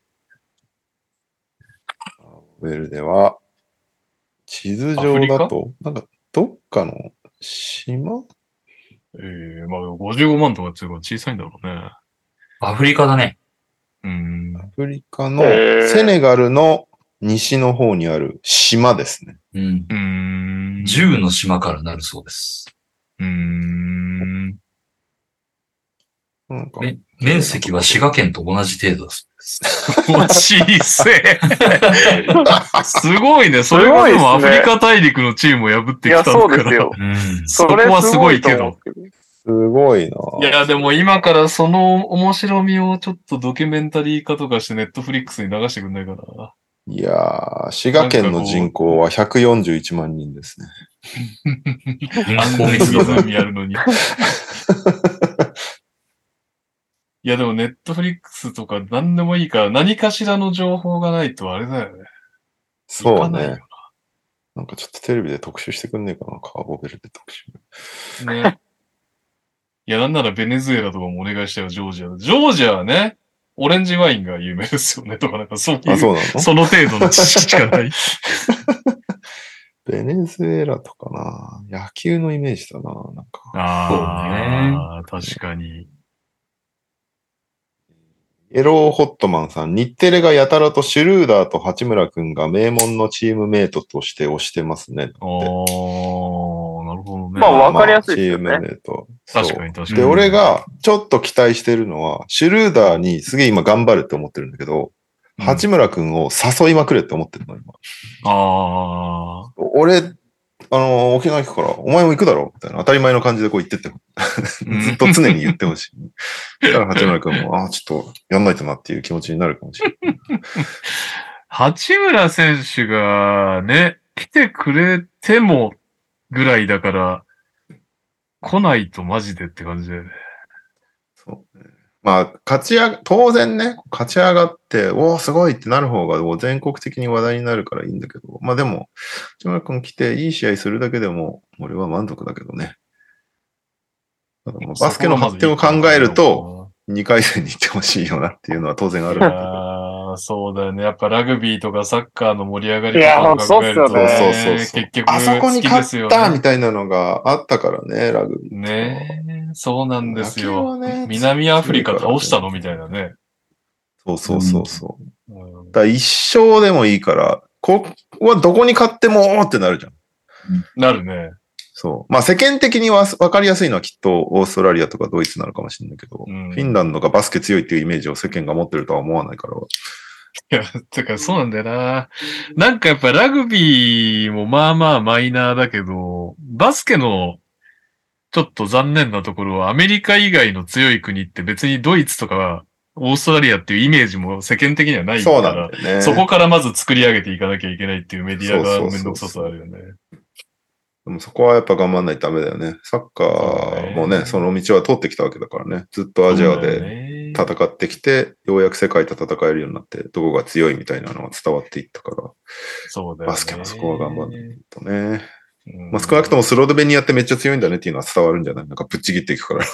Speaker 1: カーボベルデは、地図上だと、なんか、どっかの島
Speaker 2: まあ55万とかっていうか小さいんだろうね。
Speaker 4: アフリカだね。
Speaker 1: アフリカの
Speaker 3: へー
Speaker 1: セネガルの西の方にある島ですね。
Speaker 4: うん。
Speaker 2: 10
Speaker 4: 10の島からなるそうです。
Speaker 1: なんか
Speaker 4: 面積は滋賀県と同じ程度です。
Speaker 2: 小せえ。すごいね。それはでもアフリカ大陸のチームを破って
Speaker 3: いや、
Speaker 2: きたんだから。
Speaker 3: そうですよ。
Speaker 4: うん。
Speaker 2: そこはすごいけど。
Speaker 1: すごいな。
Speaker 2: いや、でも今からその面白みをちょっとドキュメンタリー化とかしてネットフリックスに流してくんないかな。
Speaker 1: いやー、滋賀県の人口は141万人ですね。
Speaker 4: 人口密度が。
Speaker 2: 湖あるのに。いや、でもネットフリックスとか何でもいいから何かしらの情報がないとあれだよね。
Speaker 1: そう
Speaker 2: いかないよ
Speaker 1: ね。なんかちょっとテレビで特集してくんねえかな、カーボベルデ特集。
Speaker 2: ね。いや、なんならベネズエラとかもお願いしたよ、ジョージアで。ジョージアはね、オレンジワインが有名ですよね、とかなんかそういう、
Speaker 1: あ、そうなの
Speaker 2: その程度の知識しかない。
Speaker 1: ベネズエラとかな。野球のイメージだな、なんか。
Speaker 2: ああ、確かに。
Speaker 1: エローホットマンさん、日テレがやたらとシュルーダーと八村くんが名門のチームメイトとして推してますね。
Speaker 2: ああ、なるほどね。
Speaker 3: まあわかりやすいですよね
Speaker 1: チームメイト。
Speaker 2: 確かに確かに。
Speaker 1: で、俺がちょっと期待してるのは、シュルーダーにすげえ今頑張るって思ってるんだけど、八村くんを誘いまくれって思ってるの、今。
Speaker 2: ああ。
Speaker 1: 俺、沖縄行くから、お前も行くだろみたいな当たり前の感じでこう言ってっても、ずっと常に言ってほしい。だから八村くんも、ちょっとやんないとなっていう気持ちになるかもしれない。
Speaker 2: 八村選手がね、来てくれてもぐらいだから、来ないとマジでって感じだよね。
Speaker 1: そうね。まあ、当然ね、勝ち上がって、おーすごいってなる方が全国的に話題になるからいいんだけど、まあでも、八村君来ていい試合するだけでも、俺は満足だけどね。ただバスケの発展を考えると、2回戦に行ってほしいよなっていうのは当然あるんだけど。
Speaker 2: あ、そうだよね。やっぱラグビーとかサッカーの盛り上がり方を考えると
Speaker 3: いや
Speaker 2: ね、結局
Speaker 1: あそこに
Speaker 2: 好き
Speaker 1: 勝っ
Speaker 2: ですよね。
Speaker 1: たみたいなのがあったからね、ラグビーとか。
Speaker 2: ねえ、そうなんです
Speaker 1: 野球
Speaker 2: よ。
Speaker 1: はね
Speaker 2: 南アフリカ
Speaker 1: 強いからね
Speaker 2: 倒したのみたいなね。
Speaker 1: そう。
Speaker 2: うん
Speaker 1: だから一勝でもいいから、ここはどこに勝ってもってなるじゃん。
Speaker 2: なるね。
Speaker 1: そう。まあ世間的には分かりやすいのはきっとオーストラリアとかドイツなのかもしれないけど、
Speaker 2: うん
Speaker 1: フィンランドがバスケ強いっていうイメージを世間が持ってるとは思わないから。
Speaker 2: いや、てかそうなんだよな。なんかやっぱラグビーもまあまあマイナーだけど、バスケのちょっと残念なところはアメリカ以外の強い国って別にドイツとかオーストラリアっていうイメージも世間的にはないか
Speaker 1: そうなん
Speaker 2: ら、
Speaker 1: だよね。
Speaker 2: そこからまず作り上げていかなきゃいけないっていうメディアが
Speaker 1: そう
Speaker 2: めんどくささあるよね。
Speaker 1: でもそこはやっぱ頑張んないとダメだよね。サッカーもね、
Speaker 2: そうだね
Speaker 1: その道は通ってきたわけだからね。ずっとアジアで
Speaker 2: で
Speaker 1: 戦ってきて、ようやく世界と戦えるようになって、どこが強いみたいなのが伝わっていったから、
Speaker 2: そうだよね。
Speaker 1: バスケもそこは頑張んないとね。
Speaker 2: うん
Speaker 1: まあ、少なくともスロベニアってめっちゃ強いんだねっていうのは伝わるんじゃない？なんかぶっちぎっていくから。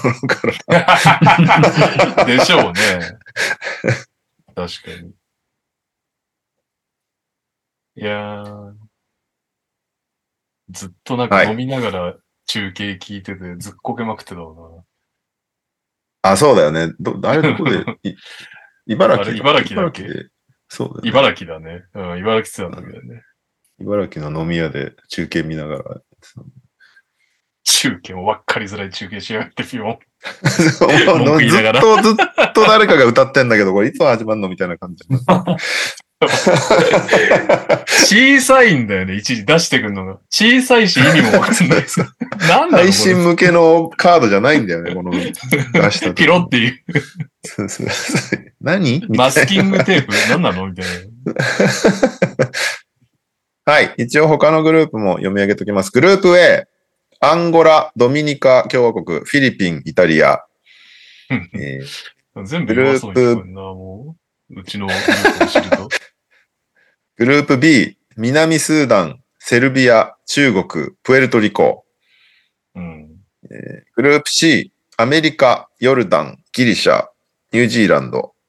Speaker 2: でしょうね。確かに。いやー、ずっとなんか飲みながら中継聞いててずっこけまくってたわ
Speaker 1: あ、そうだよね。あれどこで、茨城
Speaker 2: 茨城だっけ
Speaker 1: で。そうだよ
Speaker 2: な。
Speaker 1: ね。
Speaker 2: 茨城だね。うん、茨城って言ってたんだけどね。
Speaker 1: 茨城の飲み屋で中継見ながら。
Speaker 2: 中継も分かりづらい中継しやがってピヨン。
Speaker 1: ずっ
Speaker 2: 文句言いながら
Speaker 1: と誰かが歌ってんだけど、これいつ始まるのみたいな感じ。
Speaker 2: 小さいんだよね、一時出してくるのが。小さいし意味も分かんないです。なんだろう
Speaker 1: 配信向けのカードじゃないんだよね、この出した時。
Speaker 2: ピロっていう。
Speaker 1: そう何
Speaker 2: マスキングテープ何なのみたいな。
Speaker 1: はい。一応他のグループも読み上げておきます。グループ A、アンゴラ、ドミニカ共和国、フィリピン、イタリア。
Speaker 2: 全部弱そうに聞こえるな、もう。うちのグループを知ると。
Speaker 1: グループ B、南スーダン、セルビア、中国、プエルトリコ。
Speaker 2: うん
Speaker 1: グループ C、アメリカ、ヨルダン、ギリシャ、ニュージーランド。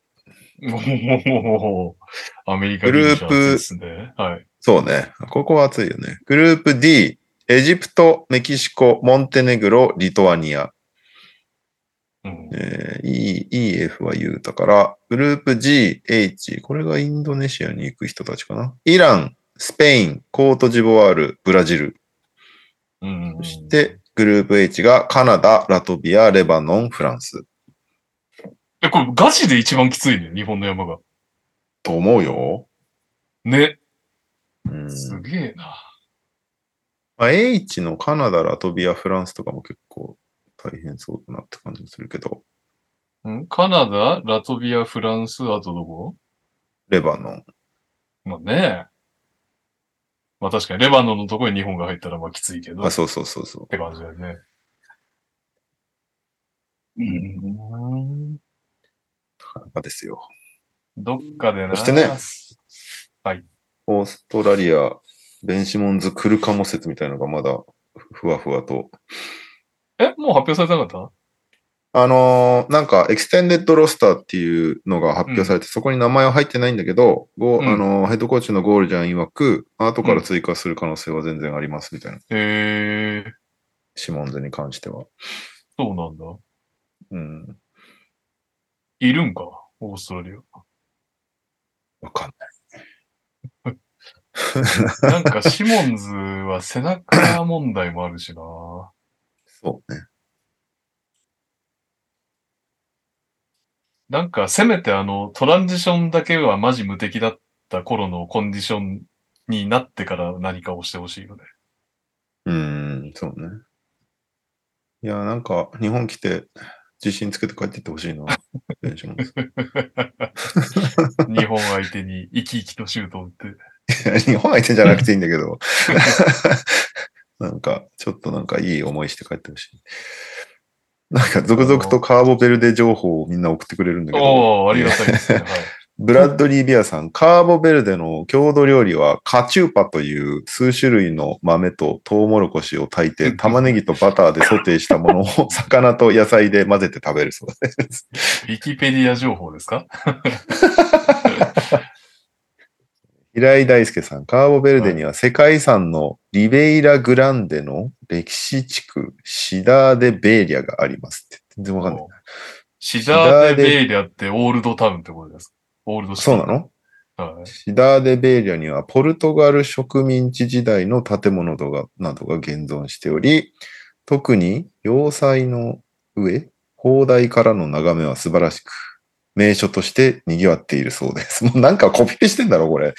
Speaker 2: アメリカギリシャですね。はい。
Speaker 1: そうね。ここは熱いよね。グループ D、エジプト、メキシコ、モンテネグロ、リトアニア。EF は言うたから、グループ G、H、これがインドネシアに行く人たちかな。イラン、スペイン、コートジボワール、ブラジル。そして、グループ H がカナダ、ラトビア、レバノン、フランス。
Speaker 2: これガチで一番きついね、日本の山が。
Speaker 1: と思うよ。
Speaker 2: ね。
Speaker 1: うん、
Speaker 2: すげえな。
Speaker 1: まあ、H のカナダ、ラトビア、フランスとかも結構大変そうだなって感じするけど。
Speaker 2: カナダ、ラトビア、フランス、あとどこ？
Speaker 1: レバノン。
Speaker 2: まあね。まあ確かにレバノンのところに日本が入ったらまあきついけど。
Speaker 1: そう。
Speaker 2: って感じだよね。
Speaker 1: なかなかですよ。
Speaker 2: どっかでな。
Speaker 1: そしてね。
Speaker 2: はい。
Speaker 1: オーストラリア、ベンシモンズ来るかも説みたいなのがまだふわふわと。
Speaker 2: もう発表されてなかった？
Speaker 1: なんか、エクステンデッドロスターっていうのが発表されて、そこに名前は入ってないんだけど、ヘッドコーチのゴールジャン曰く、後から追加する可能性は全然ありますみたいな。シモンズに関しては。
Speaker 2: そうなんだ。
Speaker 1: うん。
Speaker 2: いるんか、オーストラリア。
Speaker 1: わかんない。
Speaker 2: なんか、シモンズは背中問題もあるしな。
Speaker 1: そうね。
Speaker 2: なんか、せめてトランジションだけはマジ無敵だった頃のコンディションになってから何かをしてほしいよね。
Speaker 1: そうね。いや、なんか、日本来て、自信つけて帰っていってほしいな。ベンシモンズ。
Speaker 2: 日本相手に生き生きとシュートを打って。
Speaker 1: いや、日本相手じゃなくていいんだけど。なんか、ちょっとなんかいい思いして帰ってほしい。なんか続々とカーボベルデ情報をみんな送ってくれるんだけど。
Speaker 2: ありがたいですね。はい、
Speaker 1: ブラッドリー・ビアさん、カーボベルデの郷土料理はカチューパという数種類の豆とトウモロコシを炊いて玉ねぎとバターでソテーしたものを魚と野菜で混ぜて食べるそうです。
Speaker 2: ウィキペディア情報ですか？
Speaker 1: 平井大輔さん、カーボベルデには世界遺産のリベイラグランデの歴史地区、シダーデ・ベーリャがありますって。全然わかんない。
Speaker 2: シダーデ・ベーリャってオールドタウンってことですか？オールドシティ。
Speaker 1: そうなの？
Speaker 2: はい、
Speaker 1: シダーデ・ベーリャにはポルトガル植民地時代の建物などが現存しており、特に要塞の上、砲台からの眺めは素晴らしく、名所として賑わっているそうです。もうなんかコピペしてんだろ、これ。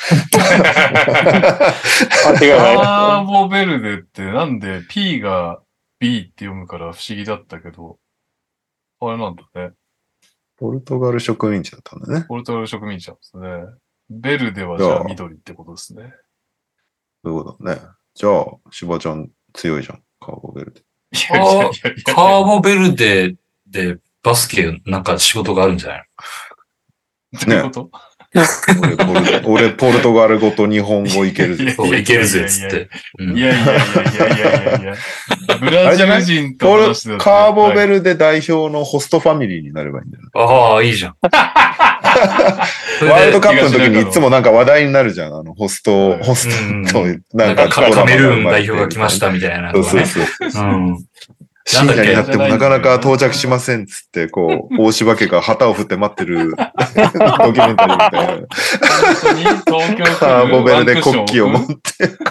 Speaker 2: カーボベルデってなんで P が B って読むから不思議だったけど、あれなんだね。
Speaker 1: ポルトガル植民地だったんだね。
Speaker 2: ポルトガル植民地なんですね。ベルデはじゃあ緑ってことですね。
Speaker 1: そういうことだね。じゃあ、シバちゃん強いじゃん、カーボベルデ。
Speaker 4: カーボベルデでバスケなんか仕事があるんじゃない
Speaker 2: の？どういうこと？
Speaker 1: 俺ポルトガル語と日本語いけるぜ。
Speaker 4: そう、いけるぜ、つって。
Speaker 2: いや。ブラジル人と話してた。
Speaker 1: カーボベルデ代表のホストファミリーになればいいんだよ。
Speaker 4: ああ、いいじゃん。
Speaker 1: ワールドカップの時にいつもなんか話題になるじゃん。ホストと、
Speaker 4: なんかカメルーン代表が来ましたみたいな、ね。
Speaker 1: そう。深夜になってもなかなか到着しませんっつって、こう、大柴家が旗を振って待ってるドキュメンタリーみたいな。
Speaker 2: 本当に東京
Speaker 1: カーボベルデ国旗を持って。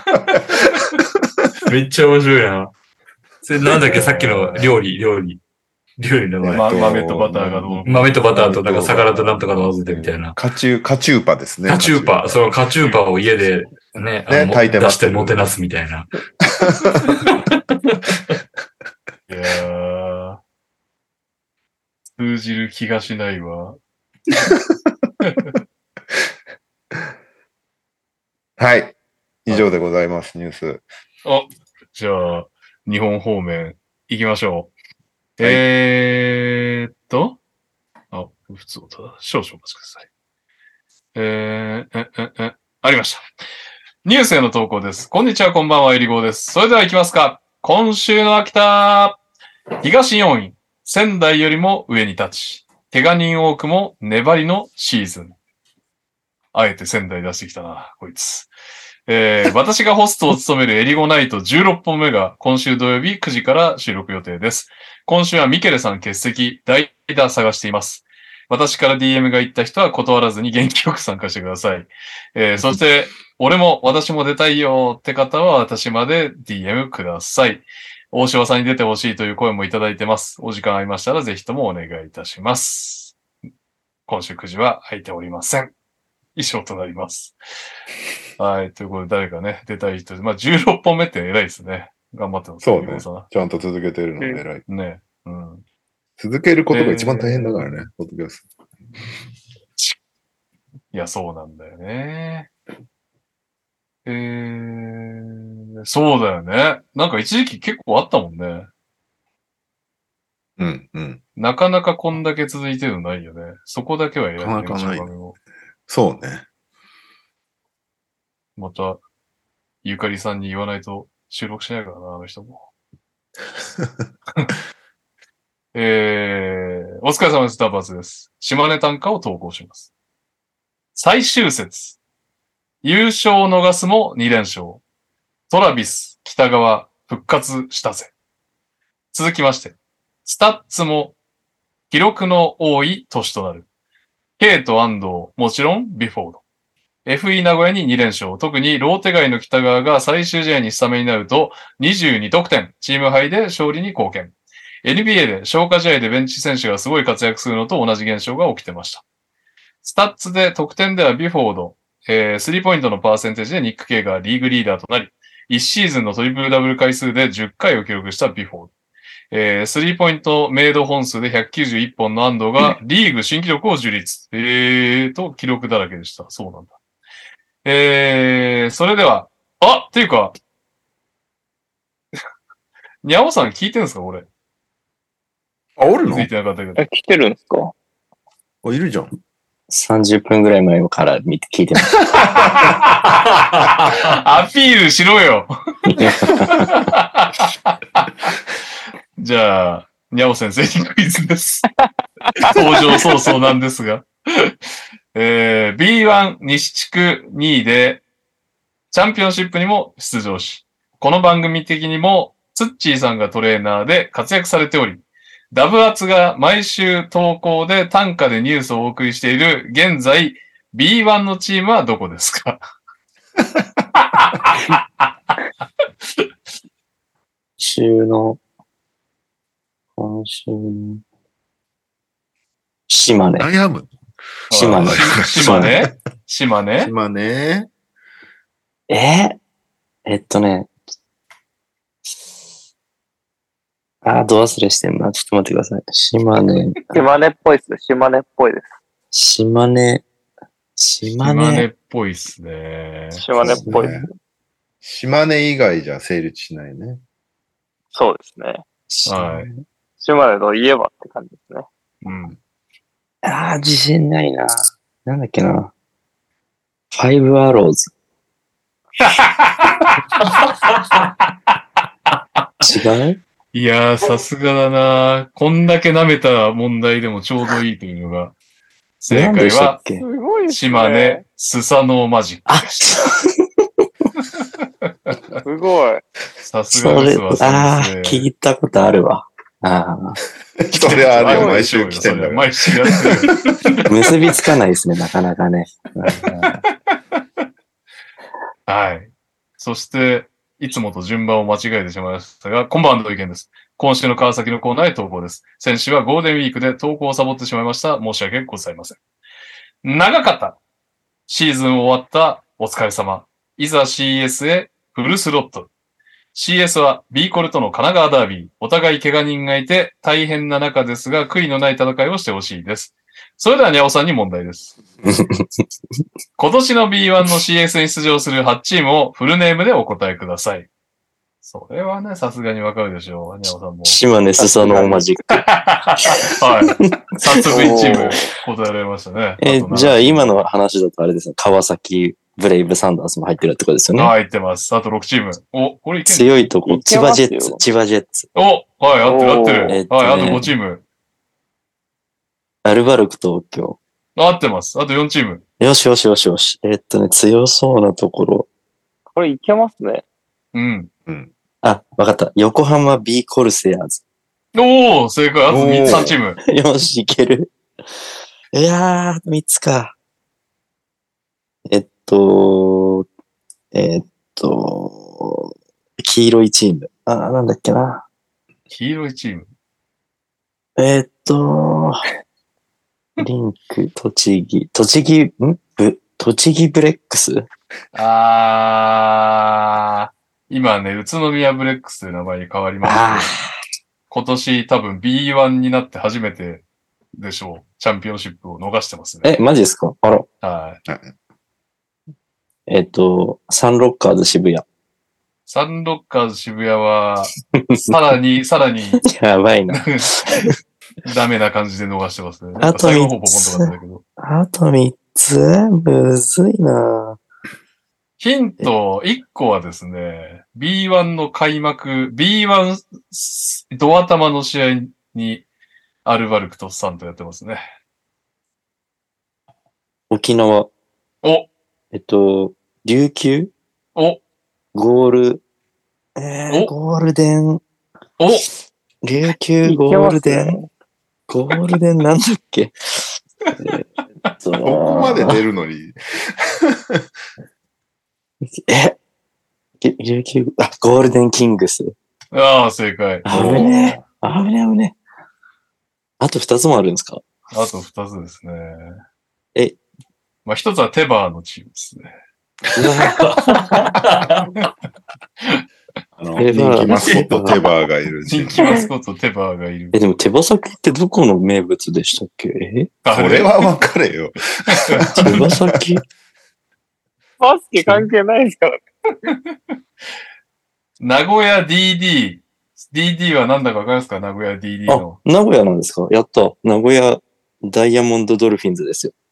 Speaker 4: めっちゃ面白いな。それなんだっけ、さっきの料理の前。
Speaker 2: 豆とバターがどう？
Speaker 4: 豆とバターとなんか魚となんとか混ぜてみたいな。
Speaker 1: カチューパですね。
Speaker 4: カチューパ。そのカチューパを家でね、
Speaker 1: 炊いて
Speaker 4: 出してもてなすみたいな。
Speaker 2: いやー、通じる気がしないわ。
Speaker 1: はい。以上でございます、ニュース。
Speaker 2: じゃあ、日本方面行きましょう。
Speaker 1: はい、
Speaker 2: 普通だ。少々お待ちください。ありました。ニュースへの投稿です。こんにちは、こんばんは、えりごーです。それでは行きますか。今週の秋田、東4位、仙台よりも上に立ち、怪我人多くも粘りのシーズン。あえて仙台出してきたな、こいつ。私がホストを務めるエリゴナイト16本目が今週土曜日9時から収録予定です。今週はミケレさん欠席、代打探しています。私から DM が言った人は断らずに元気よく参加してください。そして、私も出たいよって方は私まで DM ください。大柴さんに出てほしいという声もいただいてます。お時間ありましたらぜひともお願いいたします。今週9時は空いておりません。以上となります。はい。ということで誰かね、出たい人で。まあ、16本目って偉いですね。頑張ってます。
Speaker 1: そうね。ちゃんと続けてるのが偉い。
Speaker 2: ね。うん。
Speaker 1: 続けることが一番大変だからね、ポッドキャスト。
Speaker 2: いや、そうなんだよね。そうだよね。なんか一時期結構あったもんね。
Speaker 1: うん。
Speaker 2: なかなかこんだけ続いてるのないよね。そこだけは偉いね。
Speaker 1: なかなかない。そうね。
Speaker 2: また、ゆかりさんに言わないと収録しないからな、あの人も。お疲れ様です。ダーバーズです。島根短歌を投稿します。最終節。優勝を逃すも2連勝。トラビス、北川、復活したぜ。続きまして、スタッツも記録の多い年となる。ケイと安藤、もちろんビフォード。FE 名古屋に2連勝。特にローテガイの北川が最終試合にスタメンになると22得点。チーム敗で勝利に貢献。NBA で消化試合でベンチ選手がすごい活躍するのと同じ現象が起きてました。スタッツで得点ではビフォード、スリーポイントのパーセンテージでニック・ケイがリーグリーダーとなり、1シーズンのトリプルダブル回数で10回を記録したビフォード。スリーポイントメイド本数で191本の安藤がリーグ新記録を樹立。と記録だらけでした。そうなんだ。それでは、っていうか、にゃおさん聞いてるんですか、俺。
Speaker 1: おるの？
Speaker 3: 来てるんですか？
Speaker 1: いるじゃん。
Speaker 5: 30分ぐらい前から聞いてます。
Speaker 2: アピールしろよ。じゃあ、にゃお先生にクイズです。登場早々なんですが。 B1 西地区2位で、チャンピオンシップにも出場し、この番組的にも、ツッチーさんがトレーナーで活躍されており、ダブアツが毎週投稿で単価でニュースをお送りしている、現在、B1 のチームはどこですか？
Speaker 5: 今週の、島根。
Speaker 1: 悩む。
Speaker 5: 島根。
Speaker 2: 島根
Speaker 5: ど忘れしてんな。ちょっと待ってください。島根。
Speaker 3: 島根っぽいですね。島根っぽいです。
Speaker 5: 島根
Speaker 2: っぽいっすね。
Speaker 3: 島根っぽいです。
Speaker 1: 島根以外じゃ成立しないね。
Speaker 3: そうですね。
Speaker 2: はい。
Speaker 3: 島根といえばって感じですね。
Speaker 2: うん。
Speaker 5: 自信ないな。なんだっけな。ファイブアローズ。違う？
Speaker 2: いやー、さすがだな。こんだけ舐めた問題でもちょうどいいというのが、正解は、島根、スサノーマジックでした。
Speaker 3: すごい。
Speaker 2: さすがですわ、先生。
Speaker 5: 聞いたことあるわ。
Speaker 1: それあるよ、毎週来てんだよ。
Speaker 2: 毎週やってる。
Speaker 5: 結びつかないですね、なかなかね。
Speaker 2: はい。そして、いつもと順番を間違えてしまいましたが、今晩の意見です。今週の川崎のコーナーへ投稿です。先週はゴールデンウィークで投稿をサボってしまいました。申し訳ございません。長かった。シーズン終わったお疲れ様。いざ CS へフルスロットル。CS は B コルとの神奈川ダービー。お互い怪我人がいて大変な中ですが、悔いのない戦いをしてほしいです。それではにゃおさんに問題です。今年の B1 の CS に出場する8チームをフルネームでお答えください。それはね、さすがにわかるでしょう。にゃおさんも。
Speaker 5: 島根スサノーマジック。
Speaker 2: はい。早速1チーム答えられましたね。
Speaker 5: じゃあ今の話だとあれですね、川崎ブレイブサンダースも入ってるってことですよね。
Speaker 2: 入ってます。あと6チーム。これいけんの？
Speaker 5: 強いとこ、千葉ジェッツ。
Speaker 2: はい、合ってる。はい、あと5チーム。
Speaker 5: アルバルク東京。
Speaker 2: 合ってます。あと4チーム。
Speaker 5: よし。強そうなところ。
Speaker 3: これいけますね。
Speaker 2: うん。
Speaker 5: わかった。横浜 B コルセアーズ。
Speaker 2: おー、正解。あと3チーム。
Speaker 5: よし、いける。いやー、3つか。黄色いチーム。なんだっけな。
Speaker 2: 黄色いチーム。
Speaker 5: リンク、栃木ブレックス？
Speaker 2: 今ね、宇都宮ブレックスという名前に変わりまして、今年多分 B1 になって初めてでしょう。チャンピオンシップを逃してますね。
Speaker 5: マジですか？あら。
Speaker 2: はい。
Speaker 5: サンロッカーズ渋谷。
Speaker 2: サンロッカーズ渋谷は、さらに、
Speaker 5: やばいな。
Speaker 2: ダメな感じで逃してますね。
Speaker 5: あと
Speaker 2: 最後の方ポコンとかだったけど。
Speaker 5: あと3つむずいな。
Speaker 2: ヒント1個はですね、B1 の開幕、B1 ドア玉の試合にアルバルクとサンとやってますね。
Speaker 5: 沖縄。琉球ゴールデン。琉球ゴールデン。ゴールデンなんだっけ？
Speaker 1: ここまで出るのに。
Speaker 5: 琉球、ゴールデンキングス。
Speaker 2: 正解。
Speaker 5: 危ね。あと2つもあるんですか？
Speaker 2: あと2つですね。1つはテバーのチームですね。
Speaker 1: 人気マスコットテバーがいる。
Speaker 2: 人気マスコットテバーがいる。
Speaker 5: でも手羽先ってどこの名物でしたっけ？
Speaker 1: これは分かれよ。
Speaker 5: 手羽先
Speaker 3: バスケ関係ないですからね。
Speaker 2: 名古屋 DD。DD はなんだかわかりますか？名古屋 DD の。
Speaker 5: 名古屋なんですか？やった。名古屋ダイヤモンドドルフィンズですよ。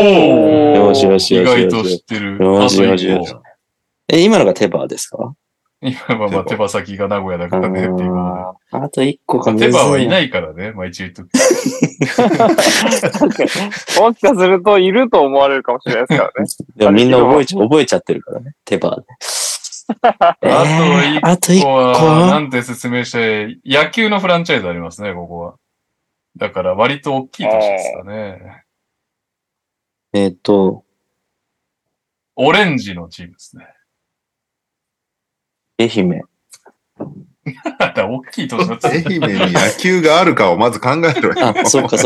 Speaker 2: よ
Speaker 5: し。
Speaker 2: 意外と知ってる。
Speaker 5: 今のがテバーですか？
Speaker 2: 今はまあ手羽先が名古屋だからねっていうことで。
Speaker 5: あと1個か
Speaker 2: 手羽はいないからね、一応言っとく。
Speaker 3: もしかするといると思われるかもしれないですからね。
Speaker 5: でもみんな覚えちゃってるからね、手羽で。
Speaker 2: あと1個は、なんて説明して、野球のフランチャイズありますね、ここは。だから割と大きい都市ですかね。オレンジのチームですね。
Speaker 5: 愛媛。
Speaker 2: 大きい都市だった。
Speaker 1: 愛媛に野球があるかをまず考えろよ。
Speaker 5: あ、そっか。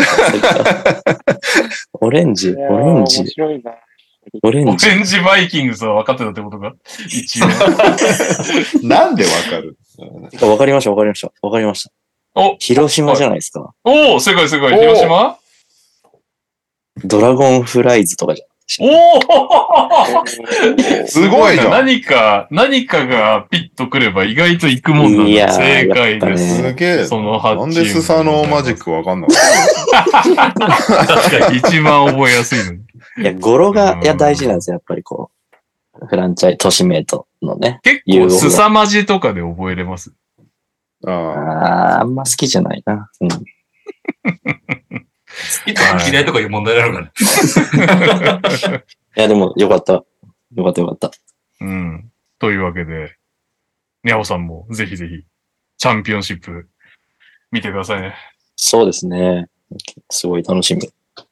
Speaker 5: オレンジ。
Speaker 3: 面白いな。
Speaker 2: オレンジバイキングスは分かってたってことか一応。
Speaker 1: なんで分かる？
Speaker 5: 分かりました。お、広島じゃないですか。
Speaker 2: おー、すごい。広島？
Speaker 5: ドラゴンフライズとかじゃん。
Speaker 2: おーすごいな。何かがピッとくれば意外と行くもんなんだ。正解です。
Speaker 1: すげえ。
Speaker 2: その8チーム。
Speaker 1: なんでスサノーマジックわかんなかった
Speaker 2: 確かに一番覚えやすいのに。
Speaker 5: いや、語呂が大事なんですよ、やっぱりこう。フランチャイズ、都市名とのね。
Speaker 2: 結構、すさまじとかで覚えれます。
Speaker 5: あんま好きじゃないな。うん。好
Speaker 4: きとか嫌いとかいう問題なのかな。
Speaker 5: いや、でも、よかった。
Speaker 2: うん。というわけで、にゃおさんもぜひぜひ、チャンピオンシップ、見てくださいね。
Speaker 5: そうですね。すごい楽しみ。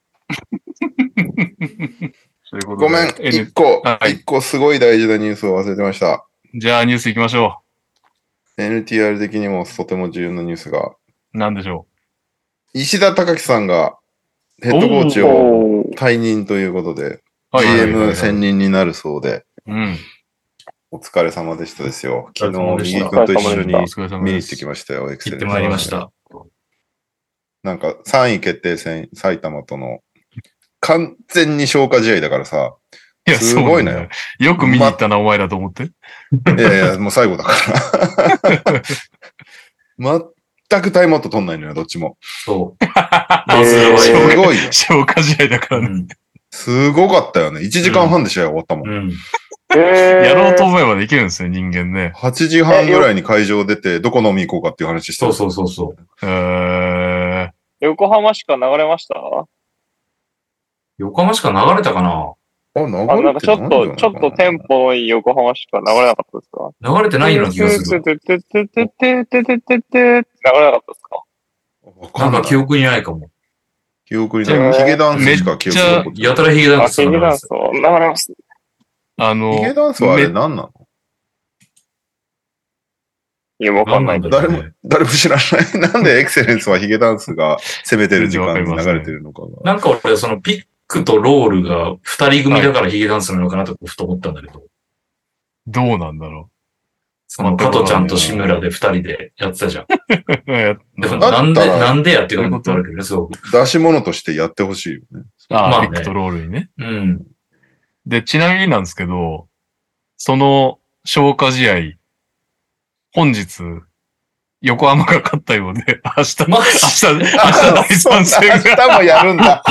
Speaker 1: ごめん、一個すごい大事なニュースを忘れてました。
Speaker 2: じゃあニュース行きましょ
Speaker 1: う。NTR 的にもとても重要なニュースが。
Speaker 2: 何でしょ
Speaker 1: う。石田隆樹さんがヘッドコーチを退任ということで、GM 専任になるそうで、お疲れ様でしたですよ。昨日、右君と一緒に見に行ってきましたよ、エクセレンス。
Speaker 4: 行ってまいりました。
Speaker 1: なんか3位決定戦、埼玉との完全に消化試合だからさ。
Speaker 2: いや、すごいなよ。よく見に行ったな、お前らと思って。
Speaker 1: いや、もう最後だから。全くタイムアウト取んないのよ、どっちも。
Speaker 4: そう。
Speaker 1: すごいよ。
Speaker 2: 消化試合だからね。
Speaker 1: すごかったよね。1時間半で試合終わったもん。
Speaker 2: やろうと思えばできるんですよ、人間ね。
Speaker 1: 8時半ぐらいに会場出て、どこ飲み行こうかっていう話して
Speaker 4: そう。
Speaker 3: 横浜しか流れました？
Speaker 4: 横浜しか流れたかな？
Speaker 3: なんかちょっとテンポのいい横浜しか流れなかったですか？
Speaker 4: 流れてないような気がする。
Speaker 3: 流れなかったですか？
Speaker 4: なんか記憶にないかも。
Speaker 1: 記憶にない。ヒゲダンスしか記憶にない。
Speaker 4: やたらヒゲダンス。
Speaker 3: ヒゲダンス流れます。
Speaker 1: ヒゲダンスはあれ何なの？
Speaker 3: いや、わかんない。
Speaker 1: 誰も知らない。なんでエクセレンスはヒゲダンスが攻めてる時間に流れてるのかが。
Speaker 4: なんか俺、そのピックとロールが二人組だからヒゲダンスなのかなとふと思ったんだけど。
Speaker 2: どうなんだろう。
Speaker 4: その加藤ちゃんと志村で二人でやってたじゃん。でもなんでやってるのって言われてるね、すごく。
Speaker 1: 出し物としてやってほしいよね。
Speaker 2: まあ、ピックとロールにね。
Speaker 4: うん。
Speaker 2: で、ちなみになんですけど、その消化試合、本日、横浜が勝ったようで、明日第3戦が。
Speaker 1: 明日もやるんだ。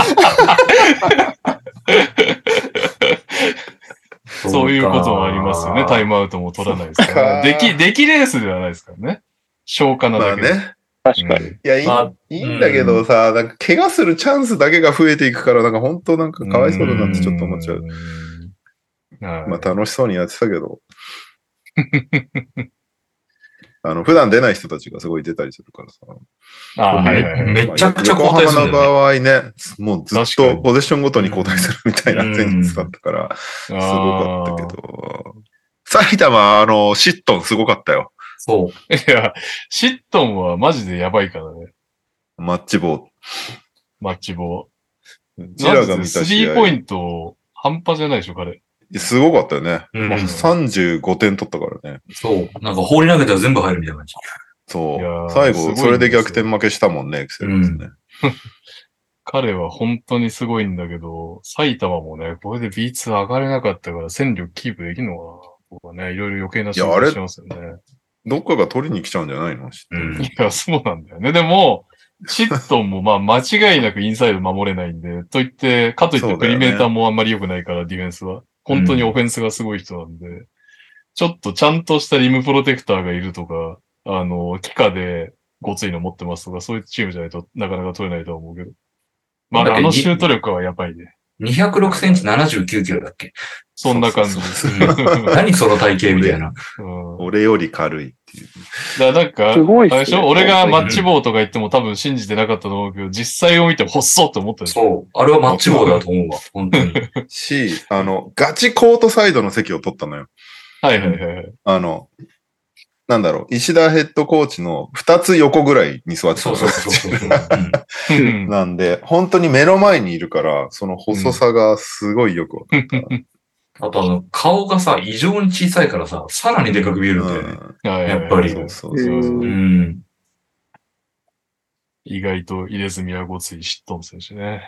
Speaker 2: そういうこともありますよね。タイムアウトも取らないですからね。出来レースではないですからね。消化なだけで。
Speaker 1: まあね。
Speaker 3: 確かに。
Speaker 1: いや、いいんだけどさ、なんか怪我するチャンスだけが増えていくから、なんか本当なんかかわいそうだなってちょっと思っちゃう。まあ楽しそうにやってたけど。普段出ない人たちがすごい出たりするからさ。
Speaker 4: めちゃくちゃ交代する、
Speaker 1: 横浜の場合ね、もうずっとポゼッションごとに交代するみたいなテニスだったから、すごかったけど。埼玉、シットンすごかったよ。
Speaker 4: そう。
Speaker 2: いや、シットンはマジでやばいからね。
Speaker 1: マッチ棒。
Speaker 2: うちらが見た試合。スリーポイント、半端じゃないでしょ、彼。
Speaker 1: すごかったよね。35点取ったからね。
Speaker 4: そう。なんか放り投げたら全部入るみたいな感じ。
Speaker 1: そう。最後、それで逆転負けしたもんね、エクセレンスね。
Speaker 2: 彼は本当にすごいんだけど、埼玉もね、これで B2 上がれなかったから戦力キープできるのかな。僕はね、いろいろ余計な心配してますよね。
Speaker 1: どっかが取りに来ちゃうんじゃないの？
Speaker 2: いや、そうなんだよね。でも、シットンもまあ間違いなくインサイド守れないんで、といって、かといってプリメーターもあんまり良くないから、ディフェンスは。本当にオフェンスがすごい人なんで、 ちょっとちゃんとしたリムプロテクターがいるとか、機械でごついの持ってますとか、そういうチームじゃないとなかなか取れないとは思うけど。まあ、シュート力はやばいね。
Speaker 4: 206センチ79キロだっけ？
Speaker 2: そんな感じ。
Speaker 4: 何その体型みたいな。
Speaker 1: 俺より軽いっていう。
Speaker 2: だからなんか、すごいっすね、あれでしょ？俺がマッチ棒とか言っても多分信じてなかったと思うけど、実際を見て細っと思ったでしょ。
Speaker 4: そう。あれはマッチ棒だと思うわ。本当に。
Speaker 1: ガチコートサイドの席を取ったのよ。
Speaker 2: はいはいはい。
Speaker 1: なんだろう、石田ヘッドコーチの2つ横ぐらいに座ってたの。そうなんで、本当に目の前にいるから、その細さがすごいよくわかった。
Speaker 4: あと顔がさ、異常に小さいからさ、さらにでかく見えるんだよね。やっぱり。
Speaker 1: そう。
Speaker 2: 意外と入れ墨はごついしっとん選手ね。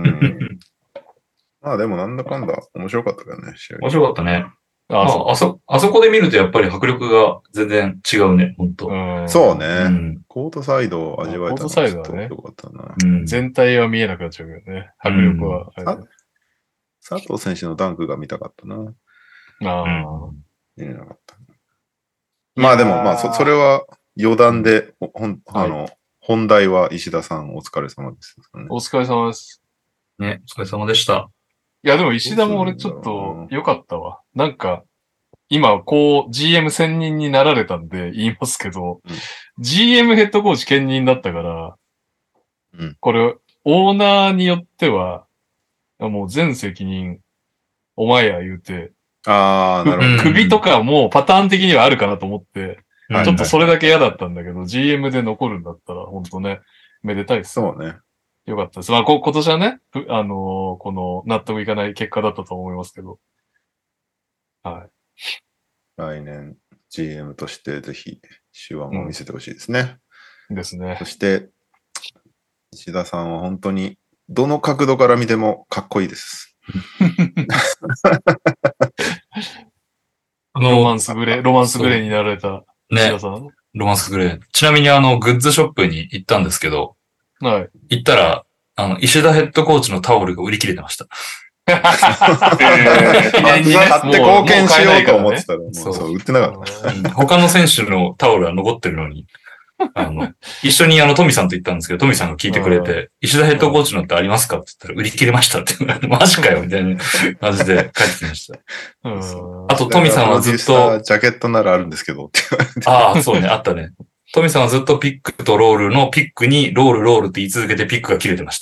Speaker 1: まあでもなんだかんだ面白かったからね、試合。
Speaker 4: 面白かったね。あそこで見るとやっぱり迫力が全然違うね、本当。
Speaker 1: そうね。コートサイドを味わえたの
Speaker 2: がちょっと
Speaker 1: 良かったな。
Speaker 2: 全体は見えなくなっちゃうけどね。迫力は。
Speaker 1: 佐藤選手のダンクが見たかったな。見れなかった。まあでも、それは余談で、本題は石田さんお疲れ様です、
Speaker 2: ね。お疲れ様です。
Speaker 4: ね、お疲れ様でした。
Speaker 2: いや、でも石田も俺ちょっと良かったわ。なんか、今、GM 専任になられたんで言いますけど、GM ヘッドコーチ兼任だったから、これ、オーナーによっては、もう全責任、お前や言うて、
Speaker 1: なるほど。
Speaker 2: 首とかもパターン的にはあるかなと思って、ちょっとそれだけ嫌だったんだけど、GM で残るんだったら、ほんとね、めでたいっす。
Speaker 1: そうね。
Speaker 2: よかったです。まあ、今年はね、この納得いかない結果だったと思いますけど。はい。
Speaker 1: 来年 GM としてぜひ手腕を見せてほしいですね。
Speaker 2: ですね。
Speaker 1: そして、石田さんは本当にどの角度から見てもかっこいいです。
Speaker 2: ロマンスグレーになられた石田さん。
Speaker 4: ね、ロマンスグレー。ちなみにグッズショップに行ったんですけど、
Speaker 2: はい。
Speaker 4: 行ったら、石田ヘッドコーチのタオルが売り切れてました。
Speaker 1: 買って貢献しようと思ってたら、そう、売ってなかった。
Speaker 4: 他の選手のタオルは残ってるのに、一緒にトミさんと行ったんですけど、トミさんが聞いてくれて、石田ヘッドコーチのってありますかって言ったら、売り切れましたって。マジかよみたいな感じで帰ってきました。あと、トミさんはずっと。
Speaker 1: ジャケットならあるんですけどって言われて。
Speaker 4: ああ、そうね、あったね。トミさんはずっとピックとロールのピックにロールって言い続けてピックが切れてました。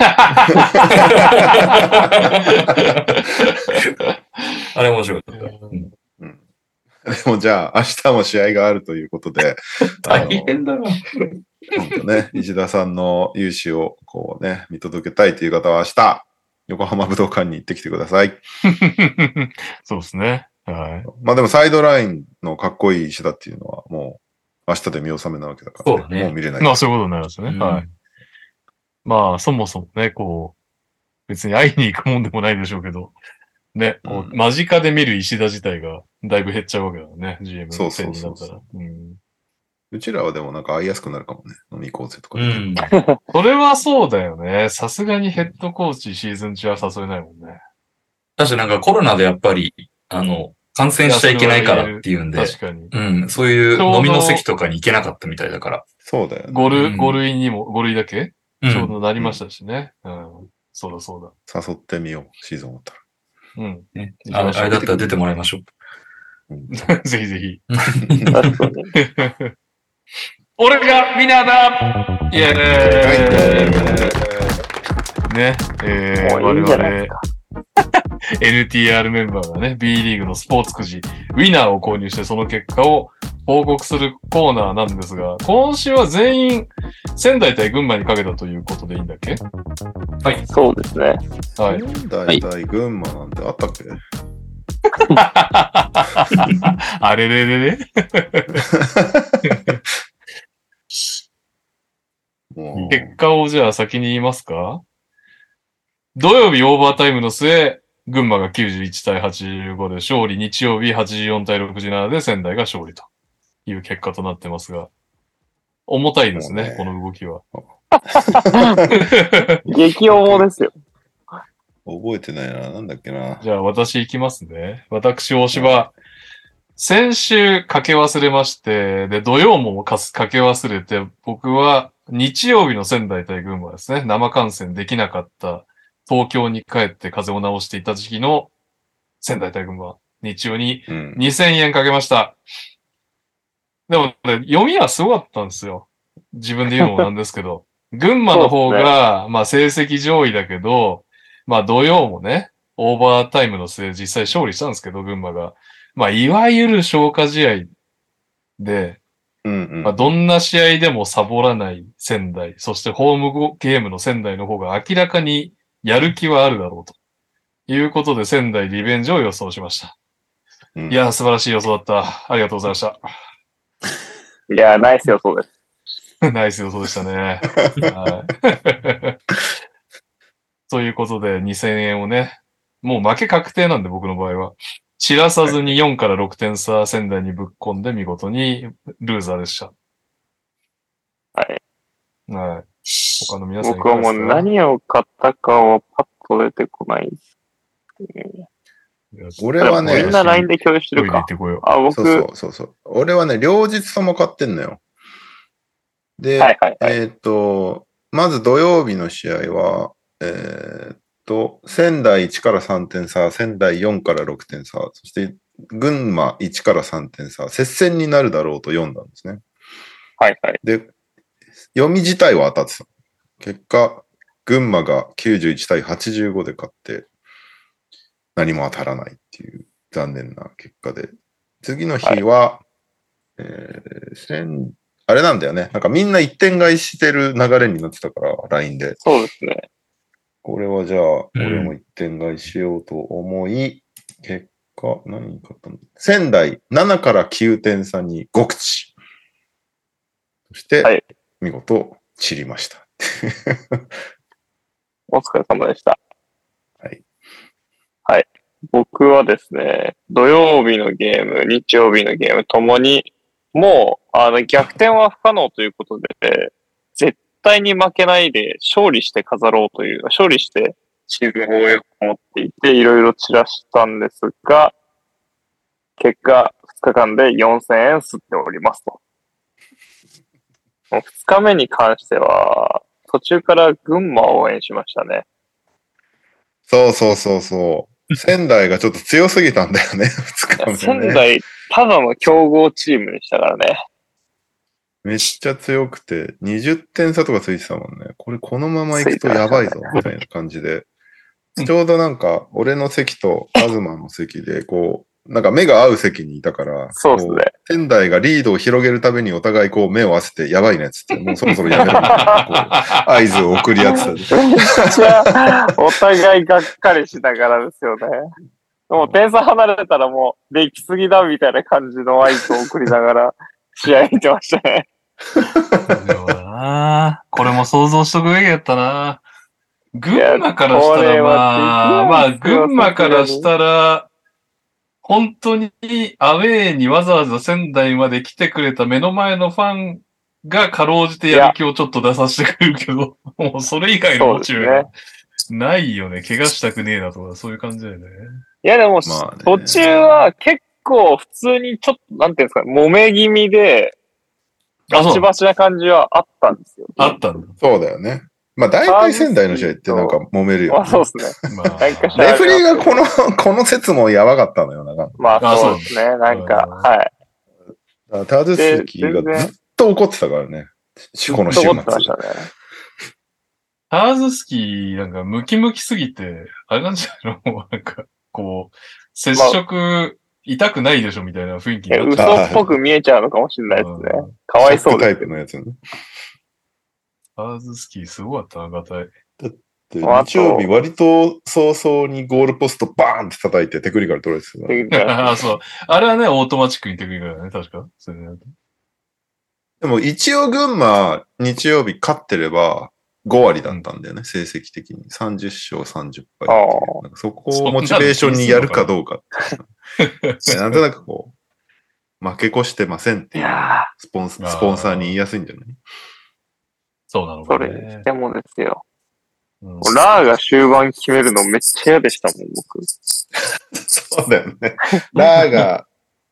Speaker 4: あれ面白かった。
Speaker 1: でもじゃあ明日も試合があるということで。
Speaker 4: 大変だな。
Speaker 1: 本当ね、石田さんの勇姿を見届けたいという方は明日、横浜武道館に行ってきてください。
Speaker 2: そうですね。はい。
Speaker 1: まあでもサイドラインのかっこいい石田っていうのはもう、明日で見納めなわけだから、
Speaker 4: そうだね。
Speaker 1: もう見れない。
Speaker 2: まあそういうことになりますね。はい。まあそもそもね、別に会いに行くもんでもないでしょうけど、ね、間近で見る石田自体がだいぶ減っちゃうわけだよね、GM の戦になったら。
Speaker 1: うちらはでもなんか会いやすくなるかもね、飲み行こうぜとか。
Speaker 2: それはそうだよね。さすがにヘッドコーチシーズン中は誘えないもんね。
Speaker 4: 確かになんかコロナでやっぱり、感染しちゃいけないからっていうんで。
Speaker 2: 確かに。
Speaker 4: そういう飲みの席とかに行けなかったみたいだから。
Speaker 1: そうだよね。
Speaker 2: 5類にも、5類だけちょうどなりましたしね。そうだそうだ。
Speaker 1: 誘ってみよう、シーズン終わった
Speaker 4: ら。あれだったら出てもらいましょ
Speaker 2: う。ぜひぜひ。俺がウィナーだイエーイね、我々。NTR メンバーがね、B リーグのスポーツくじ、ウィナーを購入してその結果を報告するコーナーなんですが、今週は全員仙台対群馬にかけたということでいいんだっけ？
Speaker 3: はい、そうですね。
Speaker 2: はい。
Speaker 1: 仙台対群馬なんてあったっけ？
Speaker 2: あれれれれ結果をじゃあ先に言いますか？土曜日オーバータイムの末、群馬が91対85で勝利、日曜日84対67で仙台が勝利という結果となってますが、重たいですね、この動きは。
Speaker 3: 激重ですよ。
Speaker 1: 覚えてないな、なんだっけな。
Speaker 2: じゃあ私行きますね。私、大柴、 先週かけ忘れまして、で、土曜もかけ忘れて、僕は日曜日の仙台対群馬ですね。生観戦できなかった、東京に帰って風邪を治していた時期の仙台対群馬、日曜に2000円かけました。でも、ね、読みはすごかったんですよ。自分で言うのもなんですけど。群馬の方が、まあ成績上位だけど、まあ土曜もね、オーバータイムの末実際勝利したんですけど、群馬が。まあいわゆる消化試合で、まあどんな試合でもサボらない仙台、そしてホームゲームの仙台の方が明らかにやる気はあるだろうと。いうことで仙台リベンジを予想しました。いやー素晴らしい予想だった。ありがとうございました。
Speaker 3: いやーナイス予想です。
Speaker 2: ナイス予想でしたね。はい、ということで2000円をね、もう負け確定なんで僕の場合は。散らさずに4から6点差仙台にぶっ込んで見事にルーザーでした。
Speaker 3: はい。
Speaker 2: はい。他の皆さん
Speaker 3: 僕はもう何を買ったかはパッと出てこないです。
Speaker 1: 俺はね、
Speaker 3: みんな LINE で共有してるか。
Speaker 1: あ、僕。そう。俺はね、両日とも買ってんのよ。で、まず土曜日の試合は、仙台1から3点差、仙台4から6点差、そして群馬1から3点差、接戦になるだろうと読んだんですね。
Speaker 3: はいはい。
Speaker 1: で、読み自体は当たってた。結果、群馬が91対85で勝って、何も当たらないっていう残念な結果で。次の日は、あれなんだよね。なんかみんな1点買いしてる流れになってたから、LINE で。
Speaker 3: そうですね。
Speaker 1: これはじゃあ、俺も1点買いしようと思い、結果、何に勝ったの？仙台7から9点差に5口。そして、見事散りました。
Speaker 3: お疲れ様でした。
Speaker 1: はい。
Speaker 3: はい。僕はですね、土曜日のゲーム、日曜日のゲームともに、もう、逆転は不可能ということで、絶対に負けないで勝利して飾ろうという、勝利してシーズンを終えようと思っていて、いろいろ散らしたんですが、結果、2日間で4000円吸っておりますと。2日目に関しては、途中から群馬を応援しましたね。
Speaker 1: そう。仙台がちょっと強すぎたんだよね、2日目ね。
Speaker 3: 仙台、ただの強豪チームでしたからね。
Speaker 1: めっちゃ強くて、20点差とかついてたもんね。これこのまま行くとやばいぞ、みたいな感じで。ちょうどなんか、俺の席と東の席で、こう、なんか目が合う席にいたから、
Speaker 3: そうですね。
Speaker 1: 仙台がリードを広げるためにお互いこう目を合わせて、やばいねっつって、もうそろそろやめろみたいな、こう、合図を送り合ってた。めっち
Speaker 3: ゃ、お互いがっかりしながらですよね。もう点差離れたらもう、できすぎだみたいな感じの合図を送りながら、試合見てましたね。
Speaker 2: これも想像しとくべきだったな。群馬からしたらまあ、群馬からしたら、本当にアウェーにわざわざ仙台まで来てくれた目の前のファンがかろうじてやる気をちょっと出させてくれるけど、もうそれ以外のモチベがないよね。怪我したくねえなとか、そういう感じだよね。
Speaker 3: いやでも、途中は結構普通にちょっと、なんていうんですか、揉め気味で、バチバチな感じはあったんですよ。
Speaker 2: あったんだ。
Speaker 1: そうだよね。まあ大体仙台の試合ってなんか揉めるよ、ね。
Speaker 3: そうですね。
Speaker 1: レフリーがこの説もやばかったのよ、
Speaker 3: まあそうですね。なんか、はい。
Speaker 1: タズスキーがずっと怒ってたからね。この週末。怒ってましたね。
Speaker 2: ターズスキーなんかムキムキすぎて、あれなんじゃないの？もうなんか、こう、接触痛くないでしょみたいな雰囲気になっちゃう。
Speaker 3: 嘘っぽく見えちゃうのかもしれないですね。かわいそうです。
Speaker 1: タイプのやつね。
Speaker 2: ターズスキーすごかったな、ガタイ。
Speaker 1: だって、日曜日割と早々にゴールポストバーンって叩いてテクニカル取れて
Speaker 2: た。あ、そう。あれはね、オートマチックにテクニカルだね、確か。
Speaker 1: でも一応群馬、日曜日勝ってれば5割だったんだよね、成績的に。30勝30敗なんかそこをモチベーションにやるかどうか。なんとなくこう、負け越してませんっていうスポンサーに言いやすいんじゃない？
Speaker 2: そうなのかね。
Speaker 3: それにしてもですよ。ラーが終盤決めるのめっちゃ嫌でしたもん、僕。
Speaker 1: そうだよね。ラーが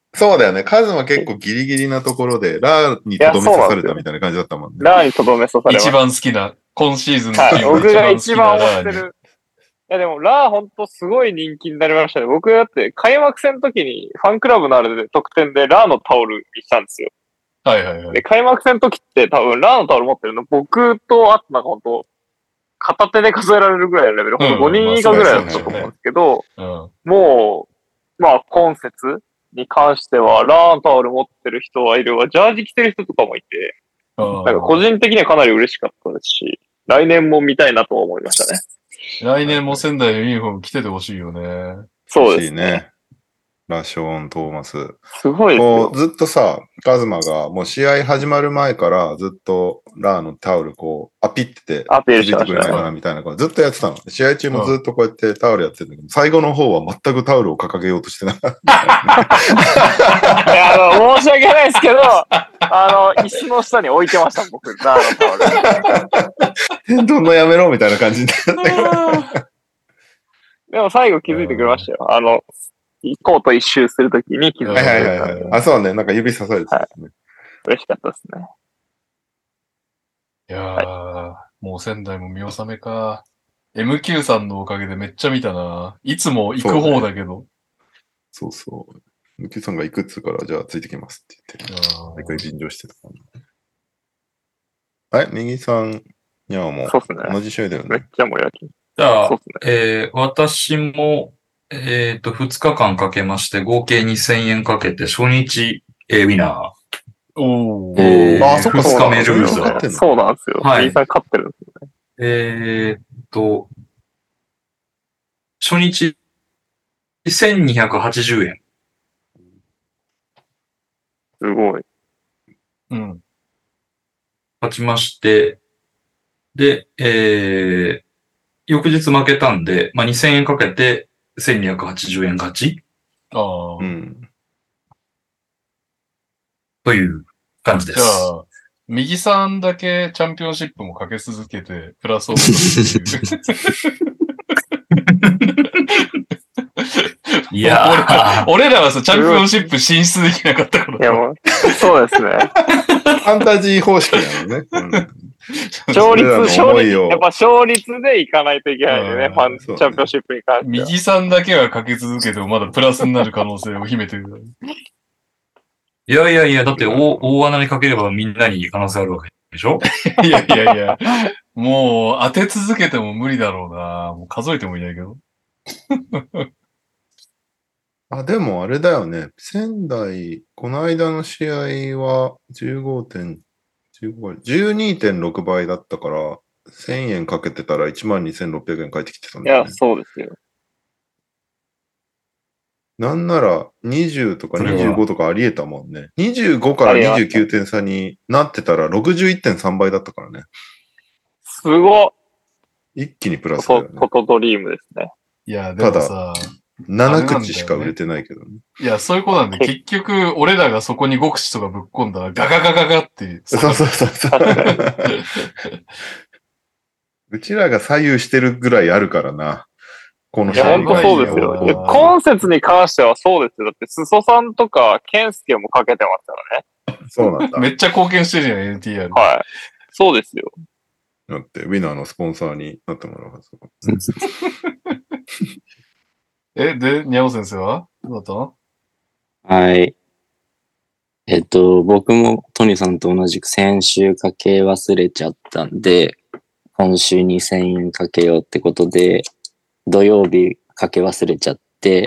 Speaker 1: そうだよね。カズマ結構ギリギリなところで、ラーにとどめ刺されたみたいな感じだったもんね。
Speaker 3: ラーにとどめ刺されました。
Speaker 2: 一番好きな、今シーズンの
Speaker 3: チーム、僕が一番
Speaker 2: 推
Speaker 3: 推してる。いやでも、ラーほんとすごい人気になりましたね。僕だって開幕戦の時にファンクラブのあれで特典でラーのタオルにしたんですよ。
Speaker 2: はいはいはい。
Speaker 3: で、開幕戦の時って多分ラーのタオル持ってるの僕と、あとなんかほんと、片手で数えられるぐらいのレベル、ほんと5人以下ぐらいだったと思うんですけど、もう、まあ今節に関しては、ラーのタオル持ってる人はいるわ、ジャージ着てる人とかもいて、なんか個人的にはかなり嬉しかったですし、来年も見たいなと思いましたね。
Speaker 2: 来年も仙台のユニフォーム着ててほしいよね。
Speaker 3: そうですね。
Speaker 1: ラショーン・トーマス。
Speaker 3: すごいですよ。
Speaker 1: ずっとさ、カズマがもう試合始まる前からずっとラーのタオルこう、アピって
Speaker 3: アピール
Speaker 1: してくれないかなみたいなことずっとやってたの。試合中もずっとこうやってタオルやってるんだけど、最後の方は全くタオルを掲げようとしてなかった。
Speaker 3: いや、申し訳ないですけど、椅子の下に置いてました、僕、ラーのタオ
Speaker 1: ル。どんどんやめろみたいな感じで。
Speaker 3: でも最後気づいてくれましたよ。コート一周するときに気づいてくれた。はい。
Speaker 1: あ、そうね。なんか指刺されてたね、はい。
Speaker 3: 嬉しかったですね。
Speaker 2: いやー、はい、もう仙台も見納めか。MQ さんのおかげでめっちゃ見たな。いつも行く方だけど。
Speaker 1: そうそう。MQ さんが行くっつうから、じゃあついてきますって言って。毎回便乗してたから。右さんにはもう同じ試合だよね。
Speaker 3: めっちゃ盛り上げる。
Speaker 4: じゃあ、私も、2日間かけまして、合計2000円かけて、初日、ウィナー。
Speaker 2: お
Speaker 3: ー。
Speaker 1: あ、そっか、
Speaker 4: 2日目ルーザー。
Speaker 3: そうなんですよ。はい。右さん勝ってるんです
Speaker 4: よね。初日、1280円。
Speaker 3: すごい。
Speaker 2: うん。
Speaker 4: 勝ちまして、で、翌日負けたんで、まあ、2000円かけて1280円勝ち。
Speaker 2: ああ。うん。
Speaker 4: という感じです。
Speaker 2: じゃあ、右さんだけチャンピオンシップもかけ続けて、プラスオフっていう。いや俺らはさ、チャンピオンシップ進出できなかったから。
Speaker 3: いやもう、そうですね。
Speaker 1: ファンタジー方式なのね。
Speaker 3: 勝率やっぱ勝率でいかないといけないんでね、チャンピオンシップに関しては。
Speaker 2: 右さんだけはかけ続けてもまだプラスになる可能性を秘めてる。
Speaker 4: いや、だって大穴にかければみんなに可能性あるわけでしょ
Speaker 2: いや、もう当て続けても無理だろうな。もう数えてもいないけど。
Speaker 1: あ、でもあれだよね。仙台、この間の試合は12.6 倍だったから、1000円かけてたら 12,600 円返ってきてたんだよね。
Speaker 3: いや、そうですよ。
Speaker 1: なんなら20とか25とかあり得たもんね。25から29点差になってたら 61.3 倍だったからね。
Speaker 3: すごっ。
Speaker 1: 一気にプラスだよね。
Speaker 3: フォトドリームですね。
Speaker 2: いや、でもさ、
Speaker 1: 7口しか売れてないけどね。
Speaker 2: いや、そういうことなんで、結局、俺らがそこに5口とかぶっ込んだら、ガガガガガって。
Speaker 1: そう。うちらが左右してるぐらいあるからな。この
Speaker 3: 試合。いや、本当そうですよ。今節に関してはそうですよ。だって、裾さんとか、健介もかけてますから
Speaker 1: ね。そうなんだ。
Speaker 2: めっちゃ貢献してるじゃん、NTR。
Speaker 3: はい。そうですよ。
Speaker 1: だって、ウィナーのスポンサーになってもらうはず。
Speaker 2: で、にゃお先生はどうだった
Speaker 5: はい。僕もトニーさんと同じく先週かけ忘れちゃったんで、今週2000円かけようってことで、土曜日かけ忘れちゃって、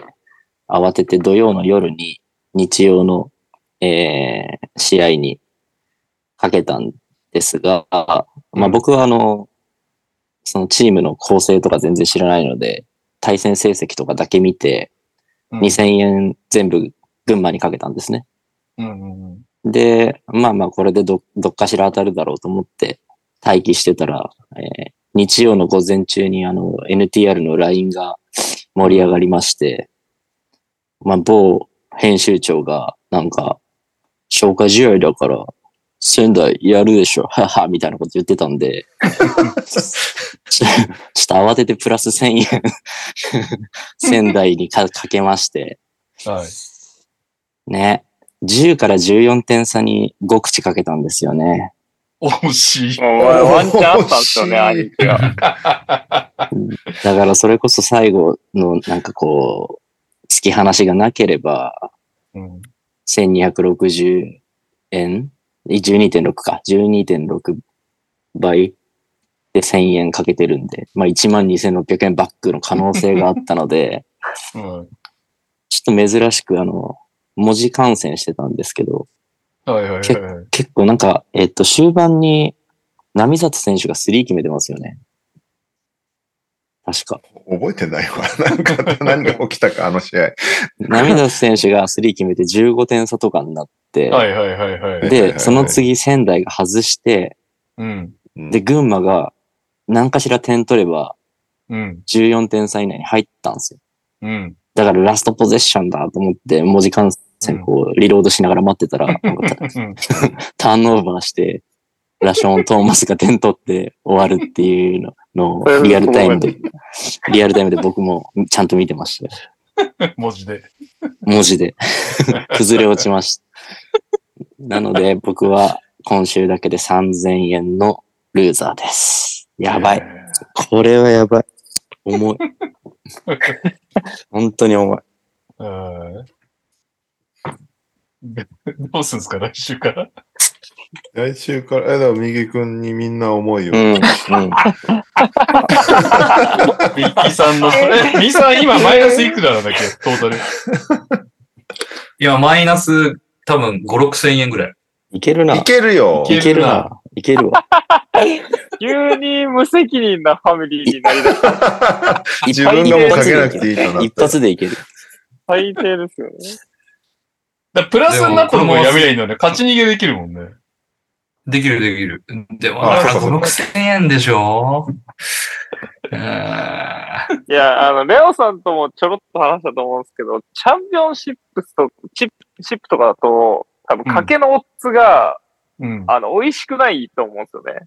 Speaker 5: 慌てて土曜の夜に日曜の、試合にかけたんですが、まあ僕はそのチームの構成とか全然知らないので、対戦成績とかだけ見て、2000円全部群馬にかけたんですね。で、まあこれでどっかしら当たるだろうと思って待機してたら、日曜の午前中にNTR の LINE が盛り上がりまして、まあ某編集長がなんか消化試合だから仙台やるでしょ、ははみたいなこと言ってたんで、ちょっと慌ててプラス1000円仙台にかけまして、
Speaker 2: はい。
Speaker 5: ね。10から14点差に5口かけたんですよね。
Speaker 2: 惜しい。
Speaker 3: ワンチャンあったんですよね、兄貴が。
Speaker 5: だからそれこそ最後のなんかこう、突き放しがなければ、1260円 ?12.6 か。12.6 倍で1000円かけてるんで、まあ12,600円バックの可能性があったので、ちょっと珍しく文字観戦してたんですけど、結構なんか、終盤に並里選手が3決めてますよね。確か。
Speaker 1: 覚えてないわ。何が起きたか、あの試合。
Speaker 5: 並里選手が3決めて15点差とかになって、で、その次仙台が外して、で、群馬が何かしら点取れば、14点差以内に入ったんですよ。だからラストポゼッションだと思って、文字観戦こう、リロードしながら待ってたら、なんかターンオーバーして、ラショーン・トーマスが点取って終わるっていうのをリアルタイムで僕もちゃんと見てました。
Speaker 2: 文字で。
Speaker 5: 崩れ落ちました。なので僕は今週だけで3000円のルーザーです。やばい。これはやばい。重い。本当に重い。
Speaker 2: どうすんすか、来週から。
Speaker 1: 来週から、だから右くんにみんな思いを。
Speaker 2: ミッキーさんの、ミーさん今マイナスいくらなんだっけ、トータル。
Speaker 4: いや、マイナス多分5、6千円ぐらい。
Speaker 5: いけるな。
Speaker 1: いけるよ。
Speaker 5: いけるな。いけるわ。
Speaker 3: 急に無責任なファミリーになりだした。
Speaker 1: 自分がもうかけなくていいかな。
Speaker 5: 一発でいける。
Speaker 3: 最低ですよね。
Speaker 2: プラスになったのもやめりゃいいのね。勝ち逃げできるもんね。
Speaker 4: できる。でも、5、6千円でしょ
Speaker 3: いや、レオさんともちょろっと話したと思うんですけど、チャンピオンシップとかだと、多分賭けのオッズが、美味しくないと思うんですよね。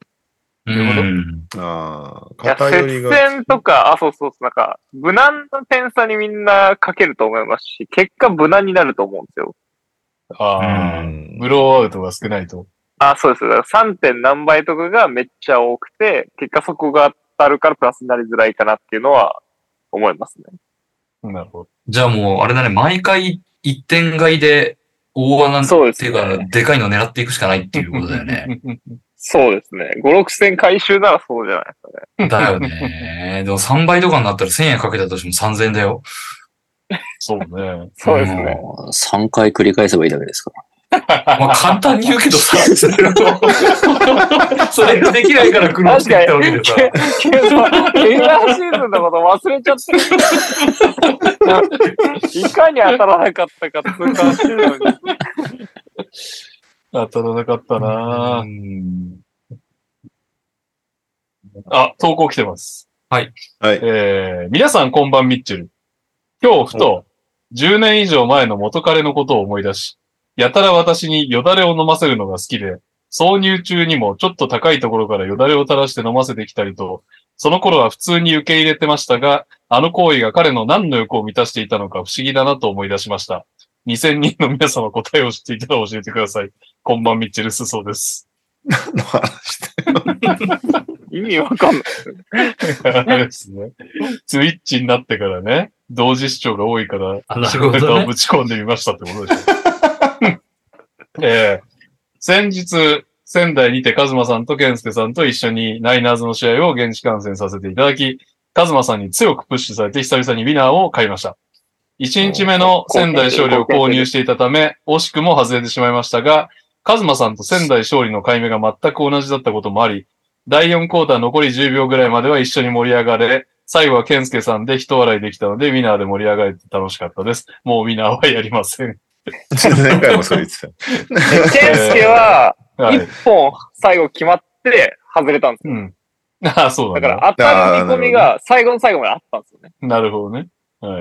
Speaker 3: 接戦とか、そう、なんか、無難な点差にみんなかけると思いますし、結果無難になると思うんですよ。
Speaker 2: ブローアウトが少ないと。
Speaker 3: そうです。3. 点何倍とかがめっちゃ多くて、結果そこが当たるからプラスになりづらいかなっていうのは思いますね。
Speaker 2: なるほど。
Speaker 4: じゃあもう、あれだね、毎回1点買いで大穴っていうか、でかいの狙っていくしかないっていうことだよね。
Speaker 3: そうですね。5、6戦回収ならそうじゃないです
Speaker 4: かね。だよね。でも3倍とかになったら1000円かけたとしても3000円だよ。
Speaker 2: そうね。
Speaker 3: そうですね。
Speaker 5: 3回繰り返せばいいだけですから。
Speaker 4: まあ簡単に言うけどさ、それができないから苦労してきたわけでさ。
Speaker 3: レギュラーシーズンのこと忘れちゃってる。いかに当たらなかったか痛感してるのに。
Speaker 2: 当たらなかったな投稿来てます。
Speaker 4: はい。
Speaker 2: 皆さんこんばんミッチェル。今日ふと、10年以上前の元彼のことを思い出し、やたら私によだれを飲ませるのが好きで、挿入中にもちょっと高いところからよだれを垂らして飲ませてきたりと、その頃は普通に受け入れてましたが、あの行為が彼の何の欲を満たしていたのか不思議だなと思い出しました。2000人の皆様答えを知っていたら教えてください。こんばんミッチェルスソーです。
Speaker 1: 何の話
Speaker 3: 意味わかんない。
Speaker 2: あれですね。ツイッチになってからね、同時視聴が多いから、
Speaker 4: 仕事
Speaker 2: をぶち込んでみましたってことでしょ。先日、仙台にてカズマさんとケンスケさんと一緒にナイナーズの試合を現地観戦させていただき、カズマさんに強くプッシュされて久々にウィナーを買いました。1日目の仙台勝利を購入していたため、惜しくも外れてしまいましたが、カズマさんと仙台勝利の買い目が全く同じだったこともあり、第4クォーター残り10秒ぐらいまでは一緒に盛り上がれ、最後はケンスケさんで一笑いできたので、ウィナーで盛り上がれて楽しかったです。もうウィナーはやりません。
Speaker 1: 前回もそう言ってた。
Speaker 3: ケンスケは、1本最後決まって外れたんですよ。
Speaker 2: そう
Speaker 3: だから当たる見込みが最後の最後まであったんですよね。
Speaker 2: なるほどね。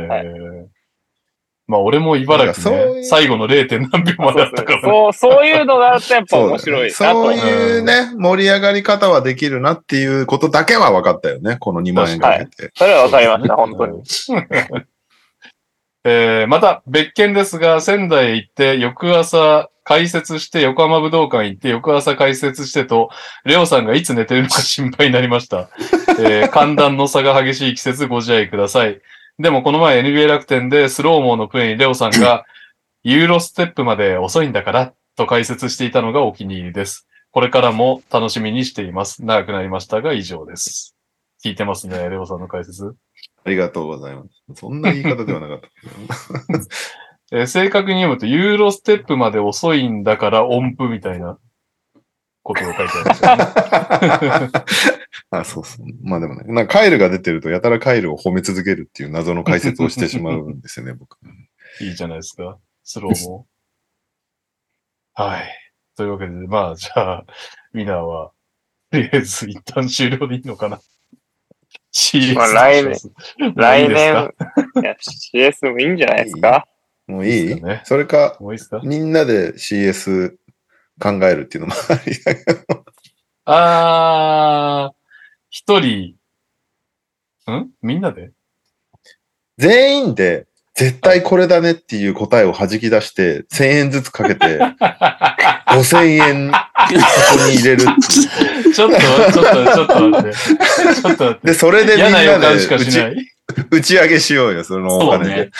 Speaker 2: まあ俺も茨城ね、最後の 0. 何秒まであったからね。
Speaker 3: そういうのがあるとやっぱ面白いなと。
Speaker 1: そういうね、盛り上がり方はできるなっていうことだけは分かったよね。この2万円かけて。
Speaker 3: それは分かりました、本当に。
Speaker 2: また、別件ですが、仙台へ行って、翌朝解説して、横浜武道館行って、翌朝解説してと、レオさんがいつ寝てるのか心配になりました。寒暖の差が激しい季節ご自愛ください。でもこの前 NBA 楽天でスローモーのプレイにレオさんが、ユーロステップまで遅いんだから、と解説していたのがお気に入りです。これからも楽しみにしています。長くなりましたが以上です。聞いてますね、レオさんの解説。
Speaker 1: ありがとうございます。そんな言い方ではなかったけど。
Speaker 2: 正確に読むと、ユーロステップまで遅いんだから音符みたいなことを書いてあるんですよね。
Speaker 1: あ、そうそう。まあでもね、なんかカイルが出てると、やたらカイルを褒め続けるっていう謎の解説をしてしまうんですよね、僕。
Speaker 2: いいじゃないですか。スローも。はい。というわけで、まあ、じゃあ、ミナーは、とりあえず一旦終了でいいのかな。CS
Speaker 3: まあ来年、いや、CS もいいんじゃないですか。
Speaker 1: もういい、
Speaker 2: ね、
Speaker 1: それか、
Speaker 2: もういいですか、
Speaker 1: みんなで CS 考えるっていうのもありだけど。
Speaker 2: 一人、みんなで
Speaker 1: 全員で、絶対これだねっていう答えを弾き出して、1000円ずつかけて、5000円ここに入れるっていう。
Speaker 2: ちょっと待って。ちょっと待って。
Speaker 1: で、それでみんなで打ち上げしようよ、そのお金で。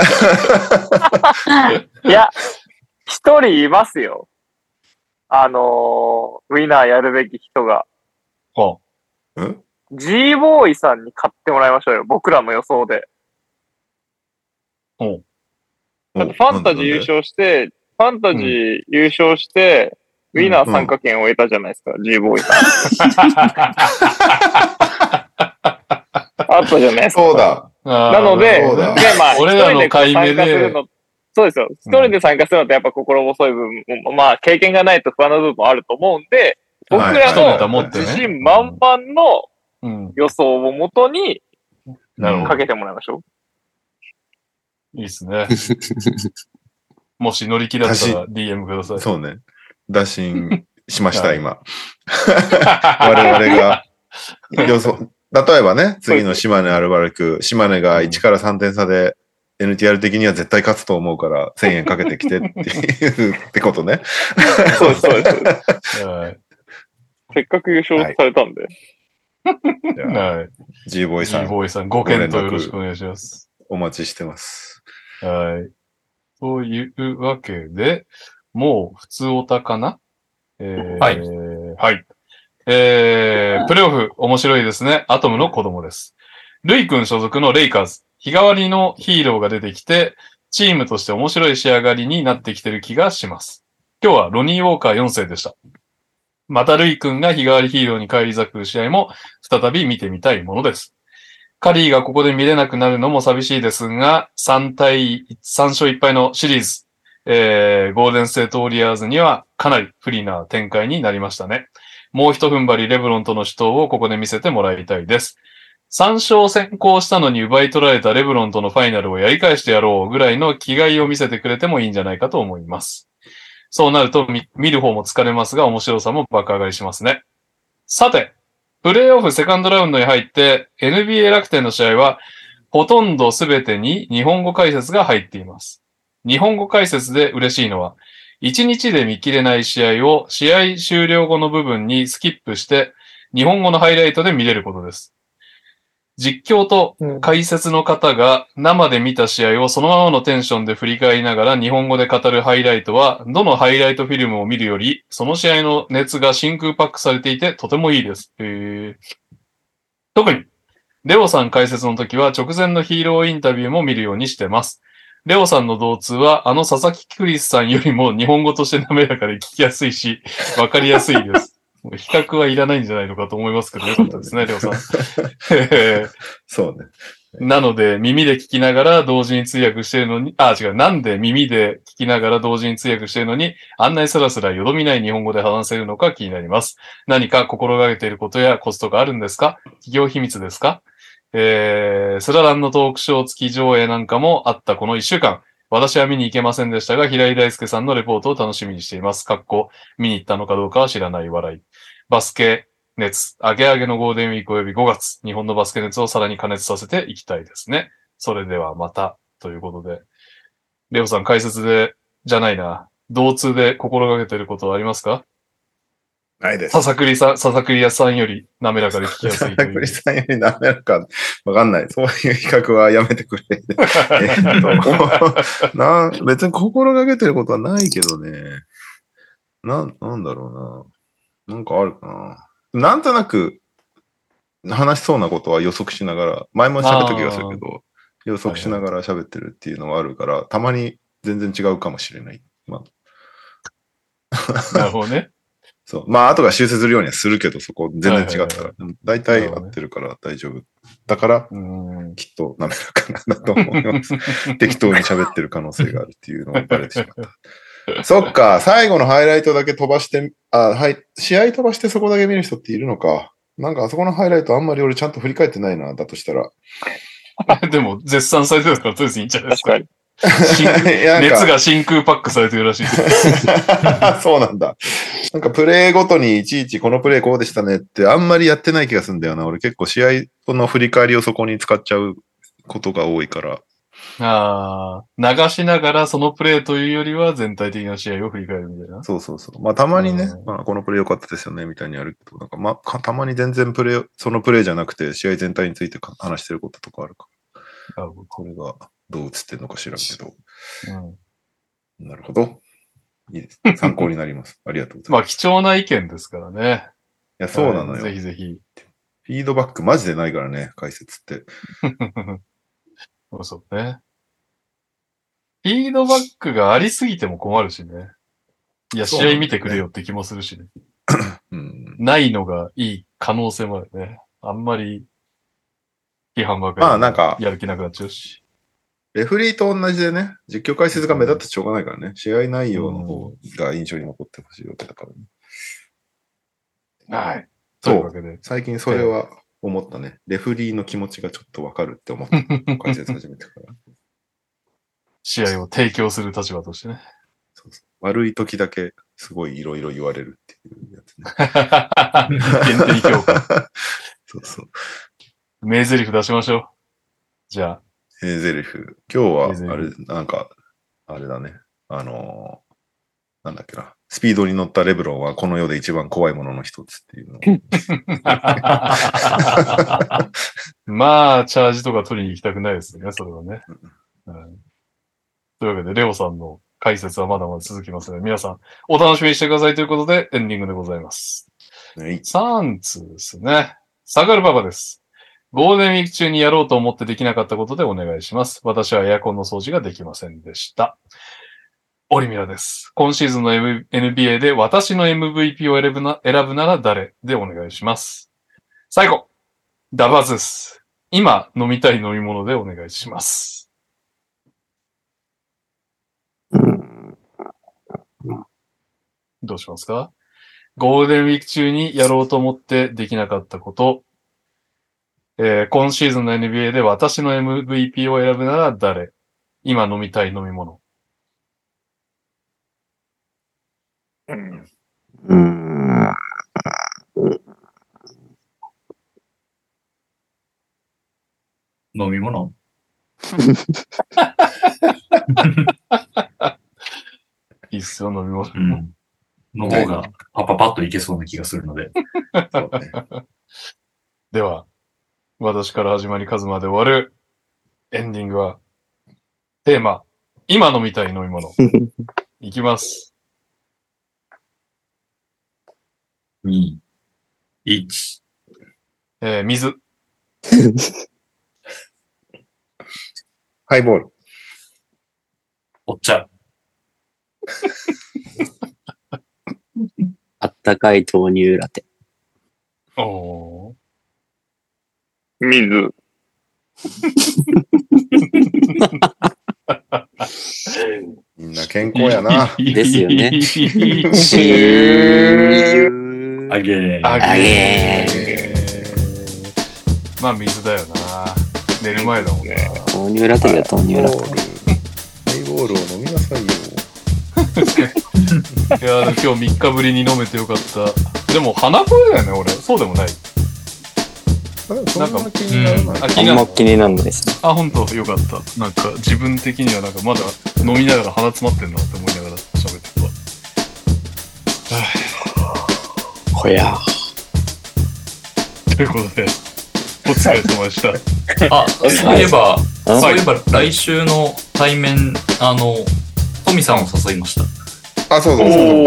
Speaker 3: いや、一人いますよ。ウィナーやるべき人が。G ボーイさんに買ってもらいましょうよ。僕らの予想で。だってファンタジー優勝して、ウィナー参加権を得たじゃないですか、G ボーイさん。あったじゃないですか。
Speaker 1: そうだ。
Speaker 3: なので、まあ、
Speaker 2: 俺らの会名で。
Speaker 3: そうですよ。一人で参加するのってやっぱ心細い部分も、まあ、経験がないと不安な部分もあると思うんで、僕らの自信満々の予想をもとに、かけてもらいましょう。
Speaker 2: いいですね。もし乗り気だったら DM ください。
Speaker 1: そうね。打診しました、今。我々が予想。例えばね、次の島根アルバルク、島根が1から3点差で、NTR 的には絶対勝つと思うから1000円かけてきてっていうってことね。
Speaker 3: そうです。せっかく優勝されたんで。
Speaker 2: はい。
Speaker 1: G ボーイさん。
Speaker 2: G ボーイさん、ご検討よろしくお願いします。
Speaker 1: お待ちしてます。
Speaker 2: はい。というわけで、もう普通オタかな？はい。はい。プレオフ、面白いですね。アトムの子供です。ルイ君所属のレイカーズ。日替わりのヒーローが出てきて、チームとして面白い仕上がりになってきてる気がします。今日はロニー・ウォーカー4世でした。またルイ君が日替わりヒーローに返り咲く試合も再び見てみたいものです。カリーがここで見れなくなるのも寂しいですが、3勝1敗のシリーズ、ゴールデンステートウォリアーズにはかなり不利な展開になりましたね。もう一踏ん張りレブロンとの死闘をここで見せてもらいたいです。3勝先行したのに奪い取られたレブロンとのファイナルをやり返してやろうぐらいの気概を見せてくれてもいいんじゃないかと思います。そうなると見る方も疲れますが面白さも爆上がりしますね。さて、プレイオフセカンドラウンドに入って NBA 楽天の試合はほとんど全てに日本語解説が入っています。日本語解説で嬉しいのは1日で見切れない試合を試合終了後の部分にスキップして日本語のハイライトで見れることです。実況と解説の方が生で見た試合をそのままのテンションで振り返りながら日本語で語るハイライトはどのハイライトフィルムを見るよりその試合の熱が真空パックされていてとてもいいです。特にレオさん解説の時は直前のヒーローインタビューも見るようにしてます。レオさんの動通は佐々木クリスさんよりも日本語として滑らかで聞きやすいしわかりやすいです。比較はいらないんじゃないのかと思いますけど、よかったですね、レオさん。
Speaker 1: そうね。
Speaker 2: なので、耳で聞きながら同時に通訳してるのに、なんで耳で聞きながら同時に通訳してるのに、あんなにスラスラよどみない日本語で話せるのか気になります。何か心がけていることやコツとかあるんですか？企業秘密ですか？スラランのトークショー付き上映なんかもあったこの1週間。私は見に行けませんでしたが、平井大輔さんのレポートを楽しみにしています。見に行ったのかどうかは知らない笑い。バスケ熱、上げ上げのゴールデンウィーク及び5月、日本のバスケ熱をさらに加熱させていきたいですね。それではまた。 ということで。レオさん解説で、じゃないな。同通で心がけてることはありますか？
Speaker 1: ないです。
Speaker 2: 笹栗屋さんより滑らかで聞きやすいという。
Speaker 1: 笹栗さんより滑らか。わかんない。そういう比較はやめてくれ。別に心がけてることはないけどね。なんだろうな。なんかあるかな。なんとなく話しそうなことは予測しながら、前も喋った気がするけど、予測しながら喋ってるっていうのがあるから、たまに全然違うかもしれない。ま
Speaker 2: あ、なるほどね。
Speaker 1: そう。まあ、後が修正するようにはするけど、そこ全然違ったら。大体合ってるから大丈夫。だから、きっと滑らかなんだと思います。適当に喋ってる可能性があるっていうのがバレてしまった。そっか、最後のハイライトだけ飛ばして、試合飛ばしてそこだけ見る人っているのか。なんかあそこのハイライトあんまり俺ちゃんと振り返ってないな、だとしたら。
Speaker 2: でも、絶賛されてるからとりあえずいいんじゃないですか。
Speaker 3: 確かに。
Speaker 2: 熱が真空パックされてるらしいです。
Speaker 1: そうなんだ。なんかプレーごとにいちいちこのプレーこうでしたねってあんまりやってない気がするんだよな。俺結構試合の振り返りをそこに使っちゃうことが多いから。
Speaker 2: 流しながらそのプレーというよりは全体的な試合を振り返るみたいな。
Speaker 1: そうそうそう。まあたまにね、このプレー良かったですよねみたいにやるけど、なんかまあたまに全然そのプレーじゃなくて試合全体について話してることとかあるから。なるほど。これがどう映ってるのか知らんけど。なるほど。いいです。参考になります。ありがとうございます。
Speaker 2: まあ貴重な意見ですからね。
Speaker 1: いや、そうなのよ。
Speaker 2: ぜひぜひ。
Speaker 1: フィードバックマジでないからね、解説って。
Speaker 2: そうね。フィードバックがありすぎても困るしね。いや、試合見てくれよって気もするしね。ないのがいい可能性もあるね。あんまり批判ばかり
Speaker 1: まあなんか
Speaker 2: やる気なくなっちゃうし。
Speaker 1: レフリーと同じでね、実況解説が目立ってしょうがないからね。試合内容の方が印象に残ってほしいわけだから
Speaker 2: ね。はい。
Speaker 1: というわけで。最近それは思ったね。レフリーの気持ちがちょっとわかるって思った。解説始めてから。
Speaker 2: 試合を提供する立場としてね。
Speaker 1: そうそう。悪い時だけすごいいろいろ言われるっていうやつね。
Speaker 2: 限定に評価。
Speaker 1: そうそう。
Speaker 2: 名台詞出しましょう。じゃあ。
Speaker 1: 名台詞。今日は、あれ、なんか、あれだね。なんだっけな。スピードに乗ったレブロンはこの世で一番怖いものの一つっていうのを。
Speaker 2: まあ、チャージとか取りに行きたくないですね、それはね。というわけで、レオさんの解説はまだまだ続きますので、皆さんお楽しみにしてくださいということで、エンディングでございます。3通ですね。サガルパパです。ゴールデンウィーク中にやろうと思ってできなかったことでお願いします。私はエアコンの掃除ができませんでした。オリミラです。今シーズンの NBA で私の MVP を選ぶなら誰でお願いします。最後、ダバズです。今飲みたい飲み物でお願いします。どうしますか？ゴールデンウィーク中にやろうと思ってできなかったこと。今シーズンの NBA で私の MVP を選ぶなら誰？今飲みたい飲み物。
Speaker 4: 飲み物
Speaker 2: いいっすよ、飲み物。
Speaker 4: の方がパッといけそうな気がするので。
Speaker 1: そうね、
Speaker 2: では、私から始まり数まで終わるエンディングは、テーマ、今飲みたい飲み物。いきます。
Speaker 4: 2、1。
Speaker 2: 水。
Speaker 1: ハイボール。
Speaker 4: お茶。
Speaker 5: あったかい豆乳ラテ。
Speaker 2: おー。
Speaker 3: 水。
Speaker 1: みんな健康やな。
Speaker 5: ですよね。
Speaker 4: あげー。
Speaker 2: まあ水だよな。寝る前だもんね。
Speaker 5: 豆乳ラテだよ、豆乳ラテ。
Speaker 1: ハイボールを飲みなさいよ。
Speaker 2: いや、今日3日ぶりに飲めてよかった。でも鼻声だよね、俺。そうでもない。
Speaker 1: なんか気にならない。
Speaker 5: あんま気にならないですね。
Speaker 2: あ、本当よかった。なんか自分的にはなんかまだ飲みながら鼻詰まってんなって思いながら喋ってた。
Speaker 5: ほや。
Speaker 2: ということで、お疲れ様でした。
Speaker 4: あ、そういえば来週の対面、トミさんを誘いました。
Speaker 1: あ、そう。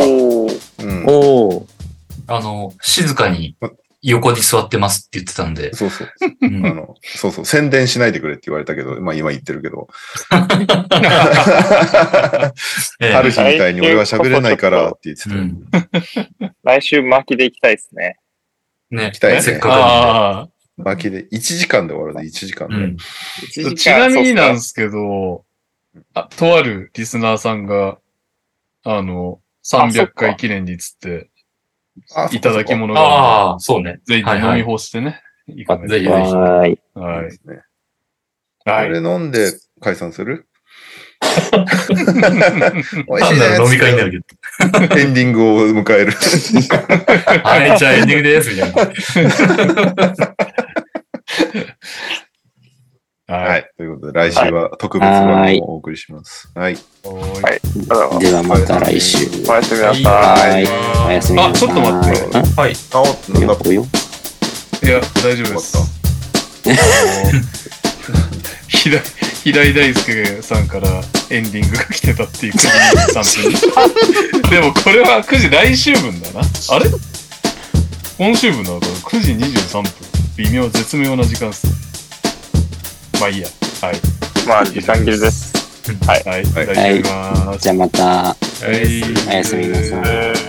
Speaker 5: おー。
Speaker 4: 静かに横に座ってますって言ってたんで。
Speaker 1: そう。宣伝しないでくれって言われたけど、まあ今言ってるけど。ある日みたいに俺は喋れないからって言ってた。
Speaker 3: 来週巻きで行きたいですね。
Speaker 4: ね。
Speaker 1: 行きたいね。
Speaker 4: せっかくなんで。
Speaker 1: 巻きで、1時間で終わるね、1時間で。
Speaker 2: ちなみになんですけど、とあるリスナーさんが、300回記念につって、いただき物が。
Speaker 4: ああ、そうね。
Speaker 2: ぜひ飲み干してね。
Speaker 4: ぜひぜひ。
Speaker 5: はい。
Speaker 2: はい。
Speaker 1: あれ飲んで解散する
Speaker 4: おいしいね。飲み会になるけ
Speaker 1: ど。エンディングを迎える。
Speaker 4: はい、じゃあエンディングです、みたい
Speaker 2: な。
Speaker 1: はい。ということで、来週は特別版をお送りします。はい。
Speaker 5: ではまた来週。
Speaker 3: おやすみなさい。
Speaker 5: おやすみなさい。
Speaker 2: あ、ちょっと待って。
Speaker 4: はい。
Speaker 1: なんだ
Speaker 5: よ。
Speaker 2: いや、大丈夫です。平井大輔さんからエンディングが来てたっていう9時23分。でもこれは9時来週分だな。あれ今週分だから9時23分。微妙、絶妙な時間っすね。まあいいや。はい。
Speaker 3: まあ、時間切れです。
Speaker 2: はい。大丈夫です。
Speaker 5: じゃあまた。
Speaker 2: はい。
Speaker 5: おやすみなさい。